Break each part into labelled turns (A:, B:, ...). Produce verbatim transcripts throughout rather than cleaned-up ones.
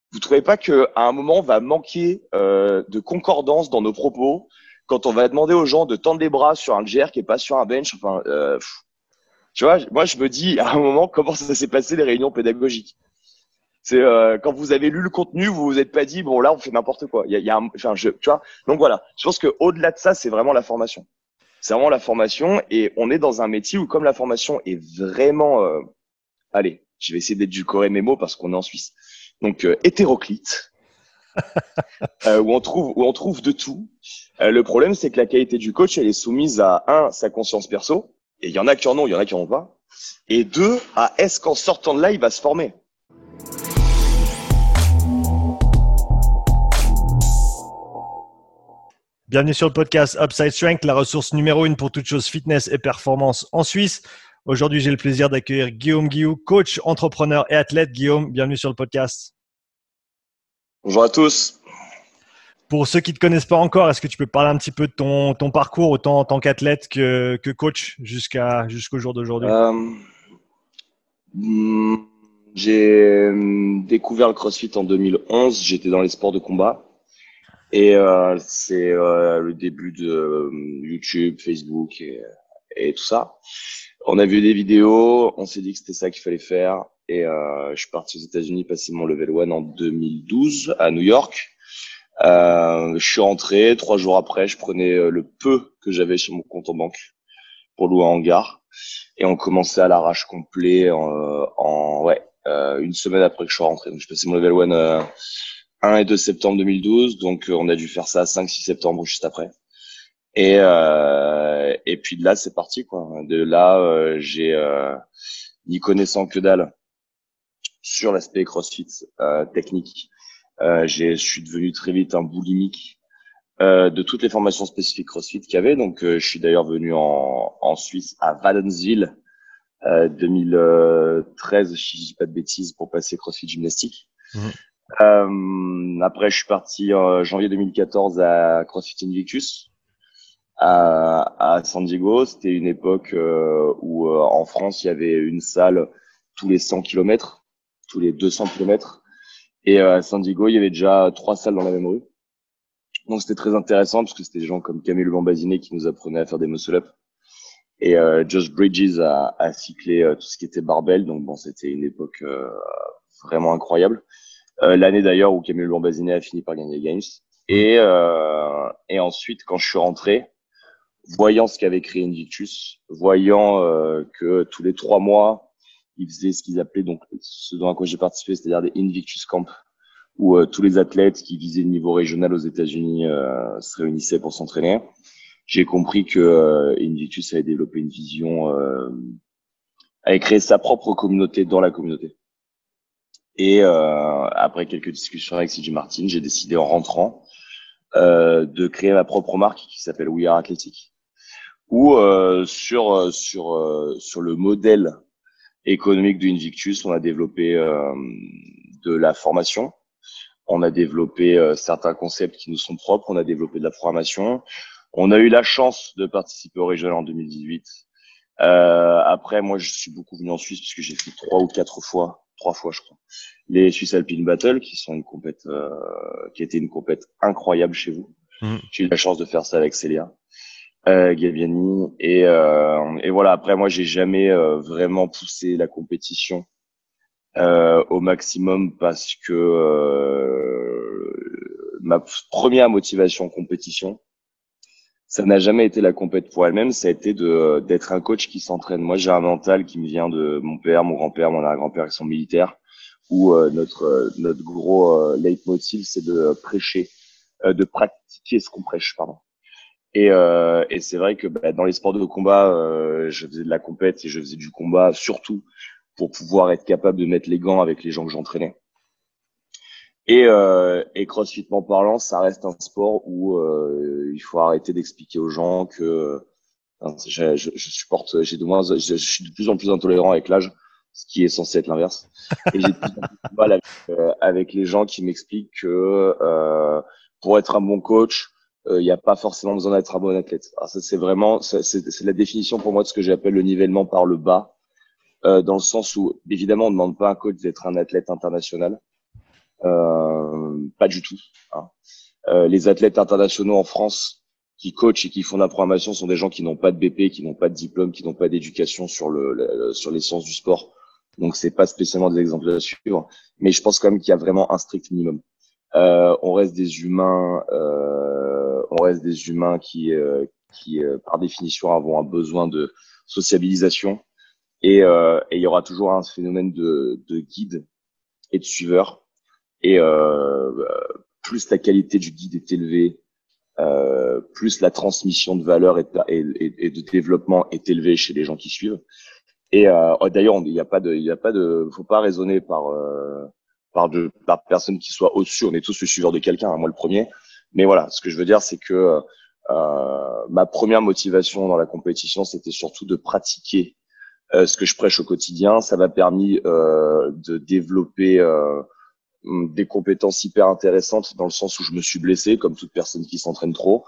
A: vous trouvez pas que à un moment on va manquer euh, de concordance dans nos propos quand on va demander aux gens de tendre les bras sur un G R qui est pas sur un bench? Enfin, euh, pff, tu vois, moi je me dis à un moment comment ça s'est passé les réunions pédagogiques. C'est euh, quand vous avez lu le contenu, vous vous êtes pas dit bon là on fait n'importe quoi. Il y a, il y a un, enfin je, tu vois. Donc voilà, je pense que au-delà de ça, c'est vraiment la formation. C'est vraiment la formation et on est dans un métier où comme la formation est vraiment, euh, allez, je vais essayer d'édulcorer mes mots parce qu'on est en Suisse. Donc euh, hétéroclite, euh, où on trouve où on trouve de tout. Euh, le problème c'est que la qualité du coach elle est soumise à un sa conscience perso et il y en a qui en ont, il y en a qui en ont pas. Et deux à est-ce qu'en sortant de là il va se former.
B: Bienvenue sur le podcast Upside Strength, la ressource numéro une pour toute chose fitness et performance en Suisse. Aujourd'hui, j'ai le plaisir d'accueillir Guillaume Guillou, coach, entrepreneur et athlète. Guillaume, bienvenue sur le podcast.
A: Bonjour à tous.
B: Pour ceux qui ne te connaissent pas encore, est-ce que tu peux parler un petit peu de ton, ton parcours, autant en tant qu'athlète que, que coach jusqu'à, jusqu'au jour d'aujourd'hui?
A: Euh, j'ai découvert le CrossFit en deux mille onze. J'étais dans les sports de combat. Et euh, c'est euh, le début de euh, YouTube, Facebook et, et tout ça. On a vu des vidéos, on s'est dit que c'était ça qu'il fallait faire. Et euh, je suis parti aux États-Unis passer mon level one en deux mille douze à New York. Euh, je suis rentré, trois jours après, je prenais le peu que j'avais sur mon compte en banque pour louer un hangar. Et on commençait à l'arrache complet en, en ouais euh, une semaine après que je suis rentré. Donc je passais mon level one euh, un et deux septembre deux mille douze, donc euh, on a dû faire ça cinq six septembre juste après. Et euh, et puis de là c'est parti quoi. De là euh, j'ai euh, n'y connaissant que dalle sur l'aspect CrossFit euh, technique. Euh, j'ai je suis devenu très vite un boulimique euh, de toutes les formations spécifiques CrossFit qu'il y avait. Donc euh, je suis d'ailleurs venu en en Suisse à Wädenswil euh, deux mille treize si je dis pas de bêtises pour passer CrossFit gymnastique. Mmh. Euh, après, je suis parti en janvier deux mille quatorze à CrossFit Invictus à, à San Diego. C'était une époque euh, où euh, en France, il y avait une salle tous les cent kilomètres, tous les deux cents kilomètres. Et euh, à San Diego, il y avait déjà trois salles dans la même rue. Donc, c'était très intéressant parce que c'était des gens comme Camille Bambazinet qui nous apprenaient à faire des muscle-up. Et euh, Josh Bridges a, a cyclé euh, tout ce qui était barbell. Donc, bon, c'était une époque euh, vraiment incroyable. Euh, l'année d'ailleurs où Camille Bambazinet a fini par gagner les Games. Et, euh, et ensuite, quand je suis rentré, voyant ce qu'avait créé Invictus, voyant euh, que tous les trois mois, ils faisaient ce qu'ils appelaient, donc ce dont à quoi j'ai participé, c'est-à-dire des Invictus Camp, où euh, tous les athlètes qui visaient le niveau régional aux États-Unis euh, se réunissaient pour s'entraîner. J'ai compris que euh, Invictus avait développé une vision, euh, avait créé sa propre communauté dans la communauté. Et euh, après quelques discussions avec C J Martin, j'ai décidé en rentrant euh, de créer ma propre marque qui s'appelle We Are Athletic, où euh, sur sur euh, sur le modèle économique de Invictus, on a développé euh, de la formation, on a développé euh, certains concepts qui nous sont propres, on a développé de la programmation, on a eu la chance de participer au régional en deux mille dix-huit. Euh, après, moi, je suis beaucoup venu en Suisse parce que j'ai fait trois ou quatre fois. Trois fois, je crois. Les Swiss Alpine Battle, qui sont une compète, euh, qui était une compète incroyable chez vous. Mmh. J'ai eu la chance de faire ça avec Célia, euh, Gaviani, et, euh, et voilà. Après, moi, j'ai jamais euh, vraiment poussé la compétition euh, au maximum parce que euh, ma première motivation compétition, ça n'a jamais été la compète pour elle-même, ça a été de d'être un coach qui s'entraîne. Moi, j'ai un mental qui me vient de mon père, mon grand-père, mon arrière-grand-père qui sont militaires, où euh, notre euh, notre gros euh, leitmotiv, c'est de prêcher, euh, de pratiquer ce qu'on prêche, pardon. Et euh, et c'est vrai que bah, dans les sports de combat, euh, je faisais de la compète et je faisais du combat surtout pour pouvoir être capable de mettre les gants avec les gens que j'entraînais. Et, euh, et CrossFitement parlant, ça reste un sport où euh, il faut arrêter d'expliquer aux gens que hein, je, je, je supporte, j'ai de moins, je, je suis de plus en plus intolérant avec l'âge, ce qui est censé être l'inverse. Et j'ai de plus en plus de mal avec, euh, avec les gens qui m'expliquent que euh, pour être un bon coach, il euh, n'y a pas forcément besoin d'être un bon athlète. Alors ça, c'est vraiment, c'est, c'est la définition pour moi de ce que j'appelle le nivellement par le bas, euh, dans le sens où évidemment on ne demande pas à un coach d'être un athlète international. Euh, pas du tout. Hein. Euh, les athlètes internationaux en France qui coachent et qui font de la programmation sont des gens qui n'ont pas de B P, qui n'ont pas de diplôme, qui n'ont pas d'éducation sur le, le sur les sciences du sport. Donc c'est pas spécialement des exemples à suivre, mais je pense quand même qu'il y a vraiment un strict minimum. Euh, on reste des humains, euh, on reste des humains qui euh, qui euh, par définition avons un besoin de sociabilisation et euh, et il y aura toujours un phénomène de de guide et de suiveur et euh, plus la qualité du guide est élevée, euh, plus la transmission de valeur et de, et, et de développement est élevée chez les gens qui suivent. Et euh, d'ailleurs, il n'y a pas de, il y a pas de, faut pas raisonner par euh, par de par personne qui soit au-dessus. On est tous le suiveur de quelqu'un, hein, moi le premier. Mais voilà, ce que je veux dire, c'est que euh, ma première motivation dans la compétition, c'était surtout de pratiquer euh, ce que je prêche au quotidien. Ça m'a permis euh, de développer euh, des compétences hyper intéressantes dans le sens où je me suis blessé, comme toute personne qui s'entraîne trop.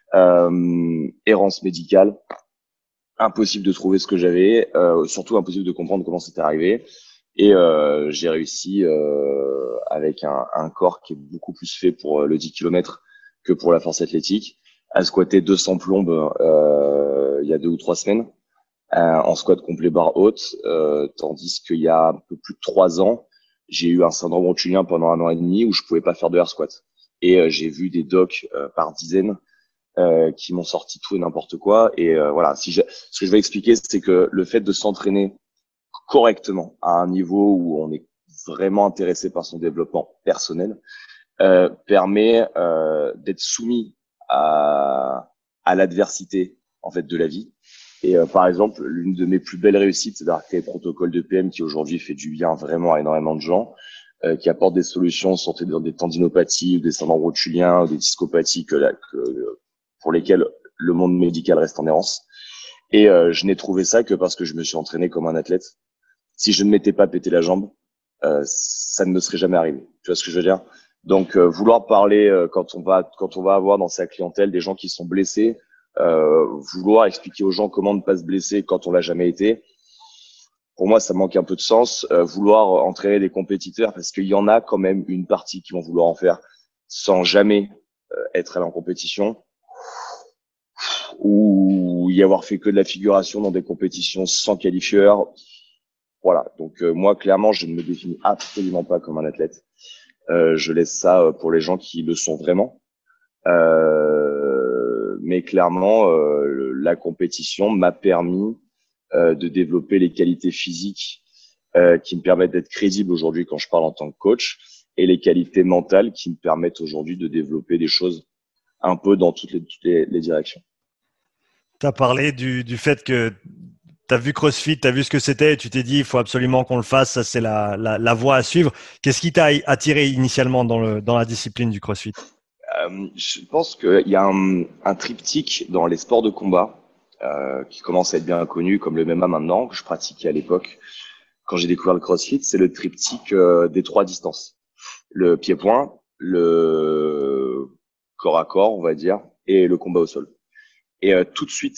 A: Euh, errance médicale, impossible de trouver ce que j'avais, euh, surtout impossible de comprendre comment c'était arrivé. Et euh, j'ai réussi euh, avec un, un corps qui est beaucoup plus fait pour le dix kilomètres que pour la force athlétique, à squatter deux cents plombes euh, il y a deux ou trois semaines, euh, en squat complet barre haute, euh, tandis qu'il y a un peu plus de trois ans, j'ai eu un syndrome rotulien pendant un an et demi où je pouvais pas faire de air squat. Et euh, j'ai vu des docs euh, par dizaines euh, qui m'ont sorti tout et n'importe quoi. Et euh, voilà, si je, ce que je vais expliquer, c'est que le fait de s'entraîner correctement à un niveau où on est vraiment intéressé par son développement personnel euh, permet euh, d'être soumis à, à l'adversité en fait de la vie. Et euh, par exemple, l'une de mes plus belles réussites, c'est d'avoir créé le protocole de P M qui aujourd'hui fait du bien vraiment à énormément de gens, euh, qui apporte des solutions sur des, des tendinopathies, ou des syndromes rotuliens, ou des discopathies que, que, pour lesquelles le monde médical reste en errance. Et euh, je n'ai trouvé ça que parce que je me suis entraîné comme un athlète. Si je ne m'étais pas pété la jambe, euh, ça ne me serait jamais arrivé. Tu vois ce que je veux dire? Donc, euh, vouloir parler euh, quand on va quand on va avoir dans sa clientèle des gens qui sont blessés, euh, vouloir expliquer aux gens comment ne pas se blesser quand on l'a jamais été, pour moi, ça manque un peu de sens. Euh, vouloir entraîner des compétiteurs, parce qu'il y en a quand même une partie qui vont vouloir en faire sans jamais euh, être allé en compétition, ou y avoir fait que de la figuration dans des compétitions sans qualifieur. Voilà. Donc euh, moi, clairement, je ne me définis absolument pas comme un athlète. Euh, je laisse ça pour les gens qui le sont vraiment. Euh, mais clairement, euh, la compétition m'a permis euh, de développer les qualités physiques euh, qui me permettent d'être crédible aujourd'hui quand je parle en tant que coach, et les qualités mentales qui me permettent aujourd'hui de développer des choses un peu dans toutes les, toutes les, les directions.
B: Tu as parlé du, du fait que tu as vu CrossFit, tu as vu ce que c'était et tu t'es dit il faut absolument qu'on le fasse, ça c'est la, la, la voie à suivre. Qu'est-ce qui t'a attiré initialement dans, le, dans la discipline du CrossFit?
A: euh, Je pense qu'il y a un, un triptyque dans les sports de combat euh, qui commence à être bien connu, comme le M M A maintenant, que je pratiquais à l'époque quand j'ai découvert le CrossFit. C'est le triptyque euh, des trois distances. Le pied-point, le corps à corps, on va dire, et le combat au sol. Et euh, tout de suite,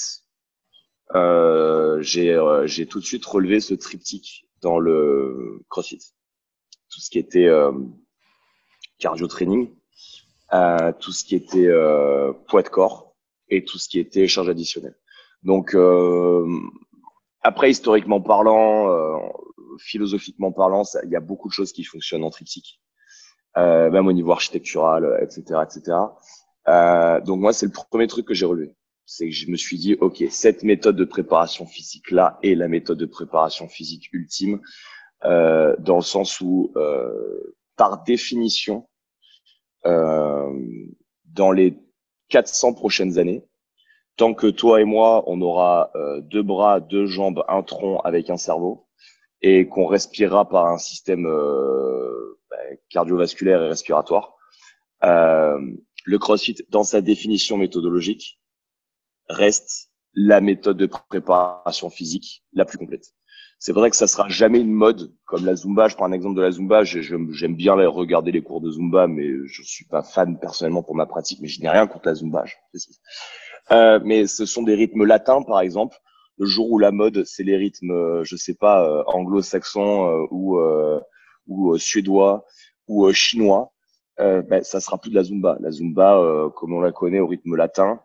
A: euh, j'ai euh, j'ai tout de suite relevé ce triptyque dans le CrossFit. Tout ce qui était euh, cardio training, euh, tout ce qui était euh, poids de corps et tout ce qui était charge additionnelle. Donc euh, après, historiquement parlant, euh, philosophiquement parlant, il y a beaucoup de choses qui fonctionnent en triptyque, euh, même au niveau architectural, et cetera, et cetera. Euh, donc moi, c'est le premier truc que j'ai relevé. C'est que je me suis dit, OK, cette méthode de préparation physique-là est la méthode de préparation physique ultime, euh, dans le sens où, euh, par définition, euh, dans les quatre cents prochaines années, tant que toi et moi, on aura euh, deux bras, deux jambes, un tronc avec un cerveau, et qu'on respirera par un système euh, bah, cardiovasculaire et respiratoire, euh, le CrossFit, dans sa définition méthodologique, reste la méthode de préparation physique la plus complète. C'est vrai que ça sera jamais une mode comme la Zumba. Je prends un exemple de la Zumba. J'aime bien regarder les cours de Zumba, mais je suis pas fan personnellement pour ma pratique. Mais je n'ai rien contre la Zumba. Euh, mais ce sont des rythmes latins, par exemple. Le jour où la mode, c'est les rythmes, je sais pas, euh, anglo-saxons euh, ou euh, ou euh, suédois ou euh, chinois, euh, ben, ça sera plus de la Zumba. La Zumba, euh, comme on la connaît au rythme latin,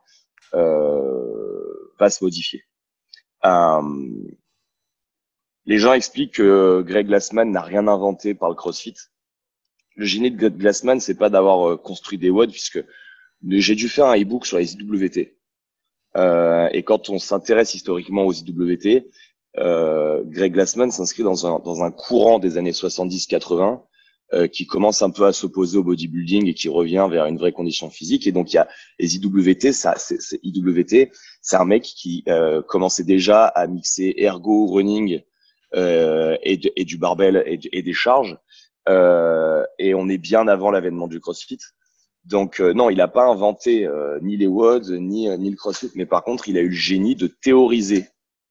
A: euh, va se modifier. Euh, les gens expliquent que Greg Glassman n'a rien inventé par le CrossFit. Le génie de Greg Glassman, c'est pas d'avoir euh, construit des W O D, puisque j'ai dû faire un e-book sur les I W T. Euh, et quand on s'intéresse historiquement aux I W T, euh, Greg Glassman s'inscrit dans un, dans un courant des années soixante-dix quatre-vingts euh, qui commence un peu à s'opposer au bodybuilding et qui revient vers une vraie condition physique. Et donc, il y a les I W T, ça, c'est, c'est I W T, c'est un mec qui euh, commençait déjà à mixer ergo, running euh, et, de, et du barbell et, et des charges. Euh, et on est bien avant l'avènement du CrossFit. Donc euh, non, il n'a pas inventé euh, ni les W O D, ni, euh, ni le CrossFit, mais par contre, il a eu le génie de théoriser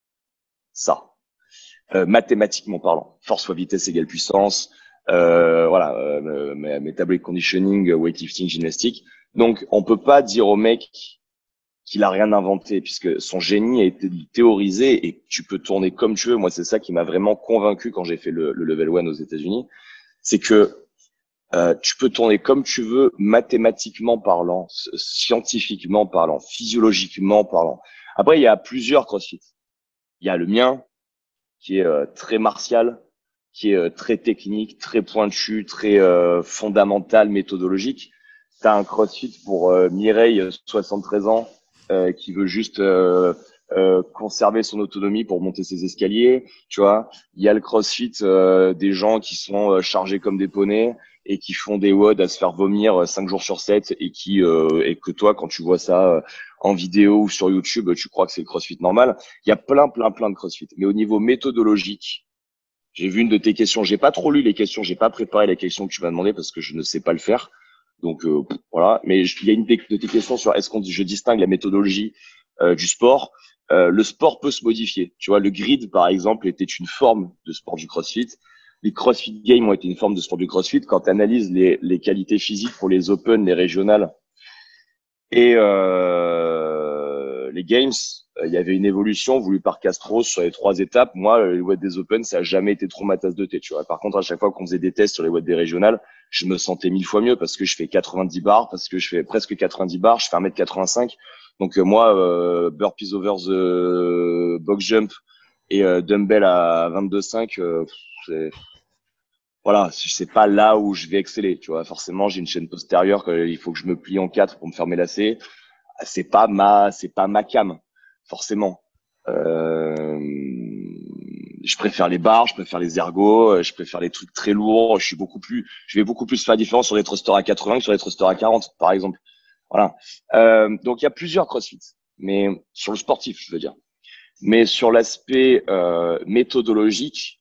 A: ça, euh, mathématiquement parlant. Force fois vitesse égale puissance, euh, voilà, euh, metabolic conditioning, weightlifting, gymnastique. Donc, on peut pas dire au mec qu'il a rien inventé, puisque son génie a été de théoriser et tu peux tourner comme tu veux. Moi, c'est ça qui m'a vraiment convaincu quand j'ai fait le, le level one aux États-Unis, c'est que Euh, tu peux tourner comme tu veux, mathématiquement parlant, scientifiquement parlant, physiologiquement parlant. Après, il y a plusieurs CrossFit. Il y a le mien, qui est euh, très martial, qui est euh, très technique, très pointu, très euh, fondamental, méthodologique. T'as un CrossFit pour euh, Mireille, soixante-treize ans, euh, qui veut juste euh, euh, conserver son autonomie pour monter ses escaliers, tu vois. Il y a le CrossFit euh, des gens qui sont euh, chargés comme des poneys et qui font des W O D à se faire vomir cinq jours sur sept et qui euh, et que toi, quand tu vois ça euh, en vidéo ou sur YouTube, tu crois que c'est le CrossFit normal. Il y a plein, plein, plein de CrossFit. Mais au niveau méthodologique, j'ai vu une de tes questions. J'ai pas trop lu les questions. J'ai pas préparé les questions que tu m'as demandé parce que je ne sais pas le faire. Donc euh, voilà. Mais il y a une de tes questions sur est-ce qu'on je distingue la méthodologie euh, du sport. Euh, le sport peut se modifier. Tu vois, le grid par exemple était une forme de sport du CrossFit. Les CrossFit Games ont été une forme de sport du CrossFit. Quand tu analyses les, les qualités physiques pour les Open, les régionales et euh, les Games, il euh, y avait une évolution voulue par Castro sur les trois étapes. Moi, les W O D des Open, ça a jamais été trop ma tasse de thé, tu vois. Par contre, à chaque fois qu'on faisait des tests sur les W O D des régionales, je me sentais mille fois mieux parce que je fais quatre-vingt-dix bars, parce que je fais presque quatre-vingt-dix bars, je fais un mètre quatre-vingt-cinq. Donc euh, moi, euh, burpees over the box jump et euh, dumbbell à vingt-deux virgule cinq, euh, c'est voilà, c'est pas là où je vais exceller, tu vois. Forcément, j'ai une chaîne postérieure, il faut que je me plie en quatre pour me faire mes lacets. C'est pas ma, c'est pas ma cam, forcément. Euh, je préfère les barres, je préfère les ergos, je préfère les trucs très lourds. Je suis beaucoup plus, je vais beaucoup plus faire la différence sur les thrusters à quatre-vingts que sur les thrusters à quarante, par exemple. Voilà. Euh, donc il y a plusieurs CrossFit, mais sur le sportif, je veux dire. Mais sur l'aspect euh, méthodologique,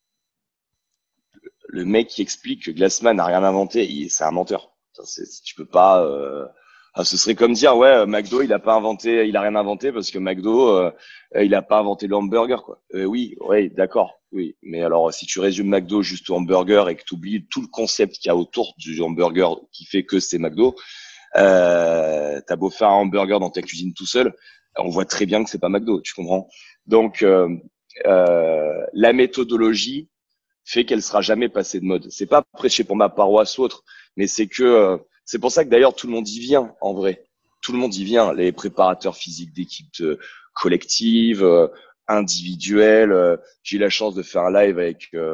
A: le mec qui explique que Glassman n'a rien inventé, c'est un menteur. C'est, tu peux pas. Euh, ah, ce serait comme dire ouais, McDo il a pas inventé, il a rien inventé parce que McDo euh, il a pas inventé le hamburger quoi. Euh, oui, oui, d'accord, oui. Mais alors si tu résumes McDo juste au hamburger et que tu oublies tout le concept qu'il y a autour du hamburger qui fait que c'est McDo, euh, t'as beau faire un hamburger dans ta cuisine tout seul, on voit très bien que c'est pas McDo, tu comprends. Donc euh, euh, la méthodologie fait qu'elle sera jamais passée de mode. C'est pas prêcher pour ma paroisse ou autre, mais c'est que euh, c'est pour ça que d'ailleurs tout le monde y vient en vrai. Tout le monde y vient, les préparateurs physiques d'équipes euh, collectives, euh, individuelles. Euh, j'ai eu la chance de faire un live avec euh,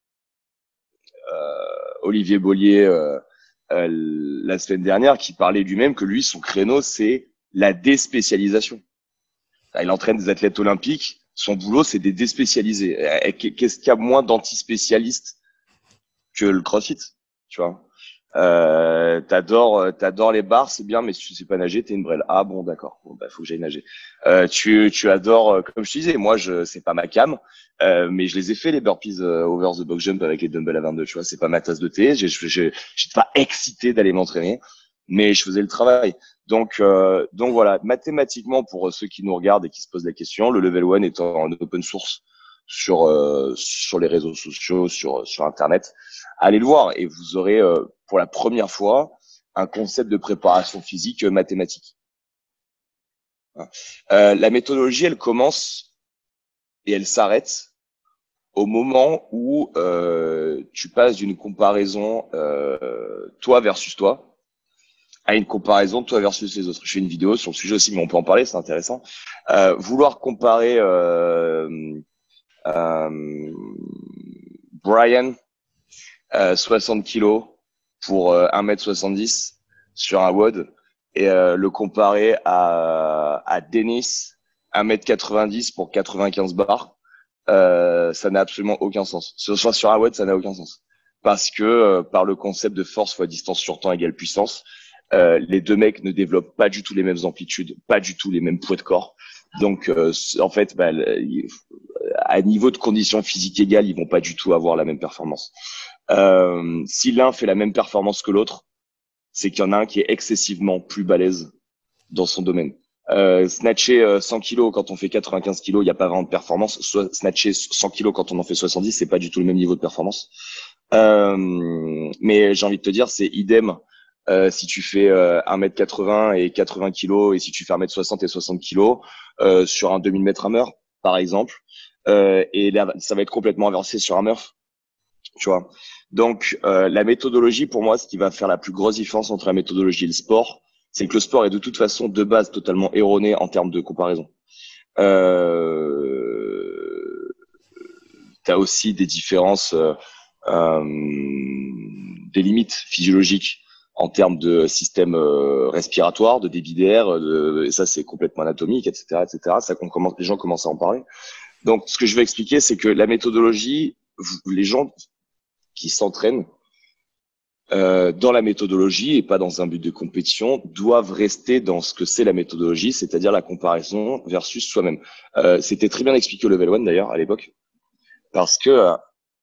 A: euh, Olivier Bollier euh, euh, la semaine dernière qui parlait lui-même que lui son créneau c'est la déspécialisation. Il entraîne des athlètes olympiques. Son boulot, c'est de les déspécialiser. Qu'est-ce qu'il y a moins d'antispécialistes que le CrossFit, tu vois? Euh, t'adores, t'adores les barres, c'est bien, mais si tu sais pas nager, t'es une brêle. Ah bon, d'accord. Bon, bah, faut que j'aille nager. Euh, tu, tu adores, comme je te disais, moi, je, c'est pas ma cam, euh, mais je les ai fait les burpees euh, over the box jump avec les dumbbells à vingt-deux, tu vois. C'est pas ma tasse de thé. J'ai, j'ai, j'étais pas excité d'aller m'entraîner, mais je faisais le travail. Donc, euh, donc voilà, mathématiquement, pour ceux qui nous regardent et qui se posent la question, le level one est en open source sur euh, sur les réseaux sociaux, sur sur Internet. Allez le voir et vous aurez euh, pour la première fois un concept de préparation physique euh, mathématique. Euh, la méthodologie, elle commence et elle s'arrête au moment où euh, tu passes d'une comparaison euh, toi versus toi à une comparaison toi versus les autres. Je fais une vidéo sur le sujet aussi, mais on peut en parler, c'est intéressant. Euh, vouloir comparer euh, euh, Brian euh, soixante kilos pour euh, un mètre soixante-dix sur un W O D et euh, le comparer à, à Dennis un mètre quatre-vingt-dix pour quatre-vingt-quinze bars, euh, ça n'a absolument aucun sens. Ce soit sur un W O D, ça n'a aucun sens. Parce que euh, par le concept de force fois distance sur temps égale puissance, euh, les deux mecs ne développent pas du tout les mêmes amplitudes, pas du tout les mêmes poids de corps. Donc, euh, en fait, bah, à niveau de conditions physiques égales, ils vont pas du tout avoir la même performance. Euh, si l'un fait la même performance que l'autre, c'est qu'il y en a un qui est excessivement plus balèze dans son domaine. Euh, snatcher euh, cent kilos quand on fait quatre-vingt-quinze kilos, il n'y a pas vraiment de performance. Soit snatcher cent kilos quand on en fait soixante-dix, c'est pas du tout le même niveau de performance. Euh, mais j'ai envie de te dire, c'est idem euh, si tu fais euh, un mètre quatre-vingts et quatre-vingts kilos et si tu fais un mètre soixante et soixante kilos euh, sur un deux mille mètres hammer, par exemple. Euh, et là, ça va être complètement inversé sur un Murph, tu vois. Donc, euh, la méthodologie, pour moi, ce qui va faire la plus grosse différence entre la méthodologie et le sport, c'est que le sport est de toute façon de base totalement erroné en termes de comparaison. Euh, t'as aussi des différences, euh, euh, des limites physiologiques en termes de système euh, respiratoire, de débit d'air, de, et ça c'est complètement anatomique, et cetera, et cetera. Ça qu'on commence, les gens commencent à en parler. Donc, ce que je vais expliquer, c'est que la méthodologie, les gens qui s'entraînent euh, dans la méthodologie et pas dans un but de compétition doivent rester dans ce que c'est la méthodologie, c'est-à-dire la comparaison versus soi-même. Euh, c'était très bien expliqué au Level One d'ailleurs à l'époque, parce que euh,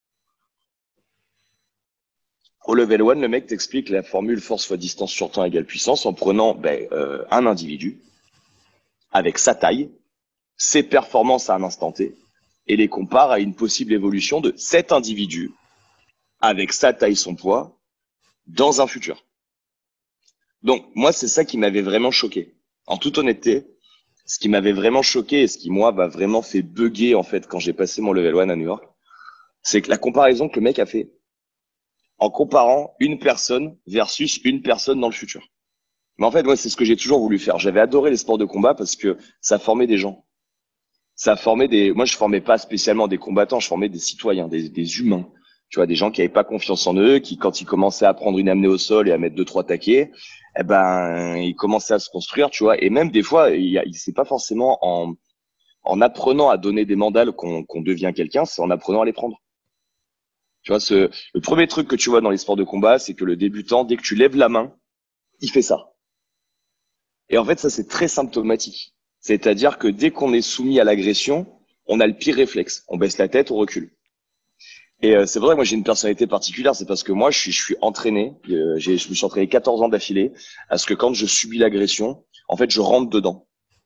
A: au Level One, le mec t'explique la formule force fois distance sur temps égale puissance en prenant ben, euh, un individu avec sa taille, ses performances à un instant T, et les compare à une possible évolution de cet individu avec sa taille, son poids, dans un futur. Donc, moi, c'est ça qui m'avait vraiment choqué. En toute honnêteté, ce qui m'avait vraiment choqué et ce qui, moi, m'a vraiment fait bugger, en fait, quand j'ai passé mon level one à New York, c'est que la comparaison que le mec a fait en comparant une personne versus une personne dans le futur. Mais en fait, moi, c'est ce que j'ai toujours voulu faire. J'avais adoré les sports de combat parce que ça formait des gens. Ça formait des, moi, je formais pas spécialement des combattants, je formais des citoyens, des, des humains. Tu vois, des gens qui avaient pas confiance en eux, qui, quand ils commençaient à prendre une amenée au sol et à mettre deux, trois taquets, eh ben, ils commençaient à se construire, tu vois. Et même des fois, il y a, c'est pas forcément en, en apprenant à donner des mandales qu'on, qu'on devient quelqu'un, c'est en apprenant à les prendre. Tu vois, ce, le premier truc que tu vois dans les sports de combat, c'est que le débutant, dès que tu lèves la main, il fait ça. Et en fait, ça, c'est très symptomatique. C'est-à-dire que dès qu'on est soumis à l'agression, on a le pire réflexe. On baisse la tête, on recule. Et euh, c'est vrai que moi j'ai une personnalité particulière, c'est parce que moi je suis je suis entraîné, euh, j'ai je me suis entraîné quatorze ans d'affilée à ce que quand je subis l'agression, en fait je rentre dedans.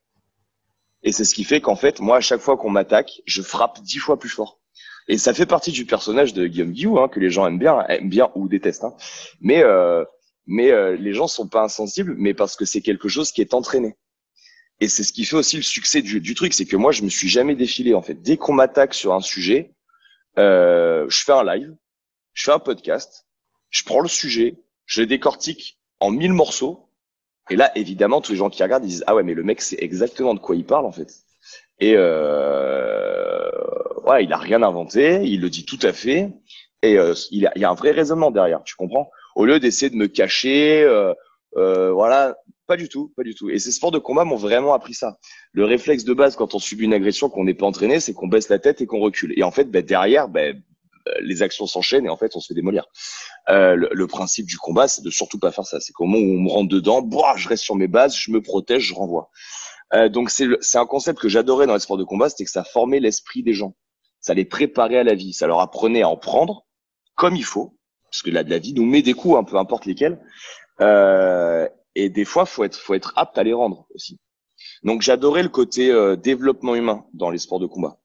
A: Et c'est ce qui fait qu'en fait moi à chaque fois qu'on m'attaque, je frappe dix fois plus fort. Et ça fait partie du personnage de Guillaume Guillou hein, que les gens aiment bien, aiment bien ou détestent. Hein. Mais euh, mais euh, les gens sont pas insensibles, mais parce que c'est quelque chose qui est entraîné. Et c'est ce qui fait aussi le succès du, du truc, c'est que moi je me suis jamais défilé en fait. Dès qu'on m'attaque sur un sujet, euh, je fais un live. Je fais un podcast, je prends le sujet, je le décortique en mille morceaux, et là, évidemment, tous les gens qui regardent ils disent ah ouais, mais le mec sait exactement de quoi il parle en fait. Et euh, ouais, il a rien inventé, il le dit tout à fait, et euh, il, y a, il y a un vrai raisonnement derrière, tu comprends? Au lieu d'essayer de me cacher, euh, euh, voilà, pas du tout, pas du tout. Et ces sports de combat m'ont vraiment appris ça. Le réflexe de base quand on subit une agression qu'on n'est pas entraîné, c'est qu'on baisse la tête et qu'on recule. Et en fait, ben, derrière, ben les actions s'enchaînent et en fait on se fait démolir. Euh, le, le principe du combat, c'est de surtout pas faire ça. C'est qu'au moment où on me rentre dedans, boah, je reste sur mes bases, je me protège, je renvoie. Euh, donc c'est c'est un concept que j'adorais dans les sports de combat, c'était que ça formait l'esprit des gens, ça les préparait à la vie, ça leur apprenait à en prendre comme il faut, parce que là de la vie nous met des coups, hein, peu importe lesquels. Euh, et des fois faut être faut être apte à les rendre aussi. Donc j'adorais le côté euh, développement humain dans les sports de combat.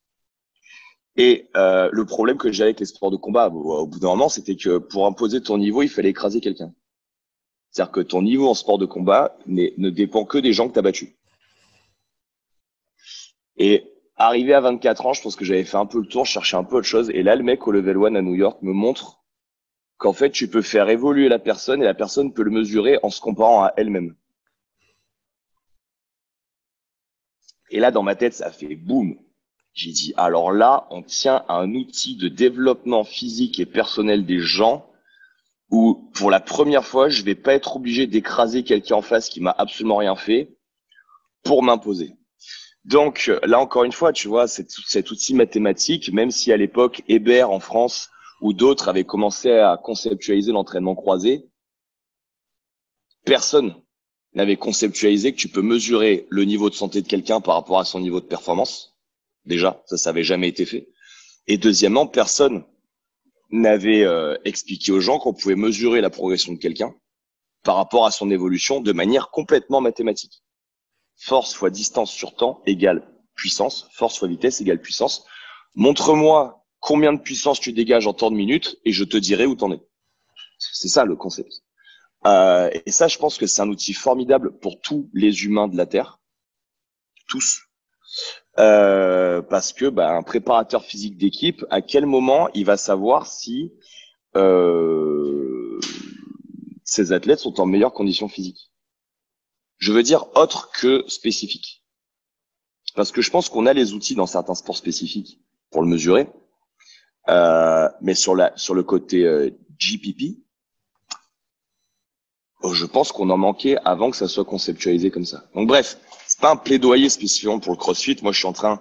A: Et euh, le problème que j'avais avec les sports de combat, au, au bout d'un moment, c'était que pour imposer ton niveau, il fallait écraser quelqu'un. C'est-à-dire que ton niveau en sport de combat ne dépend que des gens que tu as battus. Et Arrivé à vingt-quatre ans, je pense que j'avais fait un peu le tour, je cherchais un peu autre chose. Et là, le mec au level one à New York me montre qu'en fait, tu peux faire évoluer la personne et la personne peut le mesurer en se comparant à elle-même. Et là, dans ma tête, ça fait boum. J'ai dit, alors là, on tient à un outil de développement physique et personnel des gens où, pour la première fois, je vais pas être obligé d'écraser quelqu'un en face qui m'a absolument rien fait pour m'imposer. Donc, là, encore une fois, tu vois, cet, cet outil mathématique, même si à l'époque, Hébert en France ou d'autres avaient commencé à conceptualiser l'entraînement croisé, personne n'avait conceptualisé que tu peux mesurer le niveau de santé de quelqu'un par rapport à son niveau de performance. Déjà, ça, ça avait jamais été fait. Et deuxièmement, personne n'avait euh, expliqué aux gens qu'on pouvait mesurer la progression de quelqu'un par rapport à son évolution de manière complètement mathématique. Force fois distance sur temps égale puissance. Force fois vitesse égale puissance. Montre-moi combien de puissance tu dégages en temps de minutes et je te dirai où t'en es. C'est ça le concept. Euh, et ça, je pense que c'est un outil formidable pour tous les humains de la Terre. Tous. Euh, parce que bah, un préparateur physique d'équipe, à quel moment il va savoir si euh, ces athlètes sont en meilleure condition physique? Je veux dire autre que spécifique. Parce que je pense qu'on a les outils dans certains sports spécifiques pour le mesurer. Euh, mais sur, la, sur le côté euh, G P P, je pense qu'on en manquait avant que ça soit conceptualisé comme ça. Donc bref, c'est pas un plaidoyer spécifiquement pour le CrossFit. Moi, je suis en train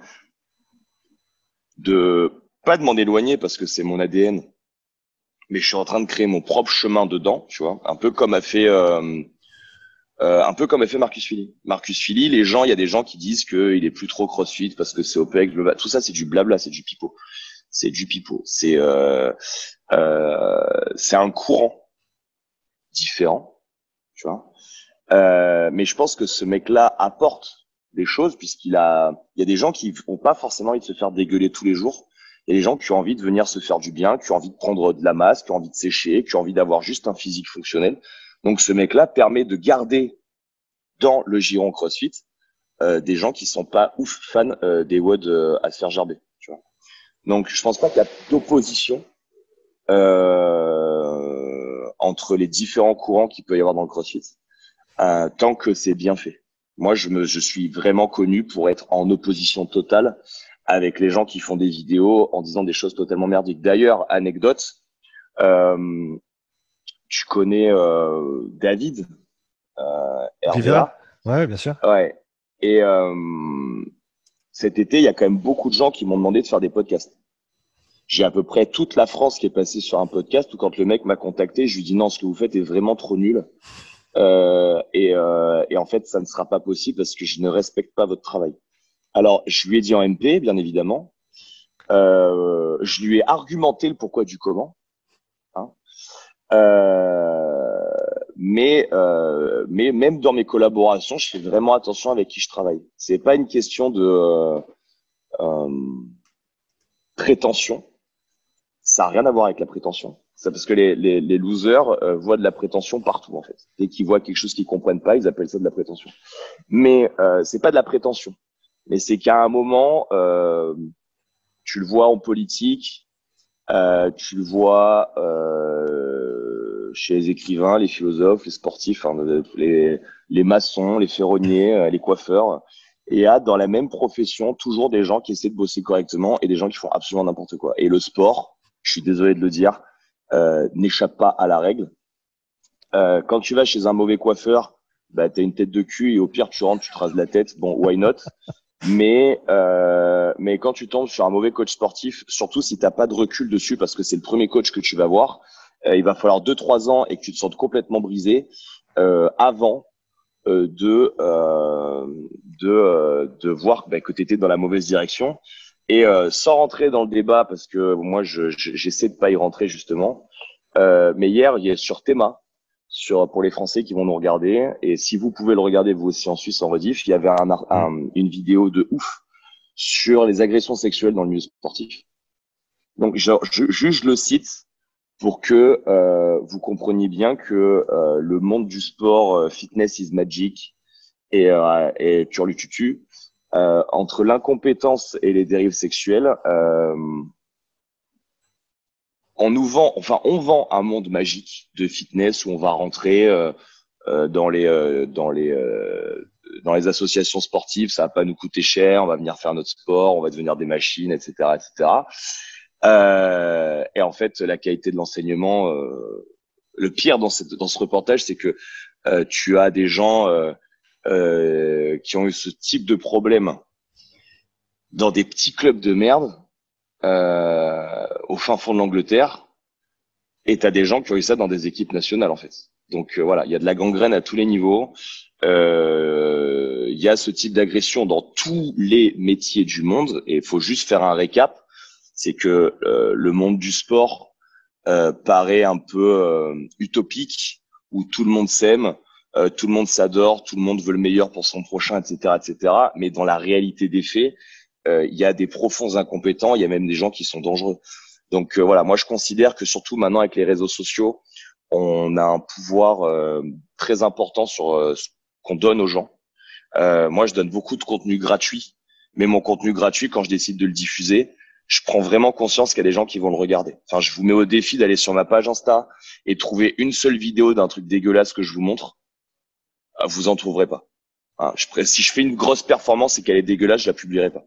A: de pas de m'en éloigner parce que c'est mon A D N, mais je suis en train de créer mon propre chemin dedans, tu vois, un peu comme a fait euh, euh, un peu comme a fait Marcus Filly. Marcus Filly, les gens, il y a des gens qui disent que il est plus trop CrossFit parce que c'est OPEX, le... tout ça c'est du blabla, c'est du pipeau, c'est du pipeau, c'est euh, euh, c'est un courant différent, tu vois. Euh, mais je pense que ce mec-là apporte des choses puisqu'il a, il y a des gens qui ont pas forcément envie de se faire dégueuler tous les jours. Il y a des gens qui ont envie de venir se faire du bien, qui ont envie de prendre de la masse, qui ont envie de sécher, qui ont envie d'avoir juste un physique fonctionnel. Donc ce mec-là permet de garder dans le giron CrossFit euh, des gens qui sont pas ouf fans euh, des W O D euh, à se faire gerber. Tu vois. Donc je pense pas qu'il y a d'opposition euh, entre les différents courants qu'il peut y avoir dans le CrossFit. Euh, tant que c'est bien fait. Moi, je me, je suis vraiment connu pour être en opposition totale avec les gens qui font des vidéos en disant des choses totalement merdiques. D'ailleurs, anecdote, euh, tu connais euh, David euh,
B: Rivera?
A: Hervera.
B: Ouais, bien sûr.
A: Ouais. Et euh, cet été, il y a quand même beaucoup de gens qui m'ont demandé de faire des podcasts. J'ai à peu près toute la France qui est passée sur un podcast où quand le mec m'a contacté, je lui dis non, ce que vous faites est vraiment trop nul. Euh, et, euh, et en fait, ça ne sera pas possible parce que je ne respecte pas votre travail. Alors, je lui ai dit en M P, bien évidemment. Euh, je lui ai argumenté le pourquoi du comment. Hein. Euh, mais, euh, mais même dans mes collaborations, je fais vraiment attention avec qui je travaille. C'est pas une question de euh, euh, prétention. Ça n'a rien à voir avec la prétention. C'est parce que les, les, les losers euh, voient de la prétention partout en fait. Dès qu'ils voient quelque chose qu'ils comprennent pas, ils appellent ça de la prétention. Mais euh, c'est pas de la prétention. Mais c'est qu'à un moment, euh, tu le vois en politique, euh, tu le vois euh, chez les écrivains, les philosophes, les sportifs, hein, les, les maçons, les ferronniers, les coiffeurs. Et il y a dans la même profession toujours des gens qui essaient de bosser correctement et des gens qui font absolument n'importe quoi. Et le sport, je suis désolé de le dire, euh, n'échappe pas à la règle. Euh, quand tu vas chez un mauvais coiffeur, bah, tu as une tête de cul et au pire, tu rentres, tu te rases la tête. Bon, why not? Mais, euh, mais quand tu tombes sur un mauvais coach sportif, surtout si tu n'as pas de recul dessus parce que c'est le premier coach que tu vas voir, euh, il va falloir deux trois ans et que tu te sentes complètement brisé euh, avant euh, de, euh, de, euh, de voir bah, que tu étais dans la mauvaise direction. Et euh, sans rentrer dans le débat, parce que moi, je, je, j'essaie de pas y rentrer justement, euh, mais hier, il y a sur Théma, sur, pour les Français qui vont nous regarder, et si vous pouvez le regarder vous aussi en Suisse en rediff, il y avait un, un, une vidéo de ouf sur les agressions sexuelles dans le milieu sportif. Donc, je, je, je le cite pour que euh, vous compreniez bien que euh, le monde du sport, euh, fitness is magic et, euh, et turlututu, euh, entre l'incompétence et les dérives sexuelles, euh, on nous vend, enfin, on vend un monde magique de fitness où on va rentrer euh, euh, dans les euh, dans les euh, dans les associations sportives, ça va pas nous coûter cher, on va venir faire notre sport, on va devenir des machines, et cetera, et cetera. Euh, et en fait, la qualité de l'enseignement, euh, le pire dans cette dans ce reportage, c'est que euh, tu as des gens euh, euh, qui ont eu ce type de problème dans des petits clubs de merde euh, au fin fond de l'Angleterre, et t'as des gens qui ont eu ça dans des équipes nationales en fait. Donc euh, voilà, il y a de la gangrène à tous les niveaux. Euh, Il y a ce type d'agression dans tous les métiers du monde, et il faut juste faire un récap. C'est que euh, le monde du sport euh, paraît un peu euh, utopique, où tout le monde s'aime, euh, tout le monde s'adore, tout le monde veut le meilleur pour son prochain, et cetera, et cetera. Mais dans la réalité des faits, euh, il y a des profonds incompétents, il y a même des gens qui sont dangereux. Donc euh, voilà, moi je considère que surtout maintenant avec les réseaux sociaux, on a un pouvoir euh, très important sur euh, ce qu'on donne aux gens. Euh, moi, je donne beaucoup de contenu gratuit, mais mon contenu gratuit, quand je décide de le diffuser, je prends vraiment conscience qu'il y a des gens qui vont le regarder. Enfin, je vous mets au défi d'aller sur ma page Insta et trouver une seule vidéo d'un truc dégueulasse que je vous montre. Vous en trouverez pas. Hein, je, si je fais une grosse performance et qu'elle est dégueulasse, je la publierai pas.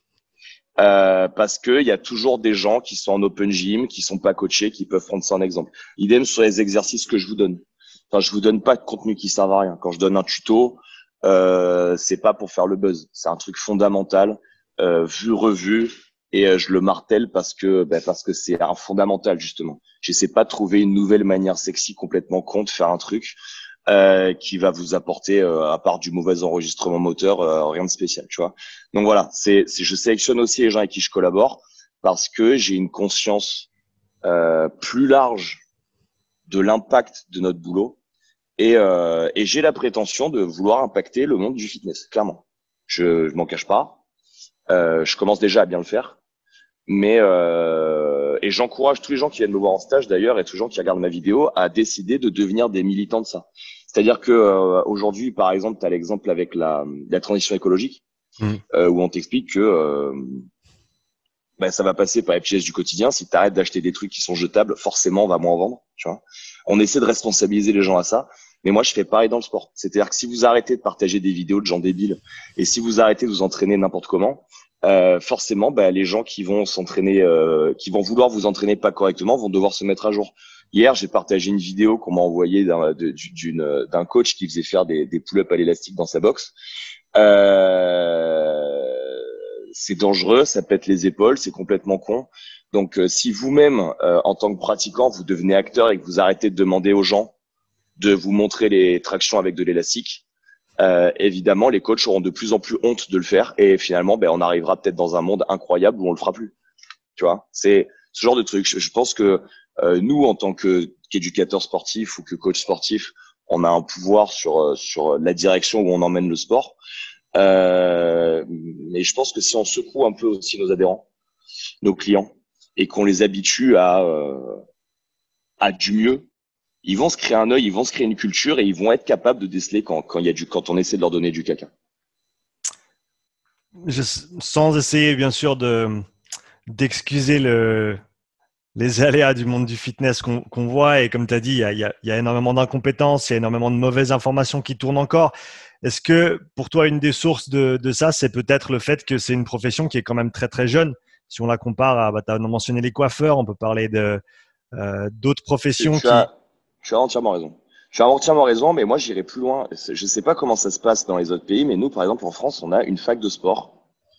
A: Euh, parce que il y a toujours des gens qui sont en open gym, qui sont pas coachés, qui peuvent prendre ça en exemple. Idem sur les exercices que je vous donne. Enfin, je vous donne pas de contenu qui sert à rien. Quand je donne un tuto, euh, c'est pas pour faire le buzz. C'est un truc fondamental, euh, vu revu, et euh, je le martèle parce que ben, parce que c'est un fondamental justement. J'essaie pas de trouver une nouvelle manière sexy complètement con de faire un truc euh, qui va vous apporter, euh, à part du mauvais enregistrement moteur, euh, rien de spécial, tu vois. Donc voilà, c'est, c'est je sélectionne aussi les gens avec qui je collabore parce que j'ai une conscience euh, plus large de l'impact de notre boulot, et, euh, et j'ai la prétention de vouloir impacter le monde du fitness, clairement. Je, je m'en cache pas. Euh, je commence déjà à bien le faire, mais euh, et j'encourage tous les gens qui viennent me voir en stage d'ailleurs, et tous les gens qui regardent ma vidéo, à décider de devenir des militants de ça. C'est-à-dire que euh, aujourd'hui, par exemple, tu as l'exemple avec la, la transition écologique,
B: Mmh.
A: euh, où on t'explique que euh, ben, ça va passer par les pièges du quotidien. Si tu arrêtes d'acheter des trucs qui sont jetables, forcément, on va moins en vendre. Tu vois. On essaie de responsabiliser les gens à ça. Mais moi, je fais pareil dans le sport. C'est-à-dire que si vous arrêtez de partager des vidéos de gens débiles, et si vous arrêtez de vous entraîner n'importe comment, euh, forcément, ben, les gens qui vont s'entraîner, euh, qui vont vouloir vous entraîner pas correctement, vont devoir se mettre à jour. Hier, j'ai partagé une vidéo qu'on m'a envoyée d'un, de, d'une, d'un coach qui faisait faire des, des pull-ups à l'élastique dans sa box. Euh, c'est dangereux, ça pète les épaules, c'est complètement con. Donc, euh, si vous-même, euh, en tant que pratiquant, vous devenez acteur et que vous arrêtez de demander aux gens de vous montrer les tractions avec de l'élastique, euh, évidemment, les coachs auront de plus en plus honte de le faire, et finalement, ben, on arrivera peut-être dans un monde incroyable où on le fera plus. Tu vois, c'est ce genre de truc. Je, je pense que euh, nous, en tant que qu'éducateurs sportifs ou que coach sportif, on a un pouvoir sur sur la direction où on emmène le sport. Euh, mais je pense que si on secoue un peu aussi nos adhérents, nos clients, et qu'on les habitue à euh, à du mieux, ils vont se créer un œil, ils vont se créer une culture, et ils vont être capables de déceler quand quand il y a du quand on essaie de leur donner du caca.
B: Je, sans essayer bien sûr de d'excuser le les aléas du monde du fitness qu'on qu'on voit, et comme tu as dit, il y a, il y, a, il y a énormément d'incompétences, il y a énormément de mauvaises informations qui tournent encore. Est-ce que pour toi, une des sources de, de ça, c'est peut-être le fait que c'est une profession qui est quand même très très jeune? Si on la compare à, bah, tu as mentionné les coiffeurs, on peut parler de euh, d'autres
A: Tu,
B: professions
A: tu
B: qui…
A: as tu as entièrement raison. Tu as entièrement raison, mais moi j'irai plus loin. Je sais pas comment ça se passe dans les autres pays, mais nous, par exemple, en France, on a une fac de sport.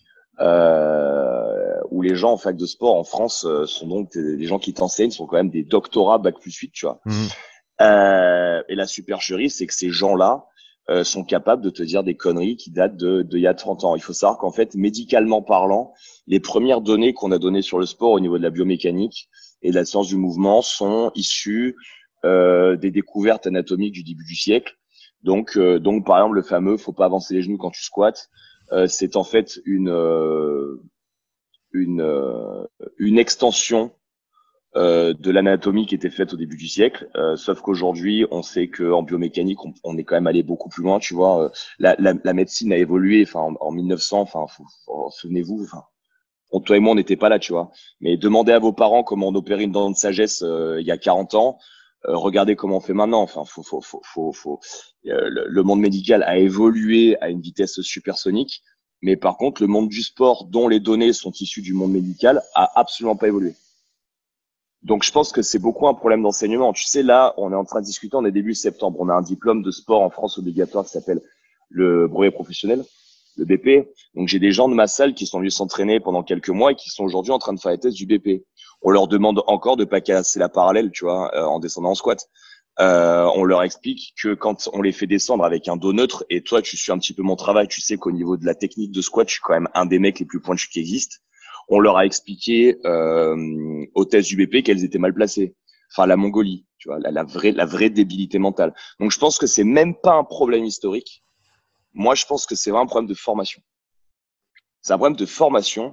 A: Euh, où les gens en fac de sport en France euh, sont donc des, des gens qui t'enseignent, sont quand même des doctorats bac plus huit, tu vois.
B: Mmh.
A: Euh, et la supercherie, c'est que ces gens-là euh, sont capables de te dire des conneries qui datent de, de il y a trente ans. Il faut savoir qu'en fait, médicalement parlant, les premières données qu'on a données sur le sport au niveau de la biomécanique et de la science du mouvement sont issues euh, des découvertes anatomiques du début du siècle. Donc, euh, donc par exemple, le fameux faut pas avancer les genoux quand tu squattes. Euh, c'est en fait une euh, une euh, une extension euh, de l'anatomie qui était faite au début du siècle. Euh, sauf qu'aujourd'hui, on sait que en biomécanique, on, on est quand même allé beaucoup plus loin. Tu vois, Euh, la, la, la médecine a évolué. Enfin, en, en mille neuf cents. Enfin, faut- faut- souvenez-vous. Enfin, on, toi et moi, on n'était pas là, tu vois. Mais demandez à vos parents comment on opérait une dent de sagesse euh, il y a quarante ans. Euh, regardez comment on fait maintenant. Enfin, faut, faut, faut, faut, faut. Euh, le, le monde médical a évolué à une vitesse supersonique. Mais par contre, le monde du sport, dont les données sont issues du monde médical, a absolument pas évolué. Donc, je pense que c'est beaucoup un problème d'enseignement. Tu sais, là, on est en train de discuter, on est début septembre. On a un diplôme de sport en France obligatoire qui s'appelle le brevet professionnel, le B P. Donc, j'ai des gens de ma salle qui sont venus s'entraîner pendant quelques mois et qui sont aujourd'hui en train de faire les tests du B P. On leur demande encore de pas casser la parallèle, tu vois, euh, en descendant en squat. Euh, on leur explique que quand on les fait descendre avec un dos neutre, et toi, tu suis un petit peu mon travail, tu sais qu'au niveau de la technique de squat, je suis quand même un des mecs les plus pointus qui existent. On leur a expliqué euh, au test du B P qu'elles étaient mal placées. Enfin, la Mongolie, tu vois, la, la vraie, la vraie débilité mentale. Donc, je pense que c'est même pas un problème historique. Moi, je pense que c'est vraiment un problème de formation. C'est un problème de formation.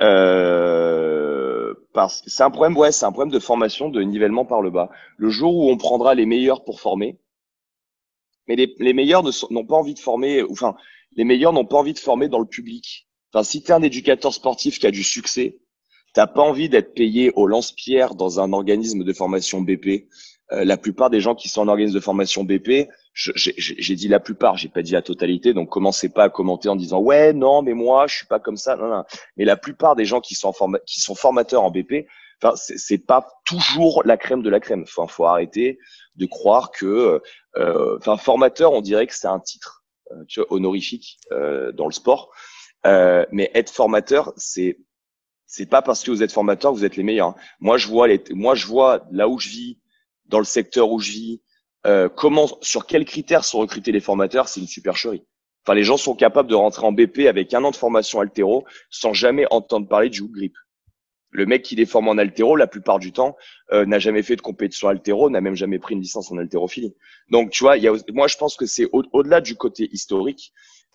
A: Euh, parce que c'est un problème, ouais, c'est un problème de formation, de nivellement par le bas. Le jour où on prendra les meilleurs pour former, mais les, les meilleurs ne sont- n'ont pas envie de former, enfin, les meilleurs n'ont pas envie de former dans le public. Enfin, si tu es un éducateur sportif qui a du succès, t'as pas envie d'être payé au lance-pierre dans un organisme de formation B P. Euh, la plupart des gens qui sont en organisme de formation B P, je- j'ai j'ai dit la plupart, j'ai pas dit la totalité, donc commencez pas à commenter en disant ouais non mais moi je suis pas comme ça, non non. Mais la plupart des gens qui sont en forma- qui sont formateurs en B P, enfin c'est c'est pas toujours la crème de la crème. Enfin faut arrêter de croire que, euh, enfin formateur on dirait que c'est un titre, euh, tu vois, honorifique euh, dans le sport, euh, mais être formateur c'est c'est pas parce que vous êtes formateur que vous êtes les meilleurs. Moi, je vois les, moi, je vois là où je vis, dans le secteur où je vis, euh, comment, sur quels critères sont recrutés les formateurs, c'est une supercherie. Enfin, les gens sont capables de rentrer en B P avec un an de formation altéro sans jamais entendre parler du hook grip. Le mec qui les forme en altéro, la plupart du temps, euh, n'a jamais fait de compétition altéro, n'a même jamais pris une licence en haltérophilie. Donc, tu vois, il y a, moi, je pense que c'est au- au-delà du côté historique,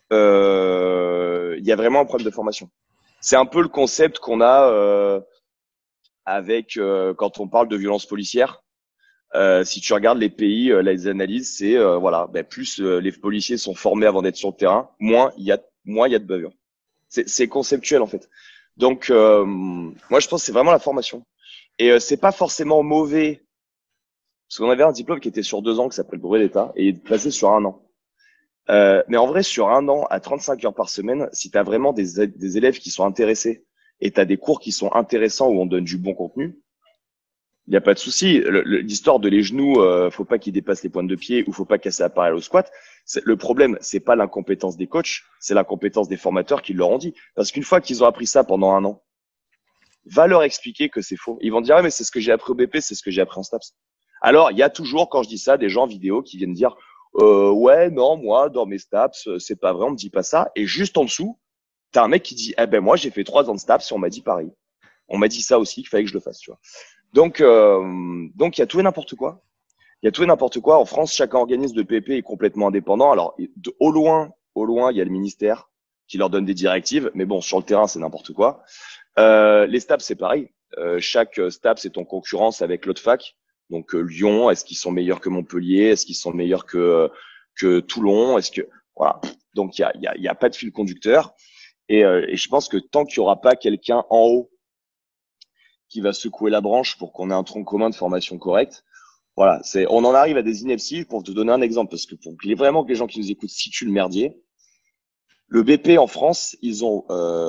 A: euh, il y a vraiment un problème de formation. C'est un peu le concept qu'on a euh, avec euh, quand on parle de violence policière. Euh, si tu regardes les pays, euh, les analyses, c'est euh, voilà, ben, plus euh, les policiers sont formés avant d'être sur le terrain, moins il y a moins il y a de bavures. C'est, c'est conceptuel en fait. Donc euh, moi je pense que c'est vraiment la formation. Et euh, c'est pas forcément mauvais parce qu'on avait un diplôme qui était sur deux ans qui s'appelle brevet d'État et il est passé sur un an. Euh, mais en vrai, sur un an à trente-cinq heures par semaine, si tu as vraiment des, des élèves qui sont intéressés et tu as des cours qui sont intéressants où on donne du bon contenu, il n'y a pas de souci. Le- le- L'histoire de les genoux, euh, faut pas qu'ils dépassent les pointes de pied ou faut pas casser l'appareil au squat. C'est- Le problème, c'est pas l'incompétence des coachs, c'est l'incompétence des formateurs qui leur ont dit. Parce qu'une fois qu'ils ont appris ça pendant un an, va leur expliquer que c'est faux. Ils vont dire, ah, mais c'est ce que j'ai appris au B P, c'est ce que j'ai appris en STAPS. Alors, il y a toujours, quand je dis ça, des gens en vidéo qui viennent dire, euh, ouais, non, moi, dans mes STAPS, euh, c'est pas vrai, on me dit pas ça. Et juste en dessous, t'as un mec qui dit, eh ben, moi, j'ai fait trois ans de STAPS et on m'a dit pareil. On m'a dit ça aussi, qu'il fallait que je le fasse, tu vois. Donc, euh, donc, il y a tout et n'importe quoi. Il y a tout et n'importe quoi. En France, chaque organisme de P P est complètement indépendant. Alors, de, au loin, au loin, il y a le ministère qui leur donne des directives. Mais bon, sur le terrain, c'est n'importe quoi. Euh, les STAPS, c'est pareil. Euh, chaque STAPS est en concurrence avec l'autre fac. Donc, euh, Lyon, est-ce qu'ils sont meilleurs que Montpellier? Est-ce qu'ils sont meilleurs que, que Toulon? Est-ce que, voilà. Donc, il y a, il y a, il y a pas de fil conducteur. Et, euh, et je pense que tant qu'il y aura pas quelqu'un en haut qui va secouer la branche pour qu'on ait un tronc commun de formation correcte, voilà, c'est, on en arrive à des inepties pour te donner un exemple, parce que pour que les, vraiment que les gens qui nous écoutent situent le merdier, le B P en France, ils ont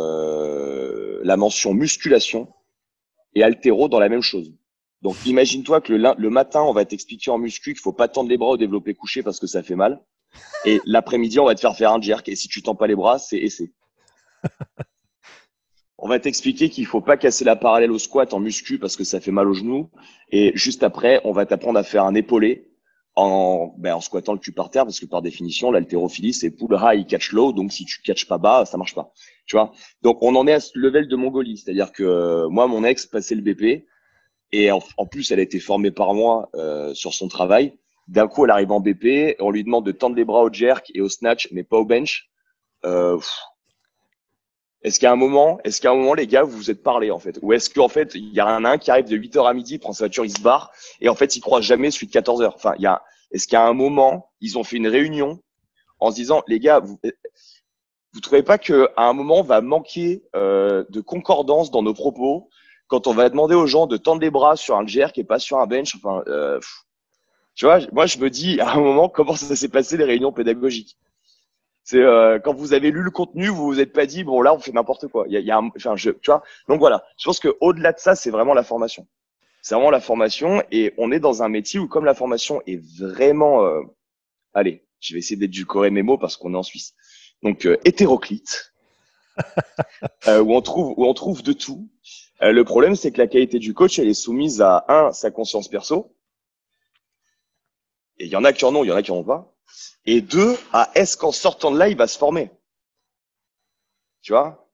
A: euh, la mention musculation et haltéro dans la même chose. Donc, imagine-toi que le, le matin, on va t'expliquer en muscu qu'il faut pas tendre les bras au développé couché parce que ça fait mal. Et l'après-midi, on va te faire faire un jerk. Et si tu tends pas les bras, c'est essai. On va t'expliquer qu'il faut pas casser la parallèle au squat en muscu parce que ça fait mal aux genoux. Et juste après, on va t'apprendre à faire un épaulé en, ben, en squattant le cul par terre parce que par définition, l'haltérophilie, c'est pull high, catch low. Donc, si tu catches pas bas, ça marche pas. Tu vois? Donc, on en est à ce level de Mongolie. C'est-à-dire que euh, moi, mon ex passait le B P et en, en plus, elle a été formée par moi euh, sur son travail. D'un coup, elle arrive en B P, on lui demande de tendre les bras au jerk et au snatch, mais pas au bench. Euh, Est-ce qu'à un moment, est-ce qu'à un moment, les gars, vous vous êtes parlé, en fait? Ou est-ce qu'en fait, il y a un, un qui arrive de huit heures à midi, il prend sa voiture, il se barre, et en fait, il croise jamais celui de quatorze heures. Enfin, il y a, est-ce qu'à un moment, ils ont fait une réunion en se disant, les gars, vous, vous trouvez pas qu'à un moment, on va manquer euh, de concordance dans nos propos quand on va demander aux gens de tendre les bras sur un G R qui est pas sur un bench? Enfin, euh, tu vois, moi, je me dis, à un moment, comment ça s'est passé les réunions pédagogiques? C'est euh, quand vous avez lu le contenu, vous vous êtes pas dit bon là on fait n'importe quoi. Il y a, il y a un, enfin je, tu vois. Donc voilà, je pense que au-delà de ça, c'est vraiment la formation. C'est vraiment la formation et on est dans un métier où comme la formation est vraiment, euh, allez, je vais essayer d'édulcorer mes mots parce qu'on est en Suisse. Donc euh, hétéroclite, euh, où on trouve où on trouve de tout. Euh, le problème c'est que la qualité du coach elle est soumise à un sa conscience perso. Et il y en a qui en ont, il y en a qui en ont pas. Et deux, à est-ce qu'en sortant de là, il va se former? Tu vois?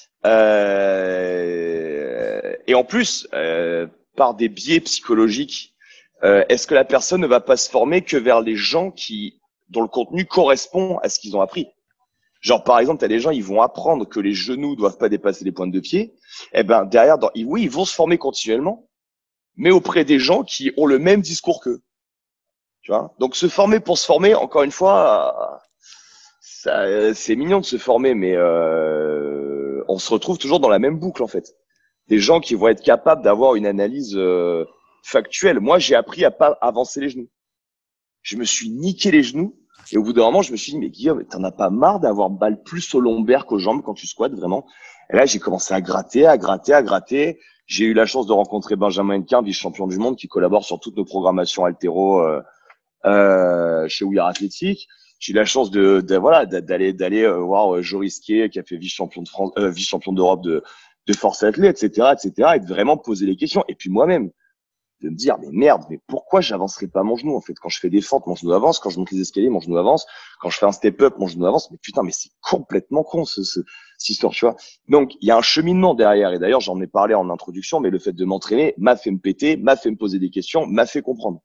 A: Euh, et en plus, euh, par des biais psychologiques, euh, est-ce que la personne ne va pas se former que vers les gens qui, dont le contenu correspond à ce qu'ils ont appris? Genre, par exemple, t'as des gens, ils vont apprendre que les genoux doivent pas dépasser les pointes de pied. Eh ben, derrière, dans, oui, ils vont se former continuellement, mais auprès des gens qui ont le même discours qu'eux. Tu vois? Donc, se former pour se former, encore une fois, ça, c'est mignon de se former, mais euh, on se retrouve toujours dans la même boucle, en fait. Des gens qui vont être capables d'avoir une analyse euh, factuelle. Moi, j'ai appris à pas avancer les genoux. Je me suis niqué les genoux. Et au bout d'un moment, je me suis dit, mais Guillaume, t'en as pas marre d'avoir balle plus au lombaire qu'aux jambes quand tu squattes, vraiment? Et là, j'ai commencé à gratter, à gratter, à gratter. J'ai eu la chance de rencontrer Benjamin Hennequin, vice-champion du monde, qui collabore sur toutes nos programmations haltéro euh, euh, chez We Are Athletic. J'ai eu la chance de, de voilà d'aller d'aller euh, voir Joris Kay, qui a fait vice-champion de France, euh, vice-champion d'Europe de de force athlée, et cetera, et cetera, et de vraiment poser les questions. Et puis moi-même, de me dire, mais merde, mais pourquoi j'avancerai pas mon genou, en fait? Quand je fais des fentes, mon genou avance. Quand je monte les escaliers, mon genou avance. Quand je fais un step-up, mon genou avance. Mais putain, mais c'est complètement con, ce, ce, cette histoire, tu vois. Donc, il y a un cheminement derrière. Et d'ailleurs, j'en ai parlé en introduction, mais le fait de m'entraîner m'a fait me péter, m'a fait me poser des questions, m'a fait comprendre.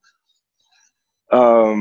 A: Euh,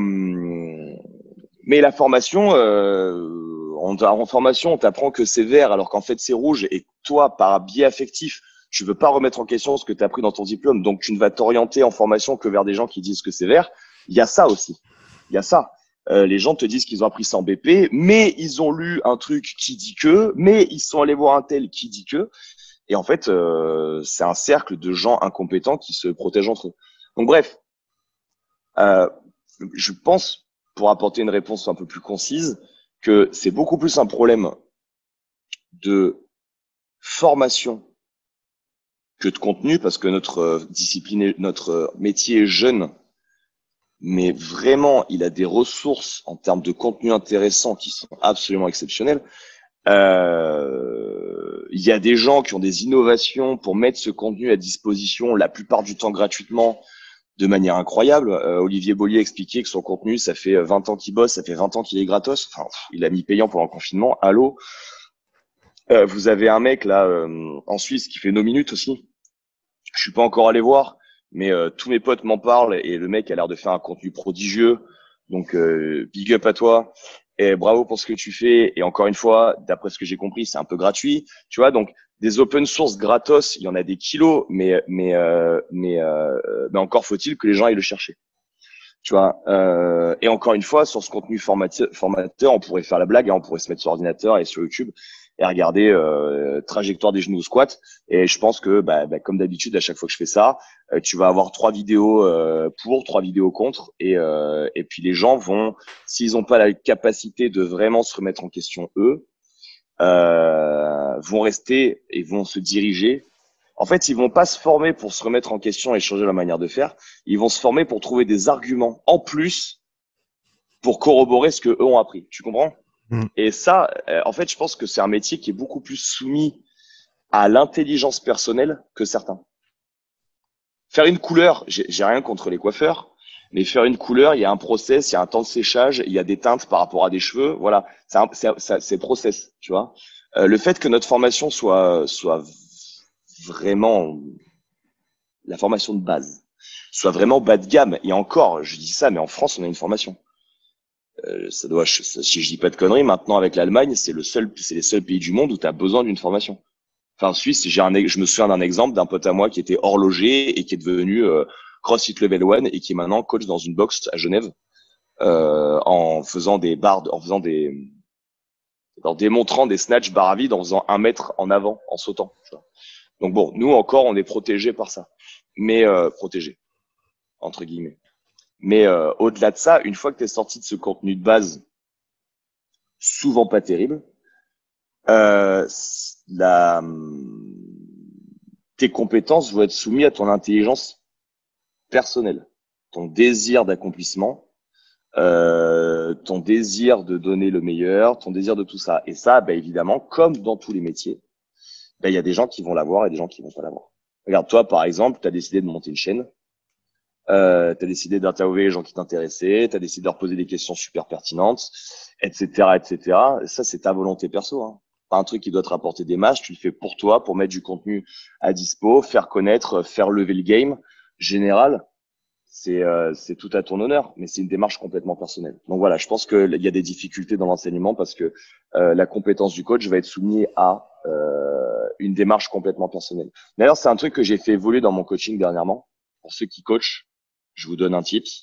A: mais la formation, euh, on, en formation, on t'apprend que c'est vert alors qu'en fait c'est rouge. Et toi, par biais affectif, tu veux pas remettre en question ce que tu as appris dans ton diplôme, donc tu ne vas t'orienter en formation que vers des gens qui disent que c'est vert. Il y a ça aussi. Il y a ça. Euh, les gens te disent qu'ils ont appris ça en B P, mais ils ont lu un truc qui dit que, mais ils sont allés voir un tel qui dit que. Et en fait, euh, c'est un cercle de gens incompétents qui se protègent entre eux. Donc bref, euh, je pense, pour apporter une réponse un peu plus concise, que c'est beaucoup plus un problème de formation que de contenu, parce que notre discipline, notre métier est jeune, mais vraiment, il a des ressources en termes de contenu intéressant qui sont absolument exceptionnelles. Euh, il y a des gens qui ont des innovations pour mettre ce contenu à disposition, la plupart du temps gratuitement, de manière incroyable. Euh, Olivier Bollier expliquait que son contenu, ça fait vingt ans qu'il bosse, ça fait vingt ans qu'il est gratos. Enfin, pff, il a mis payant pendant le confinement. Allô, euh, vous avez un mec là euh, en Suisse qui fait nos minutes aussi. Je suis pas encore allé voir, mais euh, tous mes potes m'en parlent et le mec a l'air de faire un contenu prodigieux. Donc euh, big up à toi et bravo pour ce que tu fais. Et encore une fois, d'après ce que j'ai compris, c'est un peu gratuit, tu vois. Donc des open source gratos, il y en a des kilos, mais mais euh, mais euh, mais encore faut-il que les gens aillent le chercher, tu vois. Euh, et encore une fois, sur ce contenu formateur, formateur, on pourrait faire la blague, hein, on pourrait se mettre sur ordinateur et sur YouTube et regarder euh, trajectoire des genoux au squat. Et je pense que, bah, bah, comme d'habitude, à chaque fois que je fais ça, euh, tu vas avoir trois vidéos euh, pour, trois vidéos contre, et euh, et puis les gens vont, s'ils n'ont pas la capacité de vraiment se remettre en question eux, euh, vont rester et vont se diriger. En fait, ils vont pas se former pour se remettre en question et changer leur manière de faire. Ils vont se former pour trouver des arguments en plus pour corroborer ce que eux ont appris. Tu comprends? Mm. Et ça, euh, en fait, je pense que c'est un métier qui est beaucoup plus soumis à l'intelligence personnelle que certains. Faire une couleur, j'ai, j'ai rien contre les coiffeurs, mais faire une couleur, il y a un process, il y a un temps de séchage, il y a des teintes par rapport à des cheveux. Voilà, c'est, un, c'est, c'est, c'est process, tu vois. Euh, le fait que notre formation soit soit vraiment la formation de base soit vraiment bas de gamme, et encore, je dis ça, mais en France, on a une formation. euh, ça doit, si je dis pas de conneries, maintenant avec l'Allemagne, c'est le seul, c'est les seuls pays du monde où tu as besoin d'une formation. Enfin, en Suisse, j'ai un, je me souviens d'un exemple d'un pote à moi qui était horloger et qui est devenu euh, CrossFit Level un et qui est maintenant coach dans une boxe à Genève euh, en faisant des barres, en faisant des, en démontrant des snatch barres à vide en faisant un mètre en avant, en sautant. Tu vois. Donc bon, nous encore, on est protégés par ça, mais euh, protégés entre guillemets. Mais euh, au-delà de ça, une fois que tu es sorti de ce contenu de base, souvent pas terrible, euh, la, tes compétences vont être soumises à ton intelligence personnelle, ton désir d'accomplissement, euh, ton désir de donner le meilleur, ton désir de tout ça. Et ça, bah, évidemment, comme dans tous les métiers, bah, il y a des gens qui vont l'avoir et des gens qui vont pas l'avoir. Regarde, toi, par exemple, tu as décidé de monter une chaîne. Euh, tu as décidé d'interviewer les gens qui t'intéressaient, tu as décidé de leur poser des questions super pertinentes, et cetera, et cetera. Et ça, c'est ta volonté perso. Hein. Pas un truc qui doit te rapporter des masses, tu le fais pour toi, pour mettre du contenu à dispo, faire connaître, faire lever le game. Général, c'est euh, c'est tout à ton honneur, mais c'est une démarche complètement personnelle. Donc voilà, je pense qu'il y a des difficultés dans l'enseignement parce que euh, la compétence du coach va être soumise à euh, une démarche complètement personnelle. D'ailleurs, c'est un truc que j'ai fait évoluer dans mon coaching dernièrement. Pour ceux qui coachent, je vous donne un tips.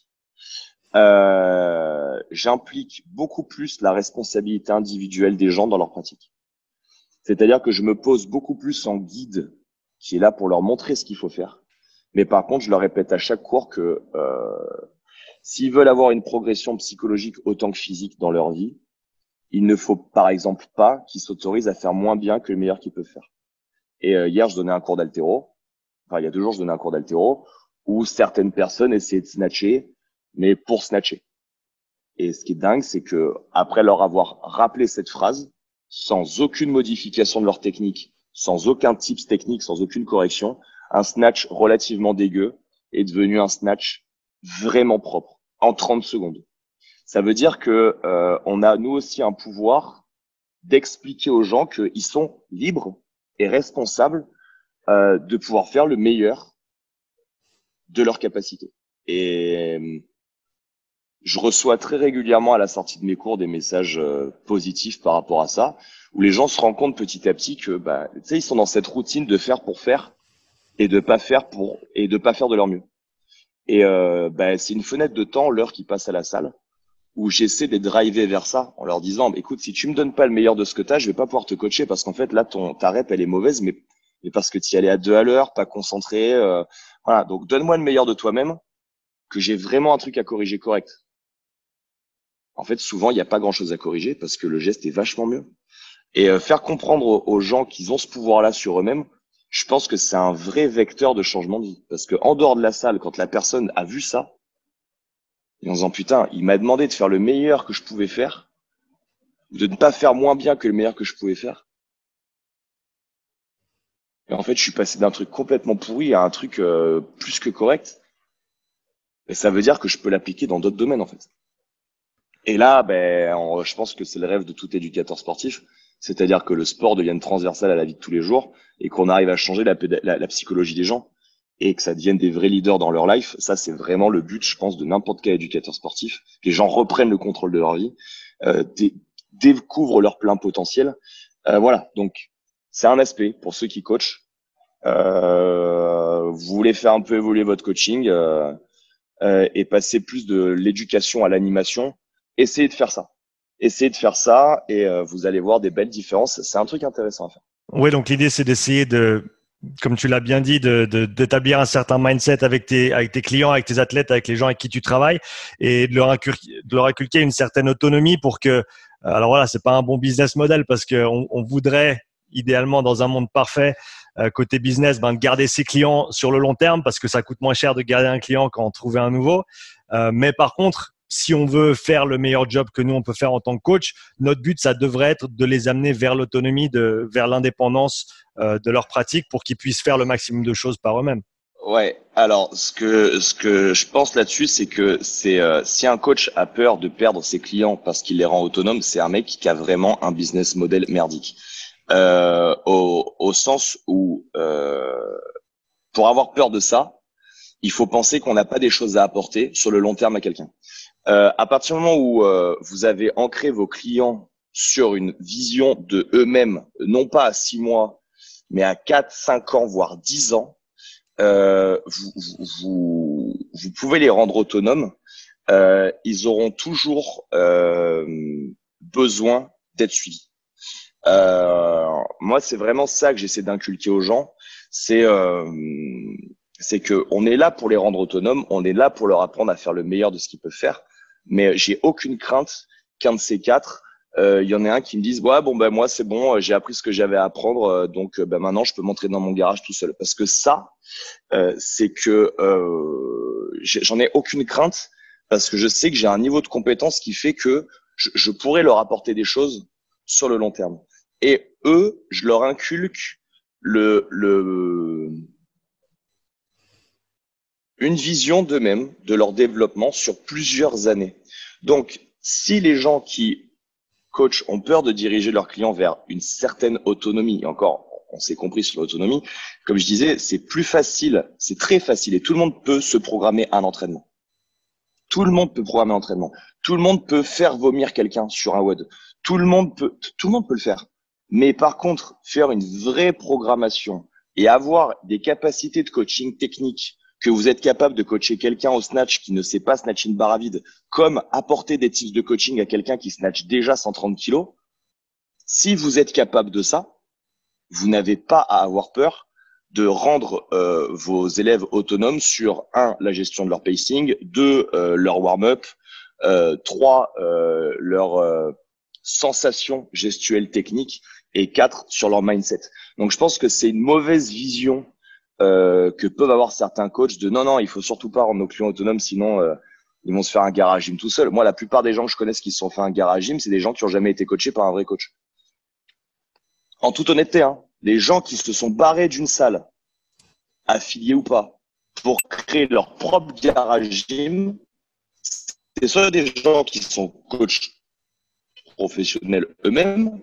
A: Euh, j'implique beaucoup plus la responsabilité individuelle des gens dans leur pratique. C'est-à-dire que je me pose beaucoup plus en guide qui est là pour leur montrer ce qu'il faut faire. Mais par contre, je leur répète à chaque cours que euh, s'ils veulent avoir une progression psychologique autant que physique dans leur vie, il ne faut par exemple pas qu'ils s'autorisent à faire moins bien que le meilleur qu'ils peuvent faire. Et euh, hier, je donnais un cours d'haltéro. Enfin, il y a deux jours, je donnais un cours d'haltéro où certaines personnes essayaient de snatcher, mais pour snatcher. Et ce qui est dingue, c'est que après leur avoir rappelé cette phrase, sans aucune modification de leur technique, sans aucun tips technique, sans aucune correction, un snatch relativement dégueu est devenu un snatch vraiment propre en trente secondes. Ça veut dire que euh, on a nous aussi un pouvoir d'expliquer aux gens qu'ils sont libres et responsables euh, de pouvoir faire le meilleur de leur capacité. Et je reçois très régulièrement à la sortie de mes cours des messages euh, positifs par rapport à ça, où les gens se rendent compte petit à petit que, bah, tu sais, ils sont dans cette routine de faire pour faire et de pas faire pour et de pas faire de leur mieux. Et euh, bah, c'est une fenêtre de temps, l'heure qui passe à la salle, où j'essaie de les driver vers ça en leur disant, bah, écoute, si tu me donnes pas le meilleur de ce que t'as, je vais pas pouvoir te coacher parce qu'en fait là, ton ta rep elle est mauvaise, mais mais parce que tu y allais à deux à l'heure, pas concentré. Euh, voilà, donc donne-moi le meilleur de toi-même, que j'ai vraiment un truc à corriger correct. En fait, souvent, il n'y a pas grand-chose à corriger parce que le geste est vachement mieux. Et euh, faire comprendre aux, aux gens qu'ils ont ce pouvoir-là sur eux-mêmes, je pense que c'est un vrai vecteur de changement de vie. Parce que en dehors de la salle, quand la personne a vu ça, et en disant putain, il m'a demandé de faire le meilleur que je pouvais faire, de ne pas faire moins bien que le meilleur que je pouvais faire. Et en fait, je suis passé d'un truc complètement pourri à un truc euh, plus que correct. Et ça veut dire que je peux l'appliquer dans d'autres domaines, en fait. Et là, ben, on- je pense que c'est le rêve de tout éducateur sportif, c'est-à-dire que le sport devienne transversal à la vie de tous les jours et qu'on arrive à changer la, péda- la, la psychologie des gens et que ça devienne des vrais leaders dans leur life. Ça, c'est vraiment le but, je pense, de n'importe quel éducateur sportif. Que les gens reprennent le contrôle de leur vie, euh, dé- découvrent leur plein potentiel. Euh, voilà, donc c'est un aspect pour ceux qui coachent. Euh, vous voulez faire un peu évoluer votre coaching euh, euh, et passer plus de l'éducation à l'animation, essayez de faire ça. Essayez de faire ça et euh, vous allez voir des belles différences. C'est un truc intéressant à faire.
B: Oui, donc l'idée, c'est d'essayer de, comme tu l'as bien dit, de, de, d'établir un certain mindset avec tes, avec tes clients, avec tes athlètes, avec les gens avec qui tu travailles et de leur inculquer, de leur inculquer une certaine autonomie pour que, alors voilà, c'est pas un bon business model parce qu'on on voudrait idéalement dans un monde parfait, euh, côté business, ben, de garder ses clients sur le long terme parce que ça coûte moins cher de garder un client qu'en trouver un nouveau. Euh, mais par contre, si on veut faire le meilleur job que nous, on peut faire en tant que coach, notre but, ça devrait être de les amener vers l'autonomie, de, vers l'indépendance euh, de leur pratique pour qu'ils puissent faire le maximum de choses par eux-mêmes.
A: Ouais. Alors, ce que ce que je pense là-dessus, c'est que c'est euh, si un coach a peur de perdre ses clients parce qu'il les rend autonomes, c'est un mec qui a vraiment un business model merdique. Euh, au, au sens où euh, pour avoir peur de ça, il faut penser qu'on n'a pas des choses à apporter sur le long terme à quelqu'un. Euh, à partir du moment où euh, vous avez ancré vos clients sur une vision de eux-mêmes, non pas à six mois, mais à quatre, cinq ans, voire dix ans, euh, vous, vous, vous, vous pouvez les rendre autonomes. Euh, ils auront toujours euh, besoin d'être suivis. Euh, moi, c'est vraiment ça que j'essaie d'inculquer aux gens. C'est euh, c'est que on est là pour les rendre autonomes, on est là pour leur apprendre à faire le meilleur de ce qu'ils peuvent faire. Mais j'ai aucune crainte qu'un de ces quatre, il euh, y en ait un qui me dise ouais bon ben moi c'est bon, j'ai appris ce que j'avais à apprendre, donc ben maintenant je peux m'entraîner dans mon garage tout seul. Parce que ça, euh, c'est que euh, j'en ai aucune crainte parce que je sais que j'ai un niveau de compétence qui fait que je, je pourrais leur apporter des choses sur le long terme. Et eux, je leur inculque le, le, une vision d'eux-mêmes, de leur développement sur plusieurs années. Donc, si les gens qui coachent ont peur de diriger leurs clients vers une certaine autonomie, et encore, on s'est compris sur l'autonomie, comme je disais, c'est plus facile, c'est très facile et tout le monde peut se programmer un entraînement. Tout le monde peut programmer un entraînement. Tout le monde peut faire vomir quelqu'un sur un W O D. Tout le monde peut, tout le monde peut le faire. Mais par contre, faire une vraie programmation et avoir des capacités de coaching technique, que vous êtes capable de coacher quelqu'un au snatch qui ne sait pas snatcher une barre à vide, comme apporter des tips de coaching à quelqu'un qui snatch déjà cent trente kilos, si vous êtes capable de ça, vous n'avez pas à avoir peur de rendre euh, vos élèves autonomes sur un, la gestion de leur pacing, deux, euh, leur warm-up, euh, trois, euh, leur euh, sensation gestuelle technique et quatre, sur leur mindset. Donc je pense que c'est une mauvaise vision euh, que peuvent avoir certains coachs de non, non, il faut surtout pas rendre nos clients autonomes, sinon euh, ils vont se faire un garage gym tout seuls. Moi, la plupart des gens que je connais qui se sont fait un garage gym, c'est des gens qui ont jamais été coachés par un vrai coach. En toute honnêteté, hein, les gens qui se sont barrés d'une salle, affiliés ou pas, pour créer leur propre garage gym, c'est soit des gens qui sont coachs professionnels eux-mêmes,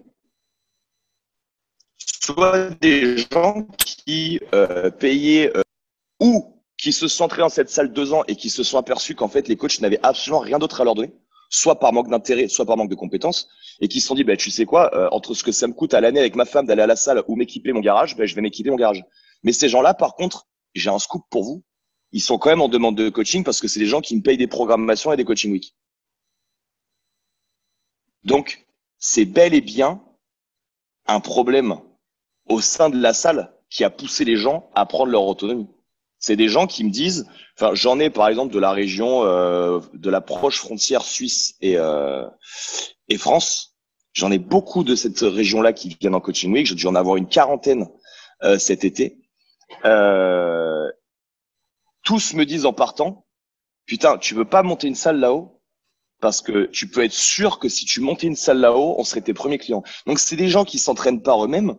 A: soit des gens qui euh, payaient euh, ou qui se sont entrés dans cette salle deux ans et qui se sont aperçus qu'en fait les coachs n'avaient absolument rien d'autre à leur donner, soit par manque d'intérêt, soit par manque de compétences, et qui se sont dit bah, tu sais quoi, euh, entre ce que ça me coûte à l'année avec ma femme d'aller à la salle ou m'équiper mon garage, bah, je vais m'équiper mon garage. Mais ces gens-là, par contre, j'ai un scoop pour vous, ils sont quand même en demande de coaching parce que c'est des gens qui me payent des programmations et des coaching week. Donc, c'est bel et bien un problème au sein de la salle qui a poussé les gens à prendre leur autonomie. C'est des gens qui me disent, enfin, j'en ai par exemple de la région, euh, de la proche frontière Suisse et, euh, et France. J'en ai beaucoup de cette région-là qui viennent en coaching week. J'ai dû en avoir une quarantaine euh, cet été. Euh, tous me disent en partant, putain, tu veux pas monter une salle là-haut? Parce que tu peux être sûr que si tu montais une salle là-haut, on serait tes premiers clients. Donc, c'est des gens qui s'entraînent par eux-mêmes,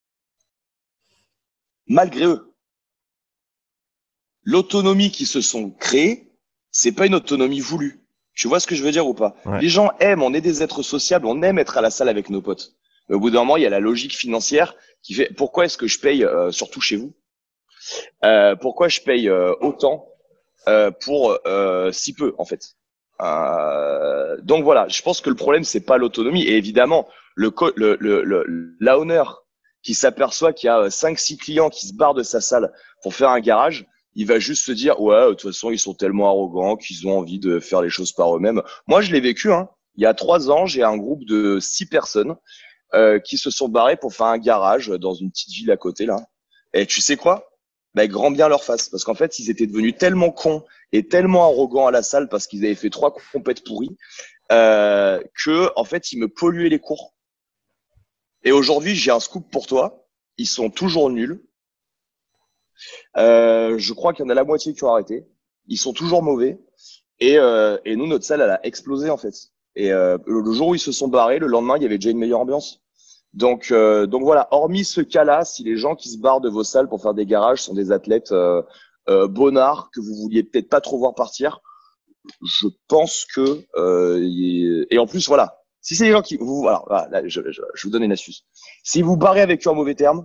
A: malgré eux. L'autonomie qu'ils se sont créés, c'est pas une autonomie voulue. Tu vois ce que je veux dire ou pas?
B: Ouais.
A: Les gens aiment, on est des êtres sociables, on aime être à la salle avec nos potes. Mais au bout d'un moment, il y a la logique financière qui fait pourquoi est-ce que je paye, euh, surtout chez vous, euh, pourquoi je paye euh, autant euh, pour euh, si peu en fait. Euh, donc voilà, je pense que le problème c'est pas l'autonomie et évidemment le le le, le l'owner qui s'aperçoit qu'il y a cinq six clients qui se barrent de sa salle pour faire un garage, il va juste se dire ouais de toute façon ils sont tellement arrogants qu'ils ont envie de faire les choses par eux-mêmes. Moi je l'ai vécu hein. Il y a trois ans, j'ai un groupe de six personnes euh, qui se sont barrés pour faire un garage dans une petite ville à côté là. Et tu sais quoi? Bah, grand bien leur face parce qu'en fait ils étaient devenus tellement cons et tellement arrogants à la salle parce qu'ils avaient fait trois compètes pourries euh, que en fait ils me polluaient les cours. Et aujourd'hui j'ai un scoop pour toi, ils sont toujours nuls. Euh, je crois qu'il y en a la moitié qui ont arrêté. Ils sont toujours mauvais et, euh, et nous notre salle elle a explosé en fait. Et euh, le jour où ils se sont barrés, le lendemain il y avait déjà une meilleure ambiance. Donc, euh, donc voilà, hormis ce cas-là, si les gens qui se barrent de vos salles pour faire des garages sont des athlètes euh, euh, bonnards que vous vouliez peut-être pas trop voir partir, je pense que euh, y... et en plus voilà, si c'est des gens qui vous voilà, voilà là, je, je, je vous donne une astuce. Si vous barrez avec eux en mauvais termes,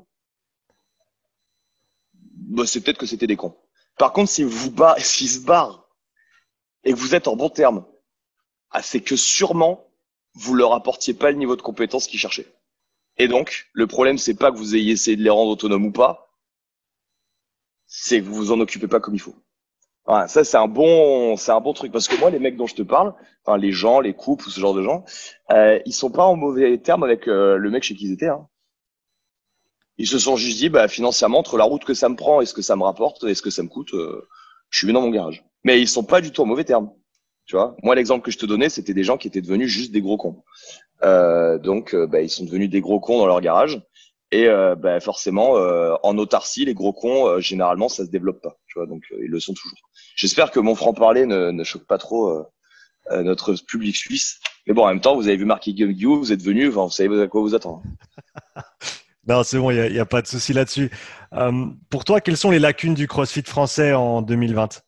A: bah, c'est peut-être que c'était des cons. Par contre, si vous barrez, s'ils se barrent et que vous êtes en bon terme ah, c'est que sûrement, vous leur apportiez pas le niveau de compétence qu'ils cherchaient. Et donc, le problème, c'est pas que vous ayez essayé de les rendre autonomes ou pas, c'est que vous vous en occupez pas comme il faut. Voilà, ça, c'est un bon, c'est un bon truc. Parce que moi, les mecs dont je te parle, enfin, les gens, les couples ou ce genre de gens, euh, ils sont pas en mauvais termes avec euh, le mec chez qui ils étaient, hein. Ils se sont juste dit, bah, financièrement, entre la route que ça me prend et ce que ça me rapporte et ce que ça me coûte, euh, je suis bien dans mon garage. Mais ils sont pas du tout en mauvais termes. Tu vois, moi, l'exemple que je te donnais, c'était des gens qui étaient devenus juste des gros cons. Euh, donc, euh, bah, ils sont devenus des gros cons dans leur garage. Et euh, bah, forcément, euh, en autarcie, les gros cons, euh, généralement, ça se développe pas. Tu vois, donc euh, ils le sont toujours. J'espère que mon franc-parler ne, ne choque pas trop euh, euh, notre public suisse. Mais bon, en même temps, vous avez vu Marky Guillou, vous êtes venu, enfin, vous savez à quoi vous attendre.
B: Non, c'est bon, il n'y a, y a pas de souci là-dessus. Euh, pour toi, quelles sont les lacunes du CrossFit français en deux mille vingt?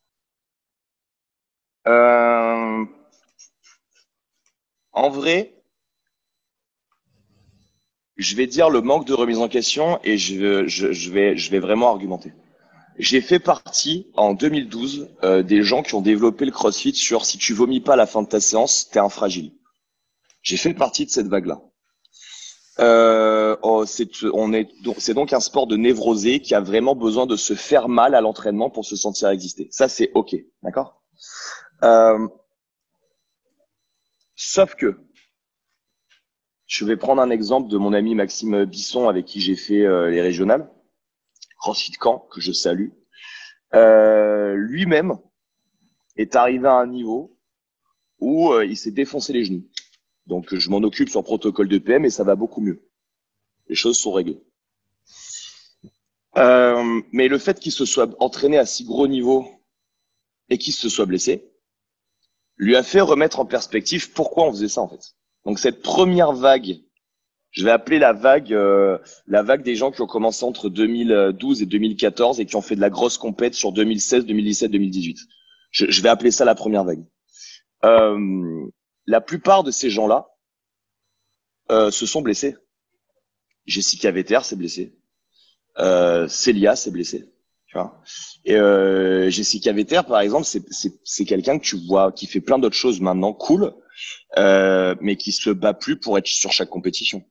A: Euh, en vrai, je vais dire le manque de remise en question et je, je, je vais, je vais vraiment argumenter. J'ai fait partie en deux mille douze euh, des gens qui ont développé le CrossFit sur si tu vomis pas à la fin de ta séance, t'es un fragile. J'ai fait partie de cette vague-là. Euh, oh, c'est, on est, c'est donc un sport de névrosé qui a vraiment besoin de se faire mal à l'entraînement pour se sentir exister. Ça, c'est ok, d'accord. Euh, sauf que, je vais prendre un exemple de mon ami Maxime Bisson avec qui j'ai fait euh, les régionales, CrossFit Camp, que je salue. Euh, lui-même est arrivé à un niveau où euh, il s'est défoncé les genoux. Donc, je m'en occupe sur protocole de P M et ça va beaucoup mieux. Les choses sont réglées. Euh, mais le fait qu'il se soit entraîné à si gros niveau et qu'il se soit blessé, lui a fait remettre en perspective pourquoi on faisait ça en fait. Donc cette première vague, je vais appeler la vague euh, la vague des gens qui ont commencé entre deux mille douze et deux mille quatorze et qui ont fait de la grosse compète sur deux mille seize, deux mille dix-sept, deux mille dix-huit. Je, je vais appeler ça la première vague. Euh, la plupart de ces gens-là euh, se sont blessés. Jessica Vetter s'est blessée. Euh, Célia s'est blessée. Tu vois. Et euh, Jessica Vetter, par exemple, c'est, c'est, c'est quelqu'un que tu vois qui fait plein d'autres choses maintenant, cool, euh, mais qui se bat plus pour être sur chaque compétition.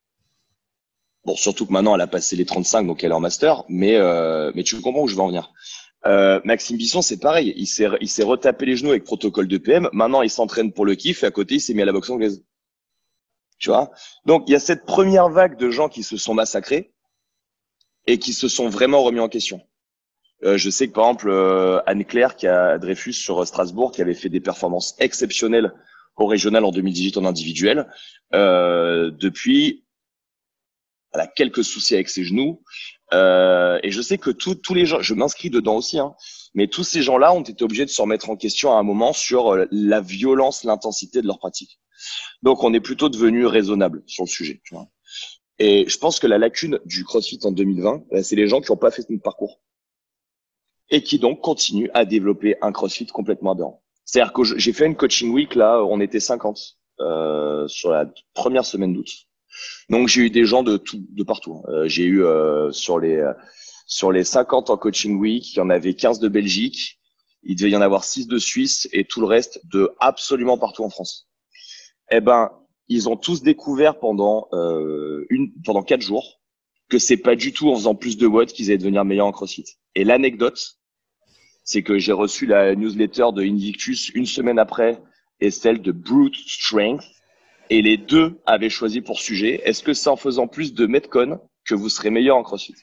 A: Bon, surtout que maintenant, elle a passé les trente-cinq, donc elle est en master, mais euh, mais tu comprends où je veux en venir. Euh, Maxime Bisson, c'est pareil. Il s'est il s'est retapé les genoux avec protocole de P M. Maintenant, il s'entraîne pour le kiff et à côté, il s'est mis à la boxe anglaise. Tu vois. Donc, il y a cette première vague de gens qui se sont massacrés et qui se sont vraiment remis en question. Euh, je sais que par exemple euh, Anne-Claire qui a Dreyfus sur Strasbourg, qui avait fait des performances exceptionnelles au régional en deux mille dix-huit en individuel, euh, depuis elle a quelques soucis avec ses genoux. Euh, et je sais que tous tous les gens, je m'inscris dedans aussi, hein, mais tous ces gens-là ont été obligés de se remettre en question à un moment sur euh, la violence, l'intensité de leur pratique. Donc on est plutôt devenu raisonnable sur le sujet. Tu vois. Et je pense que la lacune du CrossFit en deux mille vingt, bah, c'est les gens qui n'ont pas fait notre parcours et qui donc continuent à développer un CrossFit complètement aberrant. C'est-à-dire que j'ai fait une coaching week, là, on était cinquante euh, sur la première semaine d'août. Donc j'ai eu des gens de tout, de partout. Euh, j'ai eu euh, sur les euh, sur les cinquante en coaching week, il y en avait quinze de Belgique, il devait y en avoir six de Suisse et tout le reste de absolument partout en France. Eh ben, ils ont tous découvert pendant euh, une pendant quatre jours que c'est pas du tout en faisant plus de watts qu'ils allaient devenir meilleurs en CrossFit. Et l'anecdote, c'est que j'ai reçu la newsletter de Invictus une semaine après et celle de Brute Strength. Et les deux avaient choisi pour sujet, est-ce que c'est en faisant plus de Metcon que vous serez meilleur en CrossFit?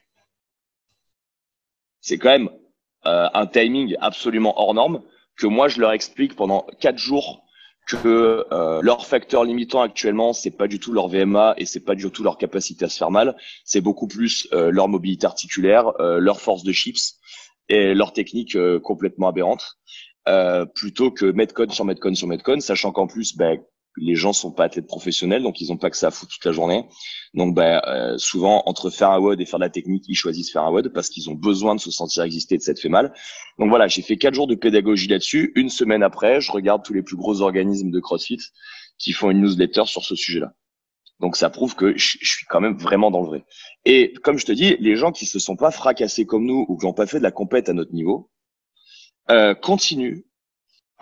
A: C'est quand même euh, un timing absolument hors norme que moi je leur explique pendant quatre jours que euh, leur facteur limitant actuellement, c'est pas du tout leur V M A et c'est pas du tout leur capacité à se faire mal, c'est beaucoup plus euh, leur mobilité articulaire, euh, leur force de chips et leur technique euh, complètement aberrante, euh, plutôt que Metcon sur Metcon sur Metcon, sachant qu'en plus, ben, les gens sont pas athlètes professionnels, donc ils ont pas que ça à foutre toute la journée. Donc, ben, euh, souvent, entre faire un W O D et faire de la technique, ils choisissent faire un W O D parce qu'ils ont besoin de se sentir exister et de s'être fait mal. Donc voilà, j'ai fait quatre jours de pédagogie là-dessus. Une semaine après, je regarde tous les plus gros organismes de CrossFit qui font une newsletter sur ce sujet-là. Donc ça prouve que je, je suis quand même vraiment dans le vrai. Et comme je te dis, les gens qui se sont pas fracassés comme nous ou qui n'ont pas fait de la compète à notre niveau, euh, continuent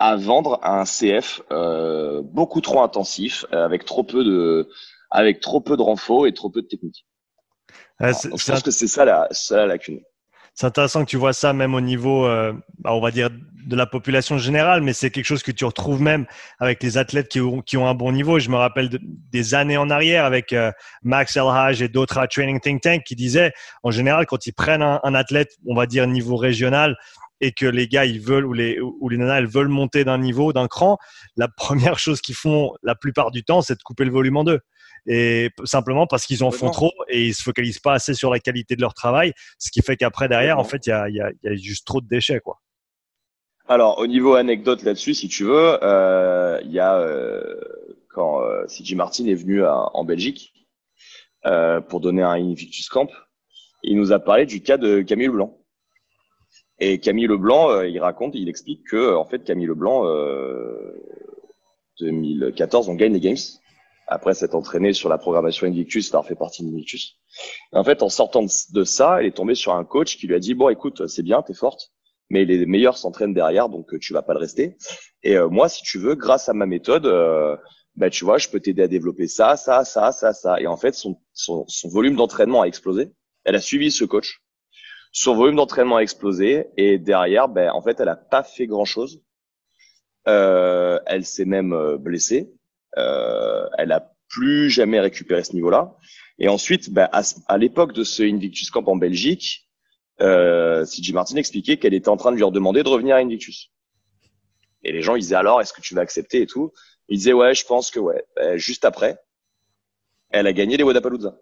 A: à vendre un C F euh, beaucoup trop intensif, avec trop peu de, avec trop peu de renfort et trop peu de technique.
B: Ouais,
A: Voilà.
B: c'est
A: Donc, je
B: c'est
A: pense que c'est ça la, ça la lacune.
B: C'est intéressant que tu vois ça même au niveau, euh, bah, on va dire, de la population générale, mais c'est quelque chose que tu retrouves même avec les athlètes qui ont, qui ont un bon niveau. Je me rappelle de, des années en arrière avec euh, Max Elhaj et d'autres à Training Think Tank qui disaient, en général, quand ils prennent un, un athlète, on va dire niveau régional, et que les gars ils veulent ou les ou les nanas elles veulent monter d'un niveau, d'un cran, la première chose qu'ils font la plupart du temps, c'est de couper le volume en deux. Et simplement parce qu'ils en font
A: Complètement.
B: trop et ils se focalisent pas assez sur la qualité de leur travail, ce qui fait qu'après derrière, en
A: Complètement.
B: fait, il y a, il y, a, il y a juste trop de déchets, quoi.
A: Alors, au niveau anecdote là-dessus, si tu veux, euh, il y a euh, quand euh, C J Martin est venu à- en Belgique euh, pour donner un Invictus Camp, il nous a parlé du cas de Camille Leblanc. Et Camille Leblanc, euh, il raconte, il explique que en fait Camille Leblanc, euh, deux mille quatorze, on gagne les Games. Après s'être entraîné sur la programmation Invictus, ça a fait partie d'Invictus. Et en fait, en sortant de ça, elle est tombée sur un coach qui lui a dit bon, écoute, c'est bien, t'es forte, mais les meilleurs s'entraînent derrière, donc euh, tu vas pas le rester. Et euh, moi, si tu veux, grâce à ma méthode, euh, bah tu vois, je peux t'aider à développer ça, ça, ça, ça, ça. Et en fait, son son, son volume d'entraînement a explosé. Elle a suivi ce coach. Son volume d'entraînement a explosé et derrière, ben en fait, elle a pas fait grand chose. Euh, elle s'est même euh, blessée. Euh, elle a plus jamais récupéré ce niveau-là. Et ensuite, ben, à, à l'époque de ce Invictus Camp en Belgique, euh, C J Martin expliquait qu'elle était en train de lui redemander de revenir à Invictus. Et les gens, ils disaient alors, est-ce que tu vas accepter et tout. Il disait ouais, je pense que ouais. Ben, juste après, elle a gagné les Wodapalooza.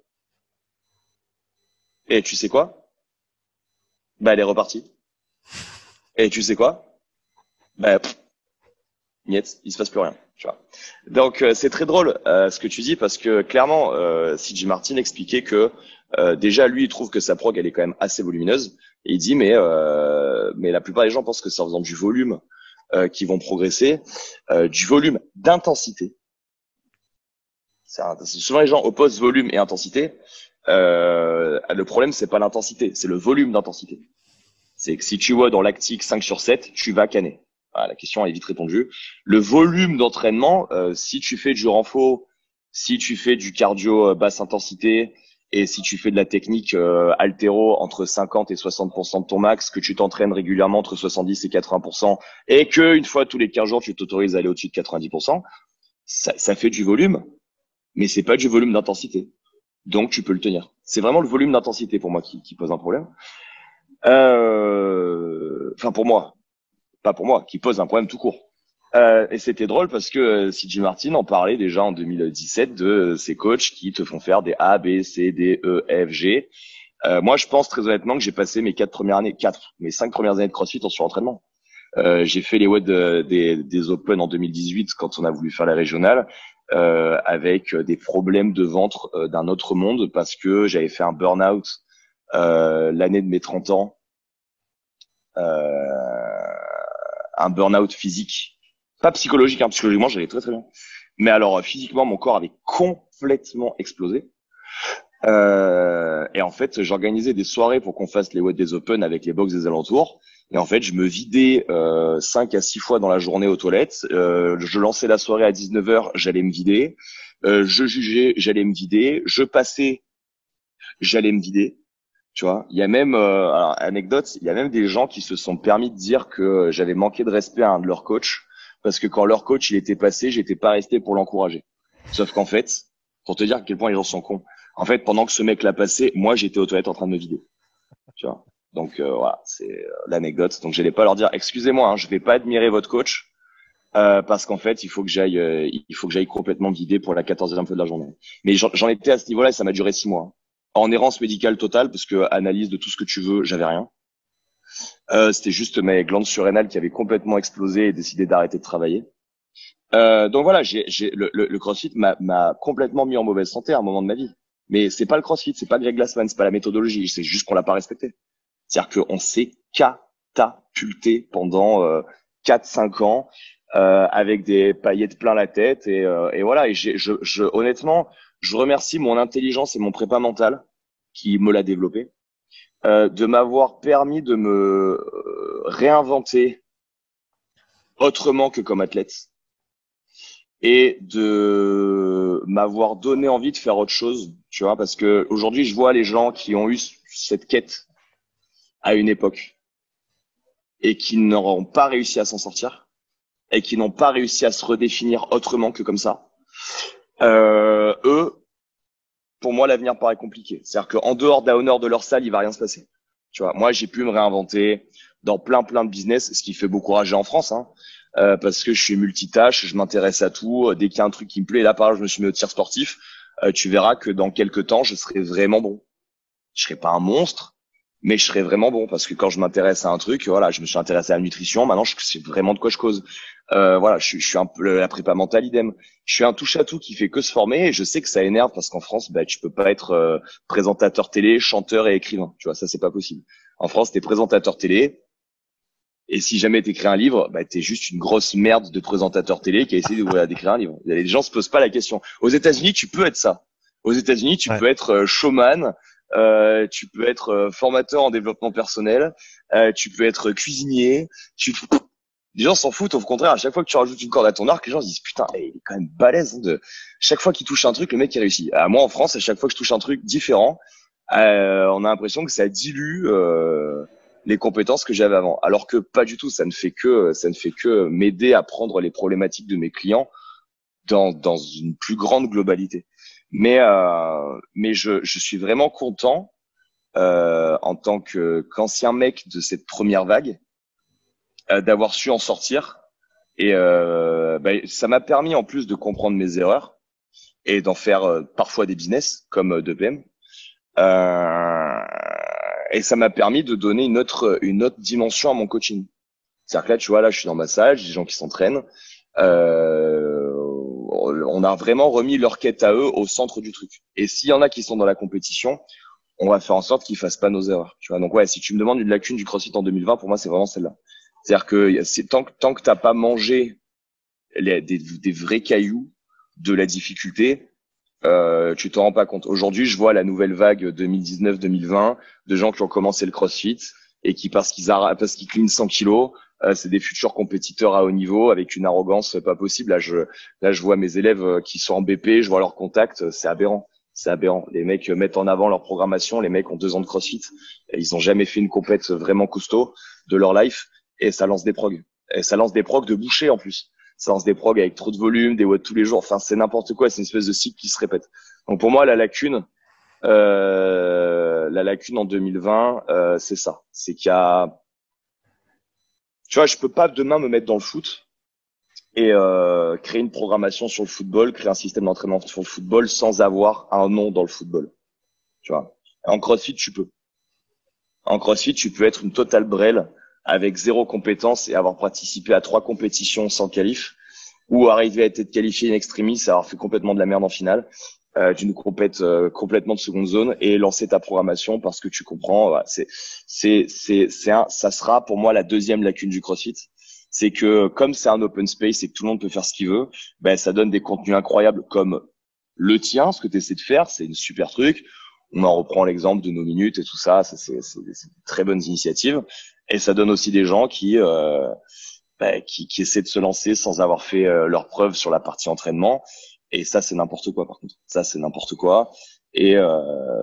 A: Et tu sais quoi? Ben, elle est repartie. Et tu sais quoi? Ben, pff, niet, il se passe plus rien. Tu vois. Donc euh, c'est très drôle euh, ce que tu dis parce que clairement, euh, C J Martin expliquait que euh, déjà lui il trouve que sa prog elle est quand même assez volumineuse et il dit mais euh, mais la plupart des gens pensent que c'est en faisant du volume euh, qu'ils vont progresser, euh, du volume d'intensité. C'est un- c'est souvent les gens opposent volume et intensité. Euh, le problème c'est pas l'intensité, c'est le volume d'intensité. C'est que si tu vois dans lactique cinq sur sept, tu vas canner. Voilà, la question est vite répondue. Le volume d'entraînement, euh, si tu fais du renfort, si tu fais du cardio euh, basse intensité et si tu fais de la technique euh, haltéro entre cinquante et soixante pour cent de ton max, que tu t'entraînes régulièrement entre soixante-dix et quatre-vingts pour cent et que une fois tous les quinze jours tu t'autorises à aller au-dessus de quatre-vingt-dix pour cent, ça, ça fait du volume, mais c'est pas du volume d'intensité. Donc tu peux le tenir. C'est vraiment le volume d'intensité pour moi qui, qui pose un problème. Euh, Enfin pour moi, pas pour moi, qui pose un problème tout court. Euh, et c'était drôle parce que euh, C J Martin en parlait déjà en deux mille dix-sept de euh, ces coachs qui te font faire des A, B, C, D, E, F, G. Euh, moi, je pense très honnêtement que j'ai passé mes quatre premières années, quatre, mes cinq premières années de CrossFit en surentraînement. Euh, j'ai fait les W O D des, des Open en deux mille dix-huit quand on a voulu faire la régionale, euh, avec des problèmes de ventre euh, d'un autre monde parce que j'avais fait un burn-out euh, l'année de mes trente ans. Euh, un burn-out physique, pas psychologique, hein, psychologiquement j'allais très très bien, mais alors physiquement mon corps avait complètement explosé. Euh, et en fait j'organisais des soirées pour qu'on fasse les W O D des Open avec les box des alentours. Et en fait je me vidais euh, cinq à six fois dans la journée aux toilettes. Euh, je lançais la soirée à dix-neuf heures, j'allais me vider. Euh, je jugeais, j'allais me vider. Je passais, j'allais me vider. Tu vois, il y a même, euh, alors, anecdote, il y a même des gens qui se sont permis de dire que j'avais manqué de respect à un de leurs coachs parce que quand leur coach il était passé, j'étais pas resté pour l'encourager. Sauf qu'en fait, pour te dire à quel point les gens sont cons, en fait, pendant que ce mec l'a passé, moi j'étais aux toilettes en train de me vider. Tu vois. Donc euh, voilà, c'est euh, l'anecdote. Donc j'allais pas leur dire, excusez-moi, hein, je vais pas admirer votre coach euh, parce qu'en fait, il faut que j'aille, euh, il faut que j'aille complètement vider pour la quatorzième fois de la journée. Mais j'en j'en étais à ce niveau-là et ça m'a duré six mois. En errance médicale totale, parce que analyse de tout ce que tu veux, j'avais rien. Euh, c'était juste mes glandes surrénales qui avaient complètement explosé et décidé d'arrêter de travailler. Euh, donc voilà, j'ai, j'ai, le, le, le CrossFit m'a, m'a complètement mis en mauvaise santé à un moment de ma vie. Mais c'est pas le CrossFit, c'est pas Greg Glassman, c'est pas la méthodologie, c'est juste qu'on l'a pas respecté. C'est-à-dire qu'on s'est catapulté pendant euh, quatre cinq ans euh, avec des paillettes plein la tête et, euh, et voilà. Et j'ai, je, je, honnêtement, je remercie mon intelligence et mon prépa mental qui me l'a développé, euh, de m'avoir permis de me euh, réinventer autrement que comme athlète et de m'avoir donné envie de faire autre chose, tu vois, parce que aujourd'hui, je vois les gens qui ont eu cette quête à une époque et qui n'auront pas réussi à s'en sortir et qui n'ont pas réussi à se redéfinir autrement que comme ça. Euh, eux, pour moi, l'avenir paraît compliqué. C'est-à-dire qu'en dehors d'un honneur de leur salle, il va rien se passer. Tu vois, moi, j'ai pu me réinventer dans plein, plein de business, ce qui fait beaucoup rager en France, hein, euh, parce que je suis multitâche, je m'intéresse à tout. Dès qu'il y a un truc qui me plaît, là, par exemple, je me suis mis au tir sportif. Euh, tu verras que dans quelques temps, je serai vraiment bon. Je serai pas un monstre, mais je serai vraiment bon parce que quand je m'intéresse à un truc, voilà, je me suis intéressé à la nutrition. Maintenant, je sais vraiment de quoi je cause. Euh, voilà, je, je suis un peu la prépa mentale idem. Je suis un touche-à-tout qui fait que se former et je sais que ça énerve parce qu'en France, bah, tu peux pas être euh, présentateur télé, chanteur et écrivain. Tu vois, ça c'est pas possible. En France, t'es présentateur télé et si jamais t'écris un livre, bah t'es juste une grosse merde de présentateur télé qui a essayé de, voilà, d'écrire un livre. Les gens se posent pas la question. Aux États-Unis, tu peux être ça. Aux États-Unis, tu
B: Ouais.
A: peux être euh, showman. Euh, tu peux être euh, formateur en développement personnel, euh, tu peux être cuisinier, tu... les gens s'en foutent, au contraire, à chaque fois que tu rajoutes une corde à ton arc, les gens se disent putain, il est quand même balèze, hein, de chaque fois qu'il touche un truc, le mec il réussit. À moi en France, à chaque fois que je touche un truc différent, euh, on a l'impression que ça dilue euh, les compétences que j'avais avant, alors que pas du tout, ça ne fait que ça ne fait que m'aider à prendre les problématiques de mes clients dans dans une plus grande globalité. Mais euh, mais je je suis vraiment content euh, en tant que qu'ancien mec de cette première vague euh, d'avoir su en sortir et euh, bah, ça m'a permis en plus de comprendre mes erreurs et d'en faire euh, parfois des business comme euh, deux P M euh, et ça m'a permis de donner une autre une autre dimension à mon coaching. C'est-à-dire que là tu vois là je suis dans ma salle, j'ai des gens qui s'entraînent. Euh, on a vraiment remis leur quête à eux au centre du truc. Et s'il y en a qui sont dans la compétition, on va faire en sorte qu'ils fassent pas nos erreurs. Tu vois. Donc ouais, si tu me demandes une lacune du CrossFit en deux mille vingt, pour moi c'est vraiment celle-là. C'est-à-dire que c'est tant que tant que t'as pas mangé les, des, des vrais cailloux de la difficulté, euh, tu t'en rends pas compte. Aujourd'hui, je vois la nouvelle vague deux mille dix-neuf deux mille vingt de gens qui ont commencé le CrossFit et qui parce qu'ils arra- parce qu'ils clean cent kilos, euh, c'est des futurs compétiteurs à haut niveau avec une arrogance pas possible. Là, je là je vois mes élèves qui sont en B P, je vois leurs contacts, c'est aberrant. C'est aberrant. Les mecs mettent en avant leur programmation. Les mecs ont deux ans de CrossFit. Et ils ont jamais fait une compète vraiment costaud de leur life. Et ça lance des progs. Et ça lance des progs de boucher en plus. Ça lance des progs avec trop de volume, des watts tous les jours. Enfin, c'est n'importe quoi. C'est une espèce de cycle qui se répète. Donc pour moi, la lacune, euh, la lacune en deux mille vingt, euh, c'est ça. C'est qu'il y a, tu vois, je peux pas demain me mettre dans le foot et euh, créer une programmation sur le football, créer un système d'entraînement sur le football sans avoir un nom dans le football. Tu vois. En CrossFit, tu peux. En CrossFit, tu peux être une totale brêle avec zéro compétence et avoir participé à trois compétitions sans qualif ou arriver à être qualifié in extremis, avoir fait complètement de la merde en finale euh, d'une compète euh, complètement de seconde zone et lancer ta programmation parce que tu comprends. Voilà, c'est c'est c'est c'est un, ça sera pour moi la deuxième lacune du CrossFit. C'est que comme c'est un open space et que tout le monde peut faire ce qu'il veut, ben ça donne des contenus incroyables comme le tien, ce que tu essaies de faire, c'est une super truc. On en reprend l'exemple de nos minutes et tout ça, ça c'est, c'est, c'est des très bonnes initiatives. Et ça donne aussi des gens qui, euh, bah, qui, qui essaient de se lancer sans avoir fait euh, leurs preuves sur la partie entraînement. Et ça, c'est n'importe quoi, par contre. Ça, c'est n'importe quoi. Et euh,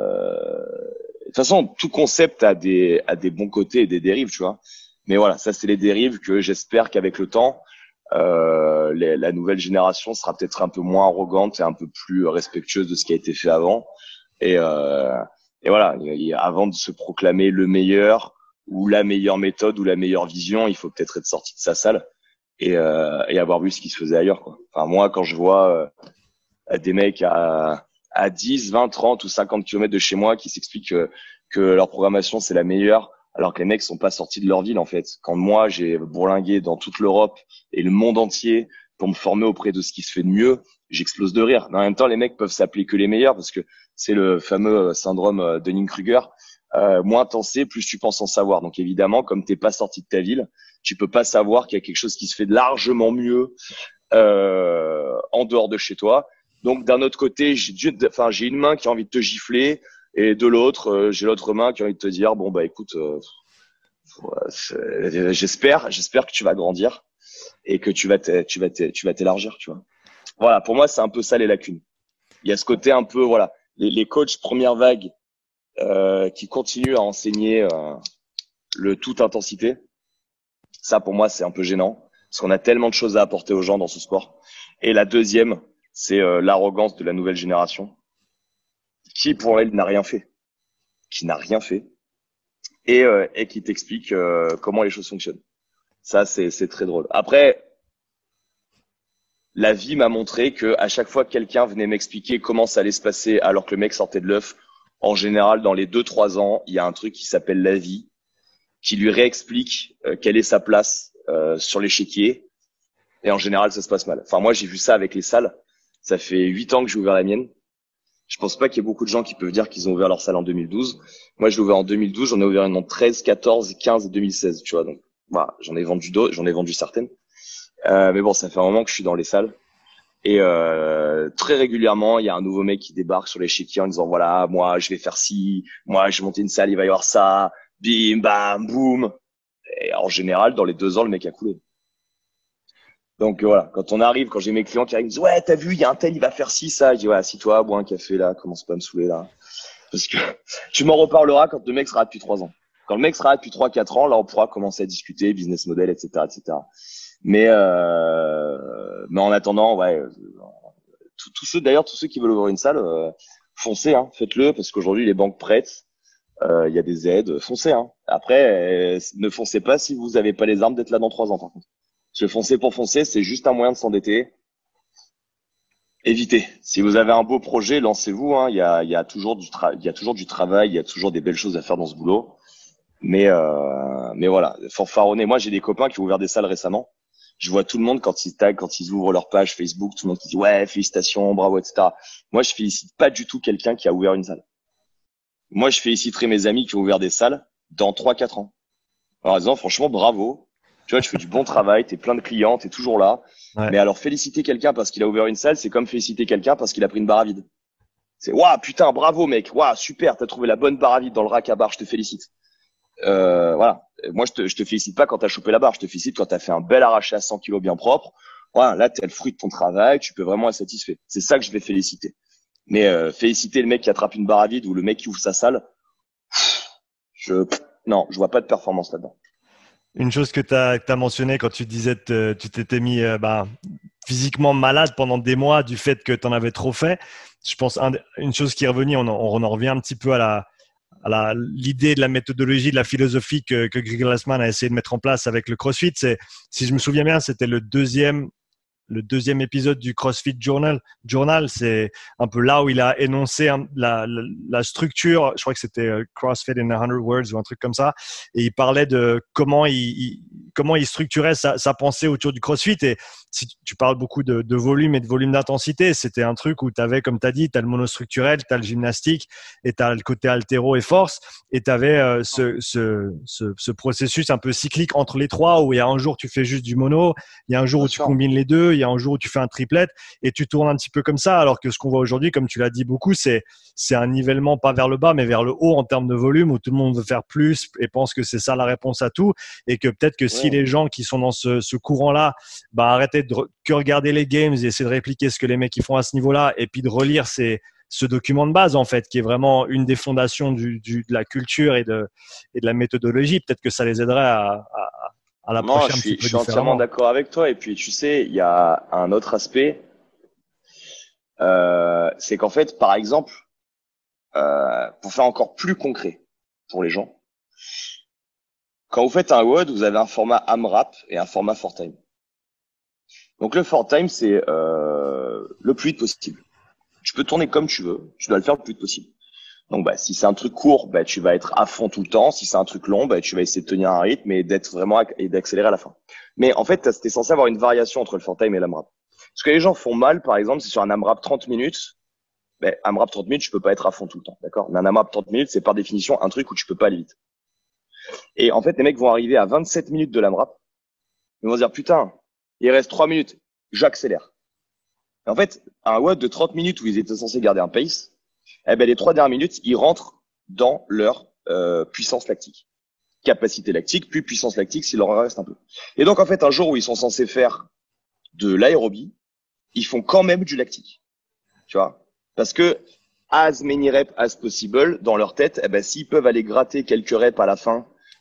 A: de toute façon, tout concept a des, a des bons côtés et des dérives, tu vois. Mais voilà, ça, c'est les dérives que j'espère qu'avec le temps, euh, les, la nouvelle génération sera peut-être un peu moins arrogante et un peu plus respectueuse de ce qui a été fait avant. Et, euh, et voilà, et avant de se proclamer le meilleur ou la meilleure méthode ou la meilleure vision, il faut peut-être être sorti de sa salle et, euh, et avoir vu ce qui se faisait ailleurs, quoi. Enfin, moi, quand je vois euh, des mecs à, à dix, vingt, trente ou cinquante kilomètres de chez moi qui s'expliquent que, que leur programmation, c'est la meilleure, alors que les mecs sont pas sortis de leur ville, en fait. Quand moi, j'ai bourlingué dans toute l'Europe et le monde entier pour me former auprès de ce qui se fait de mieux, j'explose de rire. Mais en même temps, les mecs peuvent s'appeler que les meilleurs parce que c'est le fameux syndrome Dunning-Kruger. Euh, moins t'en sais, plus tu penses en savoir. Donc évidemment, comme t'es pas sorti de ta ville, tu peux pas savoir qu'il y a quelque chose qui se fait largement mieux euh, en dehors de chez toi. Donc d'un autre côté, j'ai, enfin, j'ai une main qui a envie de te gifler et de l'autre, euh, j'ai l'autre main qui a envie de te dire bon bah écoute, euh, j'espère, j'espère que tu vas grandir. et que tu vas t'é- tu vas t'é- tu vas t'élargir, tu vois. Voilà, pour moi, c'est un peu ça les lacunes. Il y a ce côté un peu, voilà, les, les coachs première vague euh, qui continuent à enseigner euh, le toute intensité. Ça, pour moi, c'est un peu gênant parce qu'on a tellement de choses à apporter aux gens dans ce sport. Et la deuxième, c'est euh, l'arrogance de la nouvelle génération qui, pour elle, n'a rien fait, qui n'a rien fait et, euh, et qui t'explique euh, comment les choses fonctionnent. Ça, c'est c'est très drôle. Après, la vie m'a montré que à chaque fois que quelqu'un venait m'expliquer comment ça allait se passer alors que le mec sortait de l'œuf, en général, dans les deux trois ans, il y a un truc qui s'appelle la vie, qui lui réexplique euh, quelle est sa place euh, sur l'échiquier. Et en général, ça se passe mal. Enfin, moi, j'ai vu ça avec les salles. Ça fait huit ans que j'ai ouvert la mienne. Je pense pas qu'il y ait beaucoup de gens qui peuvent dire qu'ils ont ouvert leur salle en deux mille douze. Moi, je l'ai ouvert en deux mille douze. J'en ai ouvert une en treize, quatorze, quinze et deux mille seize. Tu vois, donc voilà, j'en ai vendu d'autres, j'en ai vendu certaines. Euh, mais bon, ça fait un moment que je suis dans les salles. Et euh, très régulièrement, il y a un nouveau mec qui débarque sur l'échiquier en disant voilà, moi, je vais faire ci, moi, je vais monter une salle, il va y avoir ça, bim, bam, boum. Et en général, dans les deux ans, le mec a coulé. Donc euh, voilà, quand on arrive, quand j'ai mes clients qui arrivent, ils me disent ouais, t'as vu, il y a un tel, il va faire ci, ça. Je dis ouais, assis-toi, bois un café là, commence pas à me saouler là, parce que tu m'en reparleras quand le mec sera là depuis trois ans. Quand le mec sera là depuis trois, quatre ans, là, on pourra commencer à discuter business model, et cetera, et cetera. Mais euh, mais en attendant, ouais, tous tous ceux d'ailleurs, tous ceux qui veulent ouvrir une salle, euh, foncez, hein, faites-le, parce qu'aujourd'hui les banques prêtent, euh, il y a des aides, foncez. Hein. Après, euh, ne foncez pas si vous n'avez pas les armes d'être là dans trois ans, par contre. Parce que foncer pour foncer, c'est juste un moyen de s'endetter. Évitez. Si vous avez un beau projet, lancez-vous. Hein. Il y a, il y a toujours du tra- il y a toujours du travail, il y a toujours des belles choses à faire dans ce boulot. Mais, euh, mais voilà, fanfaronner. Moi, j'ai des copains qui ont ouvert des salles récemment. Je vois tout le monde quand ils taguent, quand ils ouvrent leur page Facebook, tout le monde qui dit ouais, félicitations, bravo, et cetera. Moi, je félicite pas du tout quelqu'un qui a ouvert une salle. Moi, je féliciterai mes amis qui ont ouvert des salles dans trois, quatre ans. En disant franchement, bravo. Tu vois, tu fais du bon travail, t'es plein de clients, t'es toujours là.
B: Ouais.
A: Mais alors, féliciter quelqu'un parce qu'il a ouvert une salle, c'est comme féliciter quelqu'un parce qu'il a pris une barre à vide. C'est waouh, putain, bravo mec, waouh, super, t'as trouvé la bonne barre à vide dans le rack à barre, je te félicite. Euh, voilà. Moi, je te, je te félicite pas quand t'as chopé la barre, je te félicite quand t'as fait un bel arraché à cent kilos bien propre. Voilà, là, t'as le fruit de ton travail, tu peux vraiment être satisfait. C'est ça que je vais féliciter. Mais euh, féliciter le mec qui attrape une barre à vide ou le mec qui ouvre sa salle, je, non, je vois pas de performance là-dedans.
B: Une chose que tu as mentionné quand tu disais que tu t'étais mis euh, bah, physiquement malade pendant des mois du fait que tu en avais trop fait. Je pense un, une chose qui est revenue, on en, on en revient un petit peu à la à la, l'idée de la méthodologie, de la philosophie que, que Greg Glassman a essayé de mettre en place avec le CrossFit. C'est, si je me souviens bien, c'était le deuxième le deuxième épisode du CrossFit Journal. Journal, c'est un peu là où il a énoncé un, la, la, la structure. Je crois que c'était CrossFit in a hundred words ou un truc comme ça. Et il parlait de comment il, il comment il structurait sa, sa pensée autour du CrossFit. Et si tu parles beaucoup de, de volume et de volume d'intensité, c'était un truc où tu avais, comme tu as dit, tu as le monostructurel, tu as le gymnastique et tu as le côté haltéro et force. Et tu avais euh, ce, ce, ce, ce processus un peu cyclique entre les trois où il y a un jour tu fais juste du mono, il y a un jour
A: Bien
B: où tu
A: sûr.
B: combines les deux, il y a un jour où tu fais un triplet et tu tournes un petit peu comme ça. Alors que ce qu'on voit aujourd'hui, comme tu l'as dit beaucoup, c'est, c'est un nivellement pas vers le bas, mais vers le haut en termes de volume où tout le monde veut faire plus et pense que c'est ça la réponse à tout. Et que peut-être que si
A: Ouais.
B: les gens qui sont dans ce, ce courant-là, bah, arrêtaient de re- que regarder les games et essayer de répliquer ce que les mecs ils font à ce niveau-là et puis de relire ces, ce document de base, en fait, qui est vraiment une des fondations du, du, de la culture et de, et de la méthodologie, peut-être que ça les aiderait à, à, à
A: Non,
B: l'approcher
A: je
B: un petit
A: suis, je
B: peu
A: suis entièrement
B: différemment.
A: d'accord avec toi. Et puis, tu sais, il y a un autre aspect, euh, c'est qu'en fait, par exemple, euh, pour faire encore plus concret pour les gens, quand vous faites un W O D, vous avez un format AMRAP et un format four time. Donc le four time, c'est euh, le plus vite possible. Tu peux tourner comme tu veux, tu dois le faire le plus vite possible. Donc bah, si c'est un truc court, bah, tu vas être à fond tout le temps. Si c'est un truc long, bah, tu vas essayer de tenir un rythme et d'être vraiment et d'accélérer à la fin. Mais en fait, t'es censé avoir une variation entre le four time et l'AMRAP. Ce que les gens font mal, par exemple, c'est sur un AMRAP trente minutes. Ben, AMRAP trente minutes, tu peux pas être à fond tout le temps, d'accord? Mais un AMRAP trente minutes, c'est par définition un truc où tu peux pas aller vite. Et en fait, les mecs vont arriver à vingt-sept minutes de l'AMRAP. Ils vont se dire, putain, il reste trois minutes. J'accélère. Et en fait, un W O D de trente minutes où ils étaient censés garder un pace, eh ben, les trois dernières minutes, ils rentrent dans leur euh, puissance lactique. capacité lactique, puis puissance lactique s'il leur en reste un peu. Et donc, en fait, un jour où ils sont censés faire de l'aérobie, ils font quand même du lactique. Tu vois? Parce que, as many reps as possible, dans leur tête, eh ben, s'ils peuvent aller gratter quelques reps à la fin,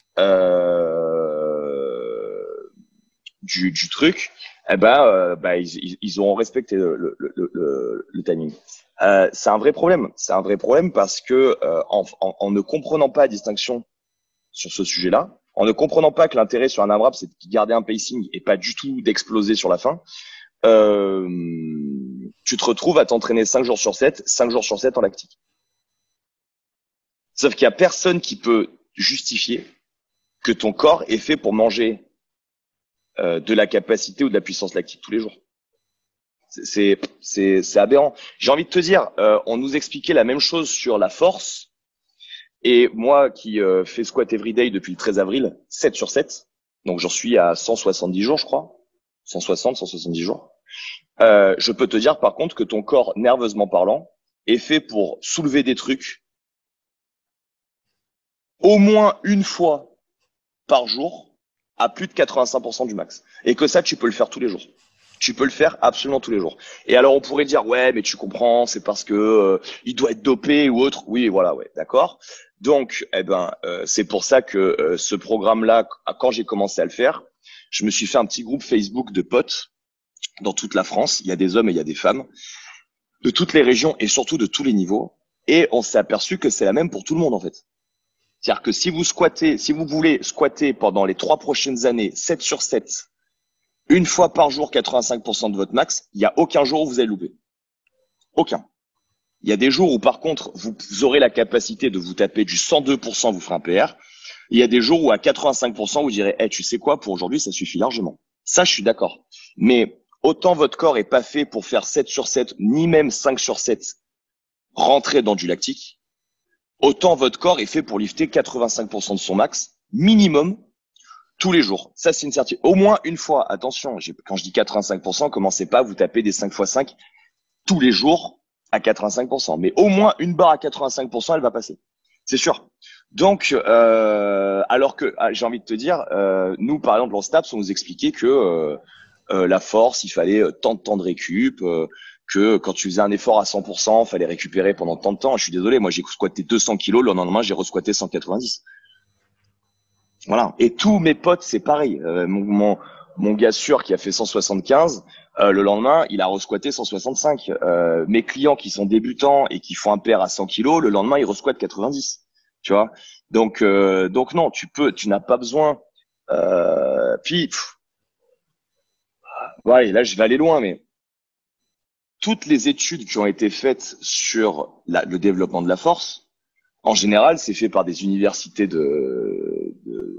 A: euh, du, du truc, eh ben, euh, bah, ils, ils, ils auront respecté le, le, le, le, le timing. Euh, c'est un vrai problème. C'est un vrai problème parce que, euh, en, en, en ne comprenant pas la distinction sur ce sujet-là, en ne comprenant pas que l'intérêt sur un AMRAP, c'est de garder un pacing et pas du tout d'exploser sur la fin, euh, tu te retrouves à t'entraîner cinq jours sur sept, cinq jours sur sept en lactique. Sauf qu'il y a personne qui peut justifier que ton corps est fait pour manger euh, de la capacité ou de la puissance lactique tous les jours. C'est, c'est, c'est aberrant. J'ai envie de te dire, euh, on nous expliquait la même chose sur la force. Et moi qui euh, fais squat everyday depuis le treize avril, sept sur sept, donc j'en suis à cent soixante-dix jours, je crois. cent soixante, cent soixante-dix jours. Euh, je peux te dire par contre que ton corps, nerveusement parlant, est fait pour soulever des trucs au moins une fois par jour à plus de quatre-vingt-cinq pour cent du max. Et que ça, tu peux le faire tous les jours. Tu peux le faire absolument tous les jours. Et alors on pourrait dire ouais, mais tu comprends, c'est parce que euh, il doit être dopé ou autre. Oui, voilà, ouais, d'accord. Donc, eh ben, euh, c'est pour ça que euh, ce programme-là, quand j'ai commencé à le faire, je me suis fait un petit groupe Facebook de potes dans toute la France. Il y a des hommes et il y a des femmes de toutes les régions et surtout de tous les niveaux. Et on s'est aperçu que c'est la même pour tout le monde en fait. C'est-à-dire que si vous squattez, si vous voulez squatter pendant les trois prochaines années, sept sur sept, une fois par jour, quatre-vingt-cinq pour cent de votre max, il n'y a aucun jour où vous allez louper. Aucun. Il y a des jours où, par contre, vous, vous aurez la capacité de vous taper du cent deux pour cent, vous ferez un P R. Il y a des jours où, à quatre-vingt-cinq pour cent, vous direz, hey, tu sais quoi, pour aujourd'hui, ça suffit largement. Ça, je suis d'accord. Mais autant votre corps est pas fait pour faire sept sur sept, ni même cinq sur sept, rentrer dans du lactique, autant votre corps est fait pour lifter quatre-vingt-cinq pour cent de son max, minimum, tous les jours. Ça, c'est une certitude. Au moins une fois. Attention, quand je dis quatre-vingt-cinq pour cent, commencez pas à vous taper des cinq fois cinq tous les jours à quatre-vingt-cinq pour cent. Mais au moins une barre à quatre-vingt-cinq pour cent, elle va passer. C'est sûr. Donc, euh, alors que, ah, j'ai envie de te dire, euh, nous, par exemple, en STAPS, on nous expliquait que euh, euh, la force, il fallait euh, tant de temps de récup, euh, que quand tu faisais un effort à cent pour cent, il fallait récupérer pendant tant de temps. Je suis désolé, moi, j'ai squatté deux cents kilos, le lendemain, j'ai resquatté cent quatre-vingt-dix. Voilà. Et tous mes potes, c'est pareil. Euh, mon, mon, mon gars sûr qui a fait cent soixante-quinze, euh, le lendemain, il a resquatté cent soixante-cinq. Euh, mes clients qui sont débutants et qui font un pair à cent kilos, le lendemain, ils resquattent quatre-vingt-dix. Tu vois. Donc, euh, donc non, tu peux, tu n'as pas besoin. Euh, puis, pff, ouais, là, je vais aller loin, mais toutes les études qui ont été faites sur la, le développement de la force, en général, c'est fait par des universités de, de,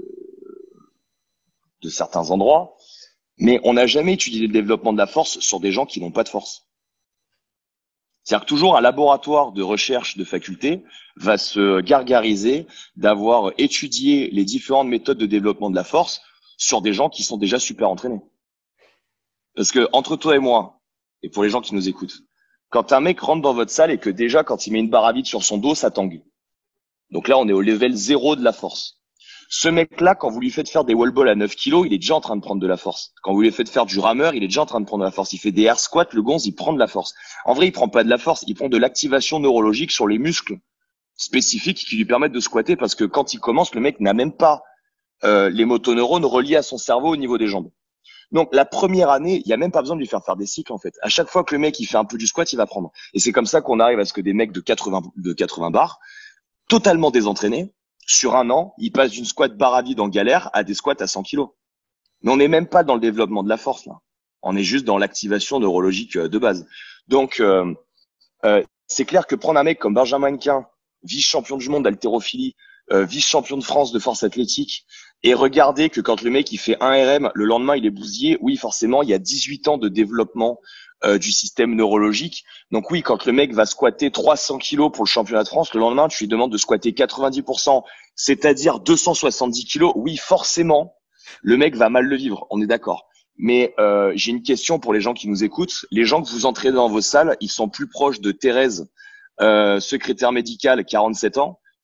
A: de certains endroits, mais on n'a jamais étudié le développement de la force sur des gens qui n'ont pas de force. C'est-à-dire que toujours un laboratoire de recherche de faculté va se gargariser d'avoir étudié les différentes méthodes de développement de la force sur des gens qui sont déjà super entraînés. Parce que entre toi et moi, et pour les gens qui nous écoutent, quand un mec rentre dans votre salle et que déjà quand il met une barre à vide sur son dos, ça tangue. Donc là, on est au level zéro de la force. Ce mec-là, quand vous lui faites faire des wall balls à neuf kilos, il est déjà en train de prendre de la force. Quand vous lui faites faire du rameur, il est déjà en train de prendre de la force. Il fait des air squats, le gonze, il prend de la force. En vrai, il prend pas de la force, il prend de l'activation neurologique sur les muscles spécifiques qui lui permettent de squatter parce que quand il commence, le mec n'a même pas euh, les motoneurones reliés à son cerveau au niveau des jambes. Donc la première année, il y a même pas besoin de lui faire faire des cycles en fait. À chaque fois que le mec il fait un peu du squat, il va prendre. Et c'est comme ça qu'on arrive à ce que des mecs de quatre-vingts de quatre-vingts bars, totalement désentraînés, sur un an, ils passent d'une squat barre à vide en galère à des squats à cent kilos. Mais on n'est même pas dans le développement de la force là. On est juste dans l'activation neurologique de base. Donc euh, euh, c'est clair que prendre un mec comme Benjamin Quin, vice-champion du monde d'haltérophilie, euh, vice-champion de France de force athlétique, et regarder que quand le mec il fait un R M, le lendemain il est bousillé, oui forcément il y a dix-huit ans de développement euh, du système neurologique. Donc oui, quand le mec va squatter trois cents kilos pour le championnat de France, le lendemain tu lui demandes de squatter quatre-vingt-dix pour cent, c'est-à-dire deux cent soixante-dix kilos, oui forcément le mec va mal le vivre, on est d'accord. Mais euh, j'ai une question pour les gens qui nous écoutent. Les gens que vous entraînez dans vos salles, ils sont plus proches de Thérèse, euh, secrétaire médicale, quarante-sept ans,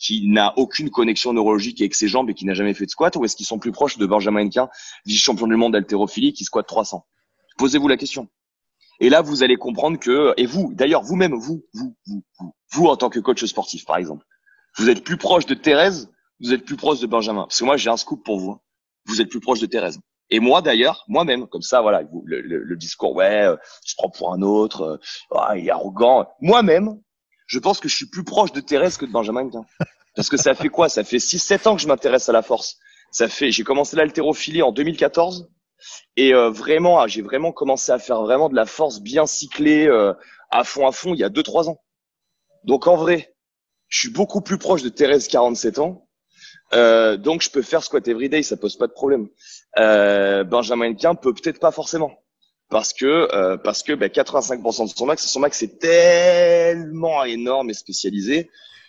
A: qui n'a aucune connexion neurologique avec ses jambes et qui n'a jamais fait de squat, ou est-ce qu'ils sont plus proches de Benjamin Hennequin, vice-champion du monde d'haltérophilie, qui squatte trois cents? Posez-vous la question. Et là, vous allez comprendre que, et vous, d'ailleurs, vous-même, vous, vous, vous, vous, vous, en tant que coach sportif, par exemple, vous êtes plus proche de Thérèse, vous êtes plus proche de Benjamin. Parce que moi, j'ai un scoop pour vous. Vous êtes plus proche de Thérèse. Et moi, d'ailleurs, moi-même, comme ça, voilà, le, le, le discours, ouais, euh, je prends pour un autre, euh, ah, il est arrogant. Moi-même, je pense que je suis plus proche de Thérèse que de Benjamin Hennequin. Parce que ça fait quoi? Ça fait six sept ans que je m'intéresse à la force. Ça fait, j'ai commencé l'haltérophilie en deux mille quatorze. Et euh, vraiment, j'ai vraiment commencé à faire vraiment de la force bien cyclée, euh, à fond, à fond, il y a deux trois ans. Donc en vrai, je suis beaucoup plus proche de Thérèse, quarante-sept ans. Euh, donc je peux faire squat everyday, ça pose pas de problème. Euh, Benjamin Hennequin peut peut-être pas forcément, parce que euh, parce que bah, quatre-vingt-cinq pour cent de son max, son max est tellement énorme et spécialisé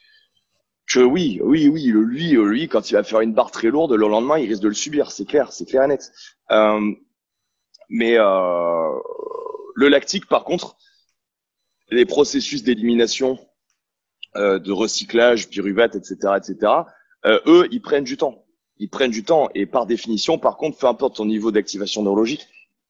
A: que oui, oui, oui, lui, lui, quand il va faire une barre très lourde, le lendemain, il risque de le subir, c'est clair, c'est clair et net. Euh, mais euh, le lactique, par contre, les processus d'élimination, euh, de recyclage, pyruvate, et cetera, et cetera, euh, eux, ils prennent du temps. Ils prennent du temps et par définition, par contre, peu importe ton niveau d'activation neurologique,